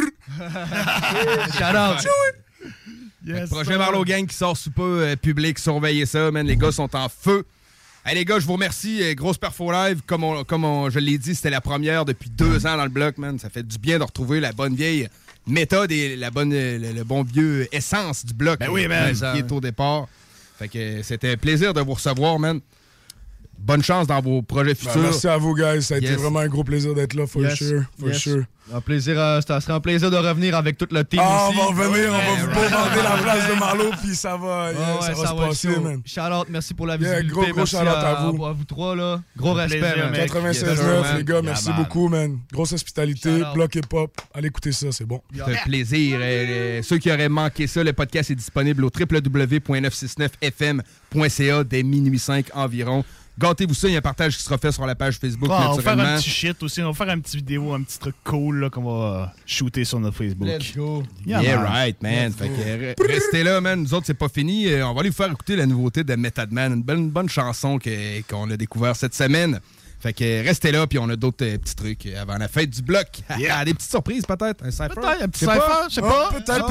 Shout out. Yes, projet Marlowe Gang qui sort sous peu, public, surveillez ça, man. Les gars sont en feu. Hey, les gars, je vous remercie. Grosse perfo live. Comme je l'ai dit, c'était la première depuis 2 ans dans le bloc, man. Ça fait du bien de retrouver la bonne vieille méthode et le bon vieux essence du bloc. Ben oui, man. Qui est au départ. Fait que c'était un plaisir de vous recevoir, man. Bonne chance dans vos projets futurs. Merci à vous, guys. Ça a été vraiment un gros plaisir d'être là, for sure. Un plaisir, ça serait un plaisir de revenir avec toute le team aussi. On va revenir, on va vous bombarder la place de Marlowe, puis ça va, ça va se passer, man. Shout-out, merci pour la visibilité. Gros shout-out à vous. À vous trois, là. Gros respect, man. 96.9, les gars, merci beaucoup, man. Grosse hospitalité, bloc hip-hop. Allez écouter ça, c'est bon. C'est un plaisir. Ceux qui auraient manqué ça, le podcast est disponible au www.969fm.ca dès minuit 5 environ. Gâtez-vous ça, il y a un partage qui sera fait sur la page Facebook. On va faire un petit shit aussi, on va faire une petite vidéo, un petit truc cool là, qu'on va shooter sur notre Facebook. Let's go. Yeah right, man. Fait que, restez là, man. Nous autres, c'est pas fini. On va aller vous faire écouter la nouveauté de Method Man, une bonne chanson qu'on a découvert cette semaine. Fait que restez là, puis on a d'autres petits trucs avant la fête du bloc. Des petites surprises, peut-être. Un cypher. Peut-être, un petit cypher, je sais pas. Peut-être.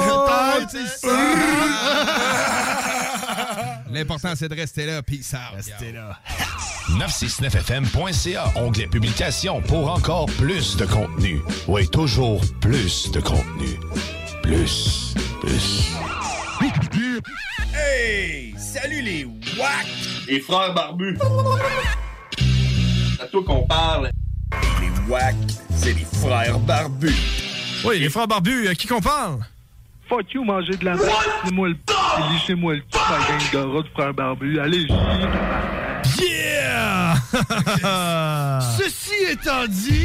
L'important, c'est de rester là, puis ça. Restez là. 969fm.ca, onglet publication pour encore plus de contenu. Oui, toujours plus de contenu. Plus. Hey! Salut les WAC! Les frères barbus! C'est à toi qu'on parle. Les WAC, c'est les frères barbus. Oui, les frères barbus, à qui qu'on parle? Fuck you, manger de la merde. Lissez-moi le p***, lissez-moi le p***, ma gang de rats du frère barbu. Allez, Yeah! Ceci étant dit...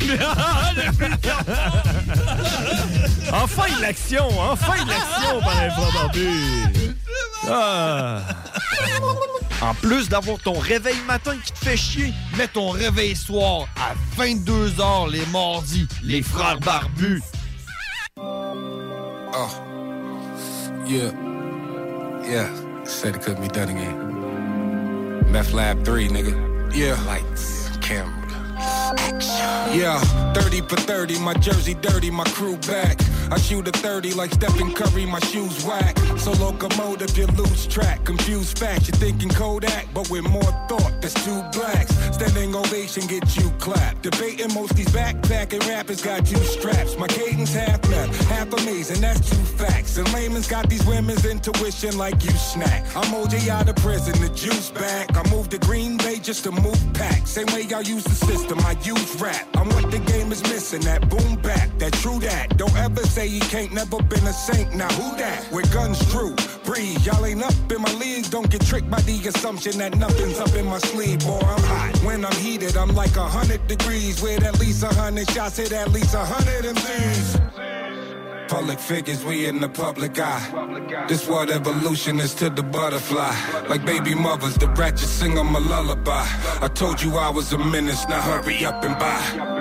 Enfin de l'action par les frères barbus. En plus d'avoir ton réveil matin qui te fait chier, mets ton réveil soir à 22h les mardis, les frères barbus. Oh, yeah, said it couldn't be done again. Meth Lab 3, nigga. Yeah, lights, camera, action. Yeah, 30 for 30, my jersey dirty, my crew back. I shoot a 30 like Stephen Curry, my shoes whack. So locomotive, you lose track. Confused facts, you're thinking Kodak, but with more thought, there's two blacks. Standing ovation, get you clapped. Debating most these backpacking rappers got two straps. My cadence half left, half amazing, that's two facts. And layman's got these women's intuition like you snack. I'm OJ out of prison, the juice back. I moved to Green Bay just to move packs. Same way y'all use the system, I use rap. I'm what the game is missing, that boom bap, that true that. Don't ever say he can't, never been a saint, now who that? With guns drew, breathe, y'all ain't up in my league. Don't get tricked by the assumption that nothing's up in my sleeve. Boy, I'm hot, when I'm heated, I'm like 100 degrees. With at least 100 shots, hit at least 100 MCs. Public figures, we in the public eye. This what evolution is to the butterfly. Like baby mothers, the ratchet sing them a lullaby. I told you I was a menace, now hurry up and buy.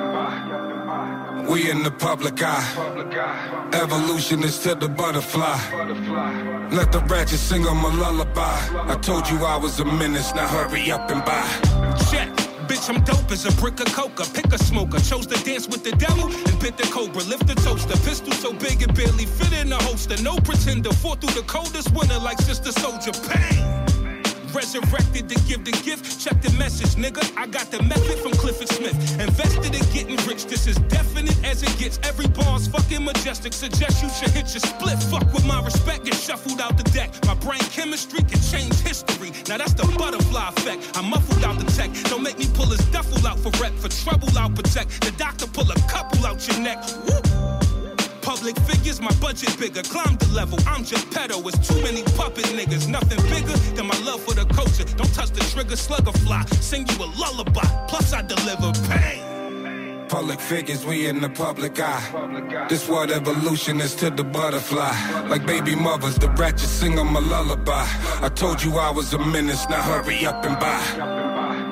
We in the public eye. Evolution is to the butterfly. Let the ratchet sing them a lullaby. I told you I was a menace, now hurry up and buy. Check. Bitch, I'm dope as a brick of coca. Pick a smoker. Chose to dance with the devil and bit the cobra. Lift the toaster. Pistol so big it barely fit in the holster. No pretender. Fought through the coldest winter like Sister Soldier. Pain. Resurrected to give the gift. Check the message, nigga. I got the method from Clifford Smith. Invested in getting rich. This is definite as it gets. Every bar's fucking majestic. Suggest you should hit your split. Fuck with my respect. Get shuffled out the deck. My brain chemistry can change history. Now that's the butterfly effect. I'm muffled out the tech. Don't make me pull his duffel out for rep. For trouble, I'll protect. The doctor pull a couple out your neck. Woo! Public figures, my budget bigger. Climb the level, I'm just pedo. It's too many puppet niggas. Nothing bigger than my love for the culture. Don't touch the trigger, slugger fly. Sing you a lullaby, plus I deliver pain. Public figures, we in the public eye. This what evolution is to the butterfly. Like baby mothers, the ratchet sing them a lullaby. I told you I was a menace, now hurry up and buy.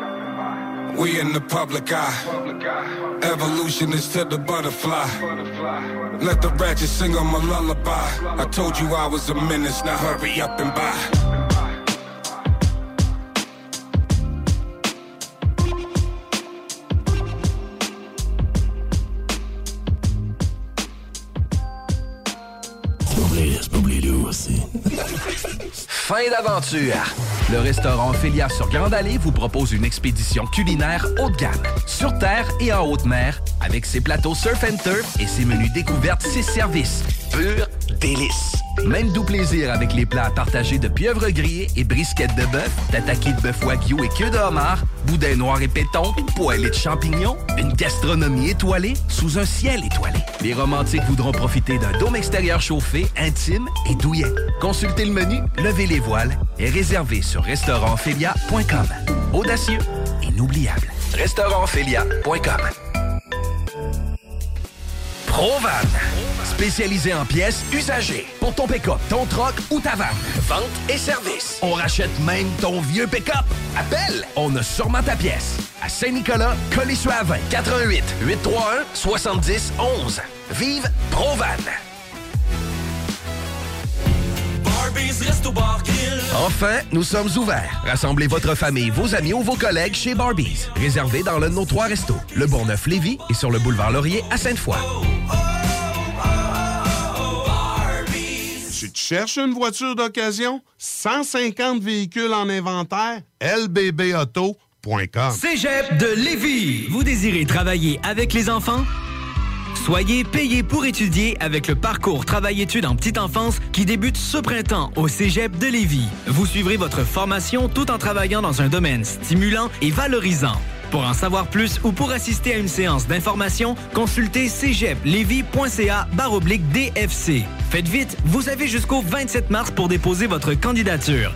We in the public eye. Evolution is to the butterfly. Let the ratchet sing them a lullaby. I told you I was a menace, now hurry up and buy. Fin d'aventure! Le restaurant Ophélia sur Grande Allée vous propose une expédition culinaire haut de gamme, sur terre et en haute mer, avec ses plateaux surf and turf et ses menus découvertes 6 services. Pur délice! Même doux plaisir avec les plats partagés de pieuvres grillées et brisquettes de bœuf, tataki de bœuf wagyu et queue de homard, boudin noir et péton, poêlée de champignons, une gastronomie étoilée sous un ciel étoilé. Les romantiques voudront profiter d'un dôme extérieur chauffé, intime et douillet. Consultez le menu, levez les voiles et réservez sur restaurantphilia.com. Audacieux, inoubliable. Restaurantphilia.com. Provan. Spécialisé en pièces usagées. Pour ton pick-up, ton troc ou ta vanne. Vente et service. On rachète même ton vieux pick-up. Appelle, on a sûrement ta pièce. À Saint-Nicolas, Colissois-20, 88 831 70 11. Vive Provan. Enfin, nous sommes ouverts. Rassemblez votre famille, vos amis ou vos collègues chez Barbies. Réservé dans l'un de nos 3 restos, le Bourgneuf-Lévis et sur le boulevard Laurier à Sainte-Foy. Si tu cherches une voiture d'occasion, 150 véhicules en inventaire, lbbauto.com. Cégep de Lévis. Vous désirez travailler avec les enfants? Soyez payé pour étudier avec le parcours Travail-études en petite enfance qui débute ce printemps au Cégep de Lévis. Vous suivrez votre formation tout en travaillant dans un domaine stimulant et valorisant. Pour en savoir plus ou pour assister à une séance d'information, consultez cégeplevy.ca/DFC. Faites vite, vous avez jusqu'au 27 mars pour déposer votre candidature.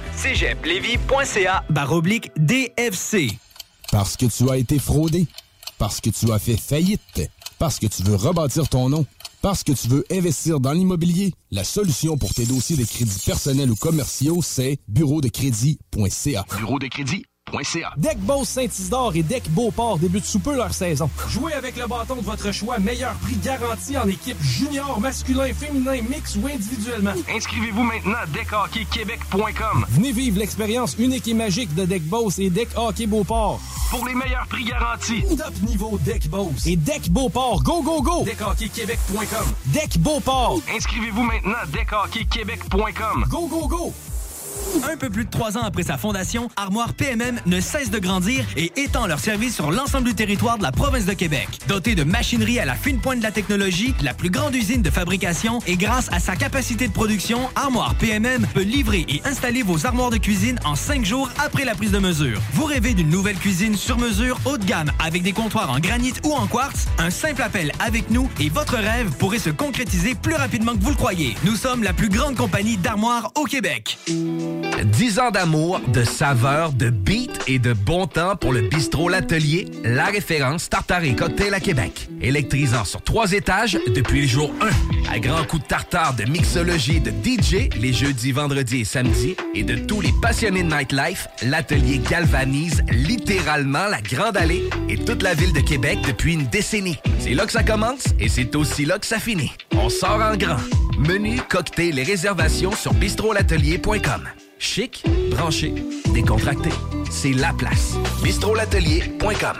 cégeplevy.ca/DFC. Parce que tu as été fraudé, parce que tu as fait faillite, parce que tu veux rebâtir ton nom, parce que tu veux investir dans l'immobilier, la solution pour tes dossiers de crédits personnels ou commerciaux, c'est bureaudecrédit.ca. Bureaudecrédit.ca. Deck Boss Saint-Isidore et Deck Beauport débutent sous peu leur saison. Jouez avec le bâton de votre choix, meilleur prix garanti en équipe junior, masculin, féminin, mix ou individuellement. Inscrivez-vous maintenant à deckhockeyquebec.com. Venez vivre l'expérience unique et magique de Deck Boss et Deck Hockey Beauport. Pour les meilleurs prix garantis. Top niveau Deck Boss et Deck Beauport. Go, go, go! Deckhockeyquebec.com. Deck Beauport. Inscrivez-vous maintenant à deckhockeyquebec.com. Go, go, go! Un peu plus de 3 ans après sa fondation, Armoire PMM ne cesse de grandir et étend leur service sur l'ensemble du territoire de la province de Québec. Dotée de machinerie à la fine pointe de la technologie, la plus grande usine de fabrication et grâce à sa capacité de production, Armoire PMM peut livrer et installer vos armoires de cuisine en 5 jours après la prise de mesure. Vous rêvez d'une nouvelle cuisine sur mesure haut de gamme avec des comptoirs en granit ou en quartz? Un simple appel avec nous et votre rêve pourrait se concrétiser plus rapidement que vous le croyez. Nous sommes la plus grande compagnie d'armoires au Québec. 10 ans d'amour, de saveur, de beat et de bon temps pour le bistrot L'Atelier, la référence tartare et cocktail à Québec. Électrisant sur 3 étages depuis le jour 1. À grands coups de tartare, de mixologie, de DJ, les jeudis, vendredis et samedis, et de tous les passionnés de nightlife, L'Atelier galvanise littéralement la Grande Allée et toute la ville de Québec depuis une décennie. C'est là que ça commence et c'est aussi là que ça finit. On sort en grand. Menu, cocktail et réservations sur bistrolatelier.com. Chic, branché, décontracté. C'est la place. bistrolatelier.com.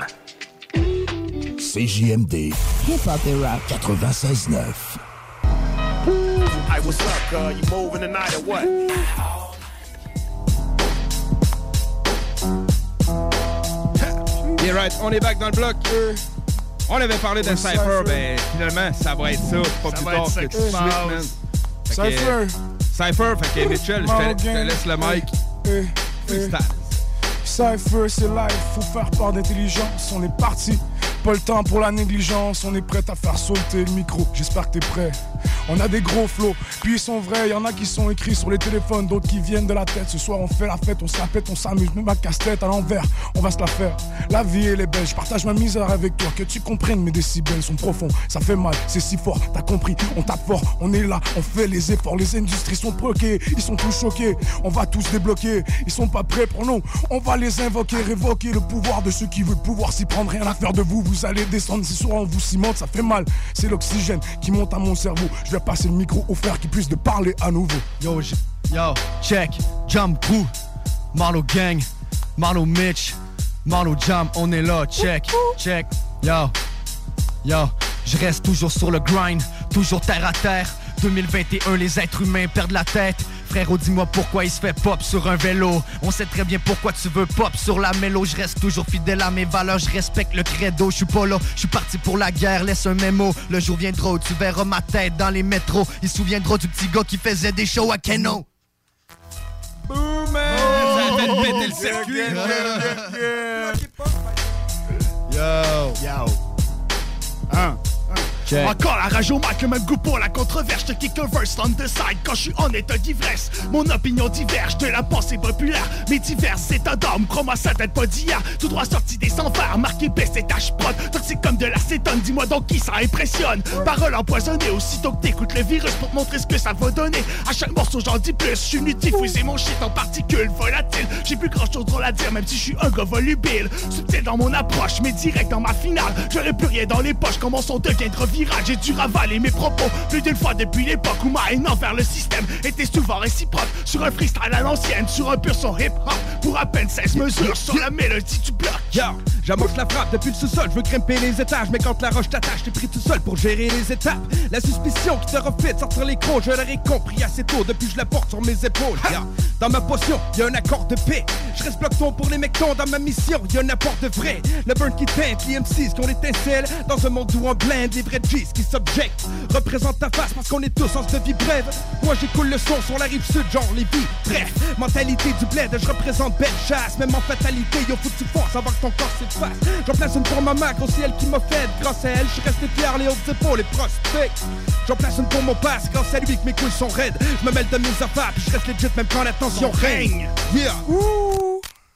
CJMD. Hip-hop et rap 96.9. Hey, what's up, you moving tonight or what? Yeah, right, on est back dans le bloc. On avait parlé d'un Cypher, ben finalement, ça va être ça, pas plus tard que tout de suite, man. Cypher, fait que Mitchell, je te laisse le mic. Freestyle. Cypher, c'est live, faut faire part d'intelligence, on est parti. Pas le temps pour la négligence, on est prêt à faire sauter le micro, j'espère que t'es prêt. On a des gros flots, puis ils sont vrais, y'en a qui sont écrits sur les téléphones, d'autres qui viennent de la tête. Ce soir on fait la fête, on se la pète, on s'amuse, même ma casse-tête à l'envers, on va se la faire. La vie elle est belle, je partage ma misère avec toi, que tu comprennes mes décibels sont profonds, ça fait mal, c'est si fort, t'as compris, on tape fort, on est là, on fait les efforts, les industries sont bloquées, ils sont tous choqués, on va tous débloquer, ils sont pas prêts pour nous, on va les invoquer, révoquer le pouvoir de ceux qui veulent pouvoir s'y prendre, rien à faire de vous, vous allez descendre, ce soir on vous cimente, ça fait mal, c'est l'oxygène qui monte à mon cerveau, je vais passer le micro au frère qui puisse de parler à nouveau. Yo, check, Jam Crew, Marlo Gang, Marlo Mitch, Marlo Jam, on est là, check, yo, je reste toujours sur le grind, toujours terre à terre, 2021, les êtres humains perdent la tête. Frérot, dis-moi pourquoi il se fait pop sur un vélo. On sait très bien pourquoi tu veux pop sur la mélo. Je reste toujours fidèle à mes valeurs, je respecte le credo. Je suis pas là, je suis parti pour la guerre, laisse un mémo. Le jour viendra où tu verras ma tête dans les métros. Il se souviendra du petit gars qui faisait des shows à Keno. Boom, man! Ça fait péter le circuit! Check. Encore la rage au mic, le même goût pour la controverse. Je te kick un verse on the side quand je suis en état d'ivresse. Mon opinion diverge de la pensée populaire. Mes diverses états d'âme, crois-moi ça date pas d'hier. Tout droit sorti des sans-verts, marqué baisse et tâche prod. Toxique comme de l'acétone, dis-moi donc qui ça impressionne. Parole empoisonnée, aussitôt que t'écoutes le virus pour te montrer ce que ça va donner. À chaque morceau j'en dis plus, je suis venu diffuser mon shit en particules volatiles. J'ai plus grand chose drôle à dire, même si je suis un gars volubile. Subtil dans mon approche, mais direct dans ma finale. J'aurais plus rien dans les poches, quand mon son devient trop viral. J'ai dû ravaler mes propos plus d'une fois depuis l'époque où ma haine envers le système était souvent réciproque. Sur un freestyle à l'ancienne, sur un pur son hip-hop. Pour à peine 16 mesures, sur la mélodie du bloc. Yo, j'amorce la frappe depuis le sous-sol, je veux grimper les étages. Mais quand la roche t'attache, t'es pris tout seul pour gérer les étapes. La suspicion qui te refait de sortir les crocs, je l'aurais compris assez tôt depuis je la porte sur mes épaules. Yo, dans ma potion, y'a un accord de paix. Je reste bloc-ton pour les mectons dans ma mission, y'a un apport de vrai. Le burn qui teinte, les MCs qui ont l'étincelle. Dans un monde où on blinde, les vrais G's qui subjectent. Représente ta face parce qu'on est tous en cette vie brève. Moi j'écoule le son sur la rive sud, genre les vies. Bref, mentalité du bled, je représente belle chasse. Même en fatalité, yo faut que tu forces avant que ton corps s'efface. J'en place une pour ma main, gros c'est elle qui m'a fait. Grâce à elle, je suis resté fier, les hautes épaules, les prospects. J'en place une pour mon passe, grâce à lui que mes couilles sont raides. Je me mêle de mes affaires, puis je reste legit même quand la tension règne. Yeah. Ouh.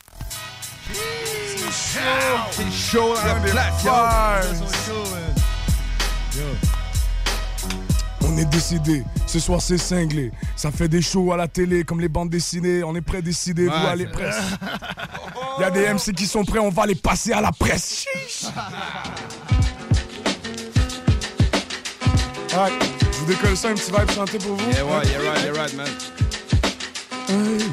C'est chaud dans la place, yo. On est décidé, ce soir c'est cinglé. Ça fait des shows à la télé comme les bandes dessinées. On est prêts, décidés, vous allez presse. Y'a des MC qui sont prêts, on va les passer à la presse. Ouais, je vous décolle ça, un petit vibe chanté pour vous. Yeah, ouais, you're right, man. Hey.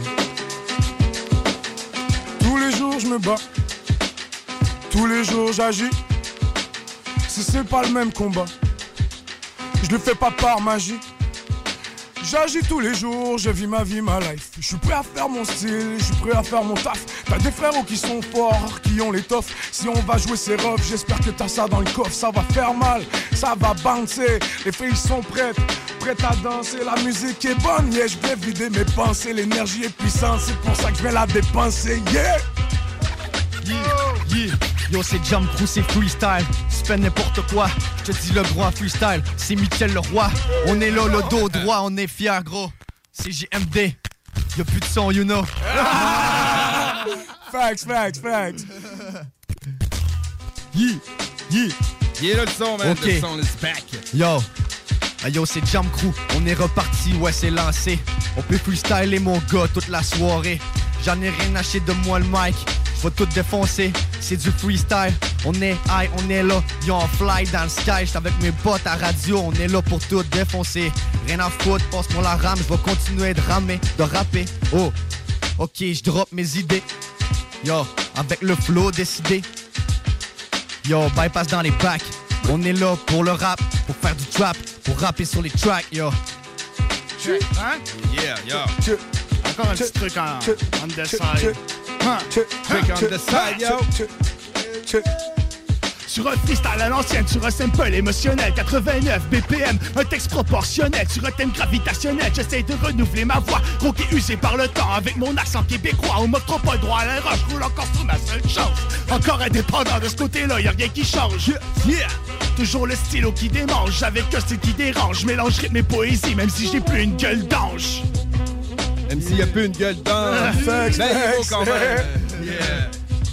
Tous les jours je me bats. Tous les jours j'agis. Si c'est pas le même combat, je le fais pas par magie. J'agis tous les jours, je vis ma vie, ma life. Je suis prêt à faire mon style, je suis prêt à faire mon taf. T'as des frérots qui sont forts, qui ont l'étoffe. Si on va jouer ces robes, j'espère que t'as ça dans le coffre. Ça va faire mal, ça va bouncer. Les filles sont prêtes à danser. La musique est bonne, yeah. Je vais vider mes pensées, l'énergie est puissante. C'est pour ça que je vais la dépenser, yeah. Yeah. Yo, c'est Jam Crew, c'est freestyle. Tu fais n'importe quoi, je te dis le gros en freestyle. C'est Mickaël le roi, on est là, le dos droit, on est fiers, gros. C'est JMD, y'a plus de son, you know. Facts. Yeah, là, le son, man. Okay. Le son is back. Yo, c'est Jam Crew, on est reparti, ouais, c'est lancé. On peut freestyler, mon gars, toute la soirée. J'en ai rien acheté de moi, le mic. Va tout défoncer, c'est du freestyle. On est high, on est là, yo on fly dans le sky. J'suis avec mes bottes à radio, on est là pour tout défoncer. Rien à foutre, passe-moi la rame, j'vais continuer de rapper. Oh, ok, j'drop mes idées. Yo, avec le flow décidé. Yo, bypass dans les bacs. On est là pour le rap, pour faire du trap, pour rapper sur les tracks, yo. Hein? Yeah, yo. Encore un petit truc on the side. Trick on the side, yo. Sur un freestyle à l'ancienne, sur un sample émotionnel, 89 BPM, un texte proportionnel, sur un thème gravitationnel, j'essaie de renouveler ma voix, roquée usée par le temps, avec mon accent québécois, on m'octroie pas le droit à l'erreur, je roule encore sur ma seule chance, encore indépendant de ce côté-là, y'a rien qui change, yeah. Toujours le stylo qui démange, avec un style qui dérange, mélange rythme et poésie, même si j'ai plus une gueule d'ange. Même s'il y a plus une gueule d'ange, ben il faut quand même. Yeah.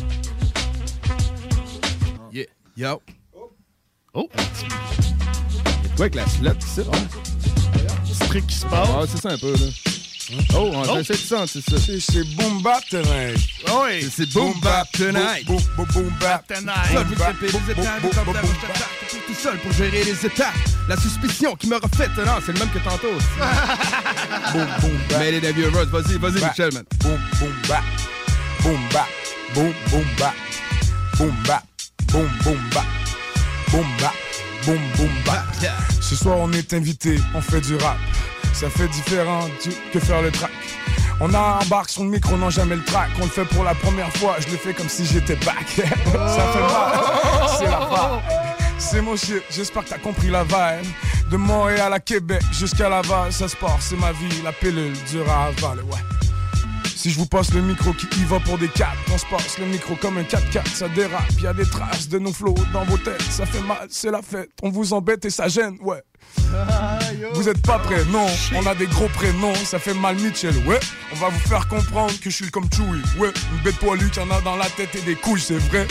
Yo. Oh. Quoi avec la slot, c'est ça? C'est truc qui se passe. Ah, c'est ça un peu, là. Oh, on va essayer de ça, c'est ça. C'est Boom Bap Tonight. Oh oui. C'est Boom Bap Tonight. Boom Bap Tonight. Ça, je veux taper les étapes, tout seul pour gérer les étapes. La suspicion qui me refait, non, c'est le même que tantôt. Boom Bap. Mais les vieux Rod, vas-y, Michel, man. Boom Bap. Boom Bap. Boom Bap. Boom Bap. Boom bap, boom bap, boom bap. Ce soir on est invité, on fait du rap. Ça fait différent que faire le track. On embarque sur le micro, non jamais le track. On le fait pour la première fois, je le fais comme si j'étais back. Ça fait mal, c'est la vibe. C'est mon shit, j'espère que t'as compris la vibe. De Montréal à Québec jusqu'à Laval, ça se passe, c'est ma vie. La pilule du Raval, ouais. Si je vous passe le micro qui y va pour des 4, on se passe le micro comme un 4x4, ça dérape, y a des traces de nos flots dans vos têtes, ça fait mal, c'est la fête, on vous embête et ça gêne, ouais. Vous êtes pas prêts, non, on a des gros prénoms, ça fait mal Mitchell, ouais. On va vous faire comprendre que je suis comme Chewie, ouais. Une bête poilue qui en a dans la tête et des couilles, c'est vrai.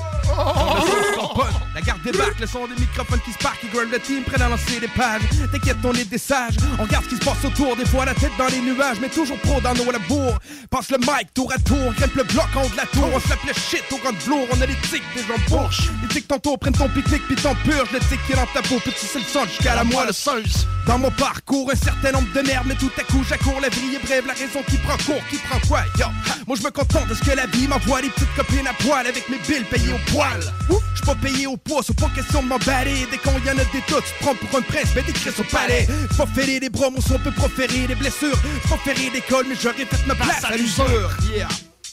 La garde débarque, le son des microphones qui spark, ils gueulent le team, prêt à lancer des pages. T'inquiète, on est des sages, on regarde ce qui se passe autour, des fois la tête dans les nuages, mais toujours pro dans nos labours. Passe le mic tour à tour, grimpe le bloc en haut de la tour, on se l'appelle shit au grand velours, on a les tics des gens bourges. Les tics tantôt prennent ton pique-nique pis t'en purges, le tic qui est dans ta peau, petit c'est le son jusqu'à la moelle seuse. Dans mon parcours, un certain nombre de merdes, mais tout à coup j'accours, la vie est brève, la raison qui prend court, qui prend quoi, yo. Moi je me contente de ce que la vie m'envoie, les petites copines à poil avec mes billes payées au poil. J'suis pas payé au poids, c'est pas question de m'emballer. Dès qu'on y en a des tas, tu te prends pour un prince, mais des cris au palais. J'suis pas ferrer des bras, mon son peut proférer des blessures. J'suis pas ferrer des cols, mais j'aurais fait ma place à l'usure. Yeah.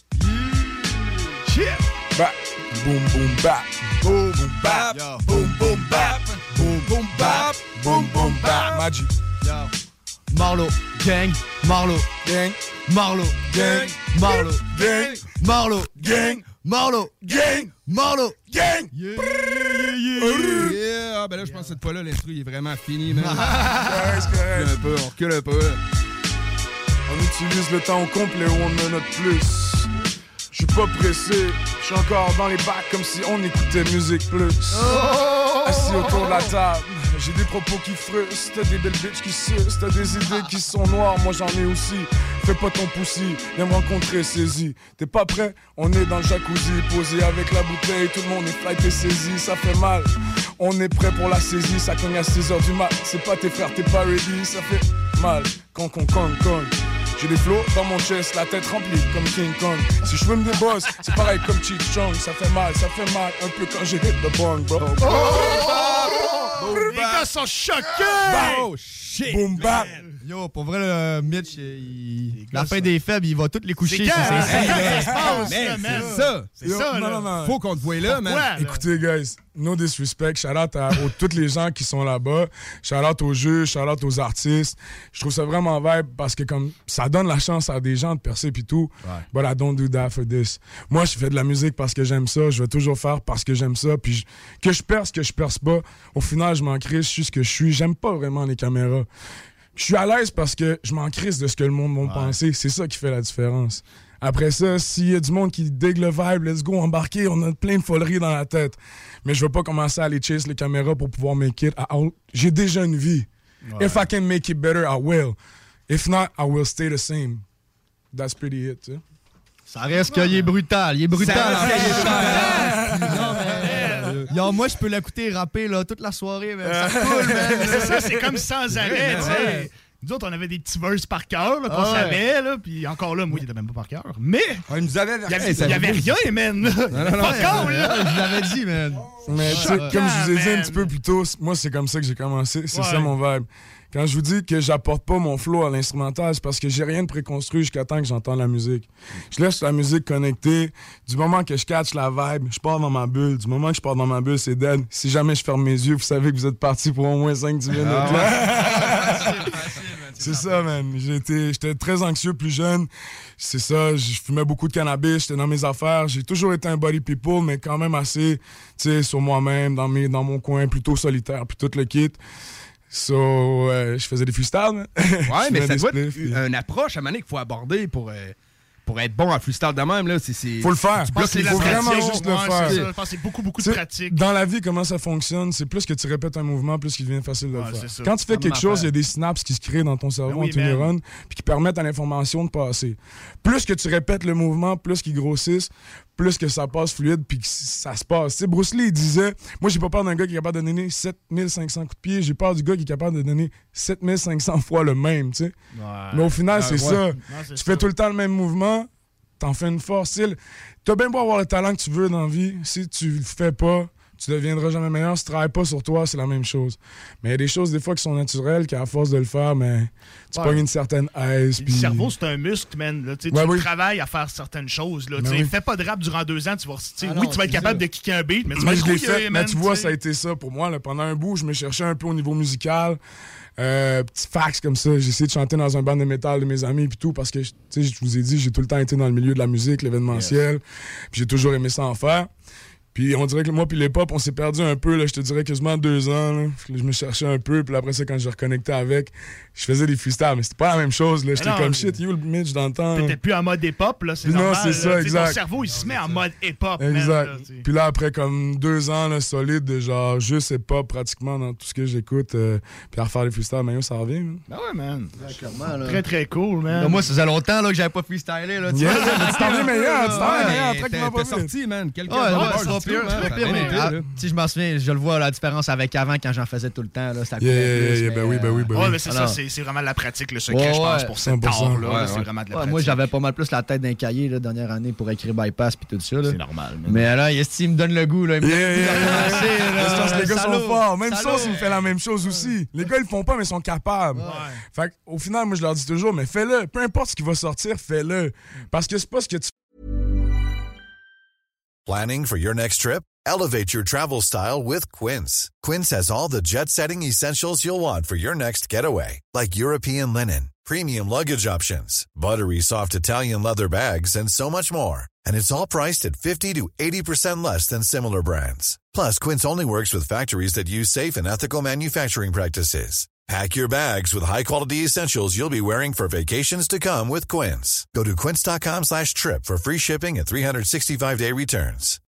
Yeah. Bah, boom boom bap, boom boom bap, boom boom bap, boom boom bap, boom boom bap. Magic. Yo. Marlo, gang, Marlo, gang, Marlo, gang, Marlo, gang, Marlo, gang, Marlo, gang, Marlo, gang. Yeah, yeah, yeah, yeah. Ah, ben là, je pense que cette fois-là, l'instru il est vraiment fini, man. On recule un peu. On utilise le temps au complet où on en a de plus. Je suis pas pressé, je suis encore dans les bacs comme si on écoutait Musique Plus. Assis autour de la table, j'ai des propos qui frustrent, t'as des belles bitches qui sucent, t'as des idées qui sont noires, moi j'en ai aussi. Fais pas ton poussi, viens me rencontrer, saisis. T'es pas prêt? On est dans le jacuzzi, posé avec la bouteille, tout le monde est flight et saisi, ça fait mal. On est prêt pour la saisie, ça cogne à 6h du mat. C'est pas tes frères, t'es pas ready, ça fait mal. Con. J'ai des flots dans mon chest, la tête remplie comme King Kong. Si je fume des boss, c'est pareil comme Cheech Chong. Ça fait mal un peu quand j'ai hit the bong, bro. Les gars sont choqués! Oh shit! Boom bap! Yo, pour vrai, le Mitch, la fin des faibles, il va toutes les coucher. C'est ça, c'est ça. Non. Faut qu'on te voie là, man. Écoutez, guys, no disrespect. Shout-out à tous les gens qui sont là-bas. Shout-out aux juges, shout-out aux artistes. Je trouve ça vraiment vibe parce que comme ça donne la chance à des gens de percer pis tout. But I don't do that for this. Moi, je fais de la musique parce que j'aime ça. Je vais toujours faire parce que j'aime ça. Puis que je perce pas, au final, je m'en crisse. Je suis ce que je suis. J'aime pas vraiment les caméras. Je suis à l'aise parce que je m'en crisse de ce que le monde va penser. C'est ça qui fait la différence. Après ça, s'il y a du monde qui digue le vibe, let's go, embarquer, on a plein de foleries dans la tête. Mais je veux pas commencer à aller chase les caméras pour pouvoir make it. J'ai déjà une vie. If I can make it better, I will. If not, I will stay the same. That's pretty it, tu sais. Ça reste qu'il est brutal. Il est brutal. Yo, moi, je peux l'écouter rapper là, toute la soirée, man. Ça coule, man. C'est ça, c'est comme sans arrêt, tu sais. Nous autres, on avait des petits verses par cœur qu'on savait, là, puis encore là, moi, il était même pas par cœur. Mais il nous avait il y avait rien, man. Non, je l'avais dit, man. Mais tu sais, comme je vous ai dit un petit peu plus tôt, moi, c'est comme ça que j'ai commencé. C'est ça mon vibe. Quand je vous dis que j'apporte pas mon flow à l'instrumental, c'est parce que j'ai rien de préconstruit jusqu'à temps que j'entends la musique. Je laisse la musique connectée. Du moment que je catch la vibe, je pars dans ma bulle. Du moment que je pars dans ma bulle, c'est dead. Si jamais je ferme mes yeux, vous savez que vous êtes partis pour au moins 5-10 minutes. C'est ça, man. J'étais très anxieux plus jeune. C'est ça, je fumais beaucoup de cannabis, j'étais dans mes affaires. J'ai toujours été un body people, mais quand même assez, tu sais, sur moi-même, dans mon coin, plutôt solitaire, puis tout le kit. So, je faisais des freestyles, man. Ouais, mais ça doit être une approche à un moment donné qu'il faut aborder pour être bon en freestyle de même. Là, faut le faire. Il faut vraiment juste le faire. Je pense que c'est beaucoup de pratique. Dans la vie, comment ça fonctionne, c'est plus que tu répètes un mouvement, plus qu'il devient facile de le faire. Quand tu fais quelque chose, il y a des synapses qui se créent dans ton cerveau, dans tes neurones, puis qui permettent à l'information de passer. Plus que tu répètes le mouvement, plus qu'il grossisse, plus que ça passe fluide, puis que ça se passe. Tu sais, Bruce Lee, il disait, moi, j'ai pas peur d'un gars qui est capable de donner 7500 coups de pied, j'ai peur du gars qui est capable de donner 7500 fois le même, tu sais. Mais au final, c'est ça. Tu fais tout le temps le même mouvement, t'en fais une force. T'as bien beau avoir le talent que tu veux dans la vie, si tu le fais pas, tu deviendras jamais meilleur. Si tu travailles pas sur toi, c'est la même chose. Mais il y a des choses, des fois, qui sont naturelles, qu'à force de le faire, mais tu pognes une certaine aise. Le cerveau, c'est un muscle, man. Là, tu travailles à faire certaines choses. Là, fais pas de rap durant 2 ans, tu vas être capable de kicker un beat, mais tu vas être rouillé, man. Tu vois, ça a été ça pour moi. Là. Pendant un bout, je me cherchais un peu au niveau musical. Petit fax comme ça. J'ai essayé de chanter dans un band de métal de mes amis et tout parce que, je vous ai dit, j'ai tout le temps été dans le milieu de la musique, l'événementiel. Puis j'ai toujours aimé ça en faire. Puis on dirait que moi puis les pop, on s'est perdu un peu, là, je te dirais quasiment 2 ans. Là. Je me cherchais un peu, puis après ça, quand je reconnectais avec, je faisais des freestyles, mais c'était pas la même chose. Là. J'étais comme shit, you le Mitch dans le temps. T'étais plus en mode hip-hop, là, c'est normal. Non, c'est ça, exact. Ton cerveau, il se met en mode hip-hop. Exact. Man, là, puis là, après comme 2 ans là, solide de genre juste hip-hop pratiquement dans tout ce que j'écoute, puis à refaire les freestyles, mais ça revient. Man. Ben ouais, man. Très, très cool, man. Ben moi, ça faisait longtemps là, que j'avais pas freestylé. Là, tu t'en viens meilleur, t'es sorti, man. Quelques je m'en souviens, je le vois la différence avec avant quand j'en faisais tout le temps. Là, ça ben oui. Ouais, mais c'est ça, c'est vraiment la pratique, le secret, je pense, pour cette art-là. C'est vraiment de la pratique. Moi, j'avais pas mal plus la tête d'un cahier la dernière année pour écrire Bypass puis tout ça. C'est normal. Mais là, il me donne le goût. Là, les gars sont forts. Même ça, il me fait la même chose aussi. Les gars, ils le font pas, mais ils sont capables. Fait au final, moi, je leur dis toujours, mais fais-le. Peu importe ce qui va sortir, fais-le. Parce que c'est pas ce que tu... Planning for your next trip? Elevate your travel style with Quince. Quince has all the jet-setting essentials you'll want for your next getaway, like European linen, premium luggage options, buttery soft Italian leather bags, and so much more. And it's all priced at 50 to 80% less than similar brands. Plus, Quince only works with factories that use safe and ethical manufacturing practices. Pack your bags with high-quality essentials you'll be wearing for vacations to come with Quince. Go to quince.com/trip for free shipping and 365-day returns.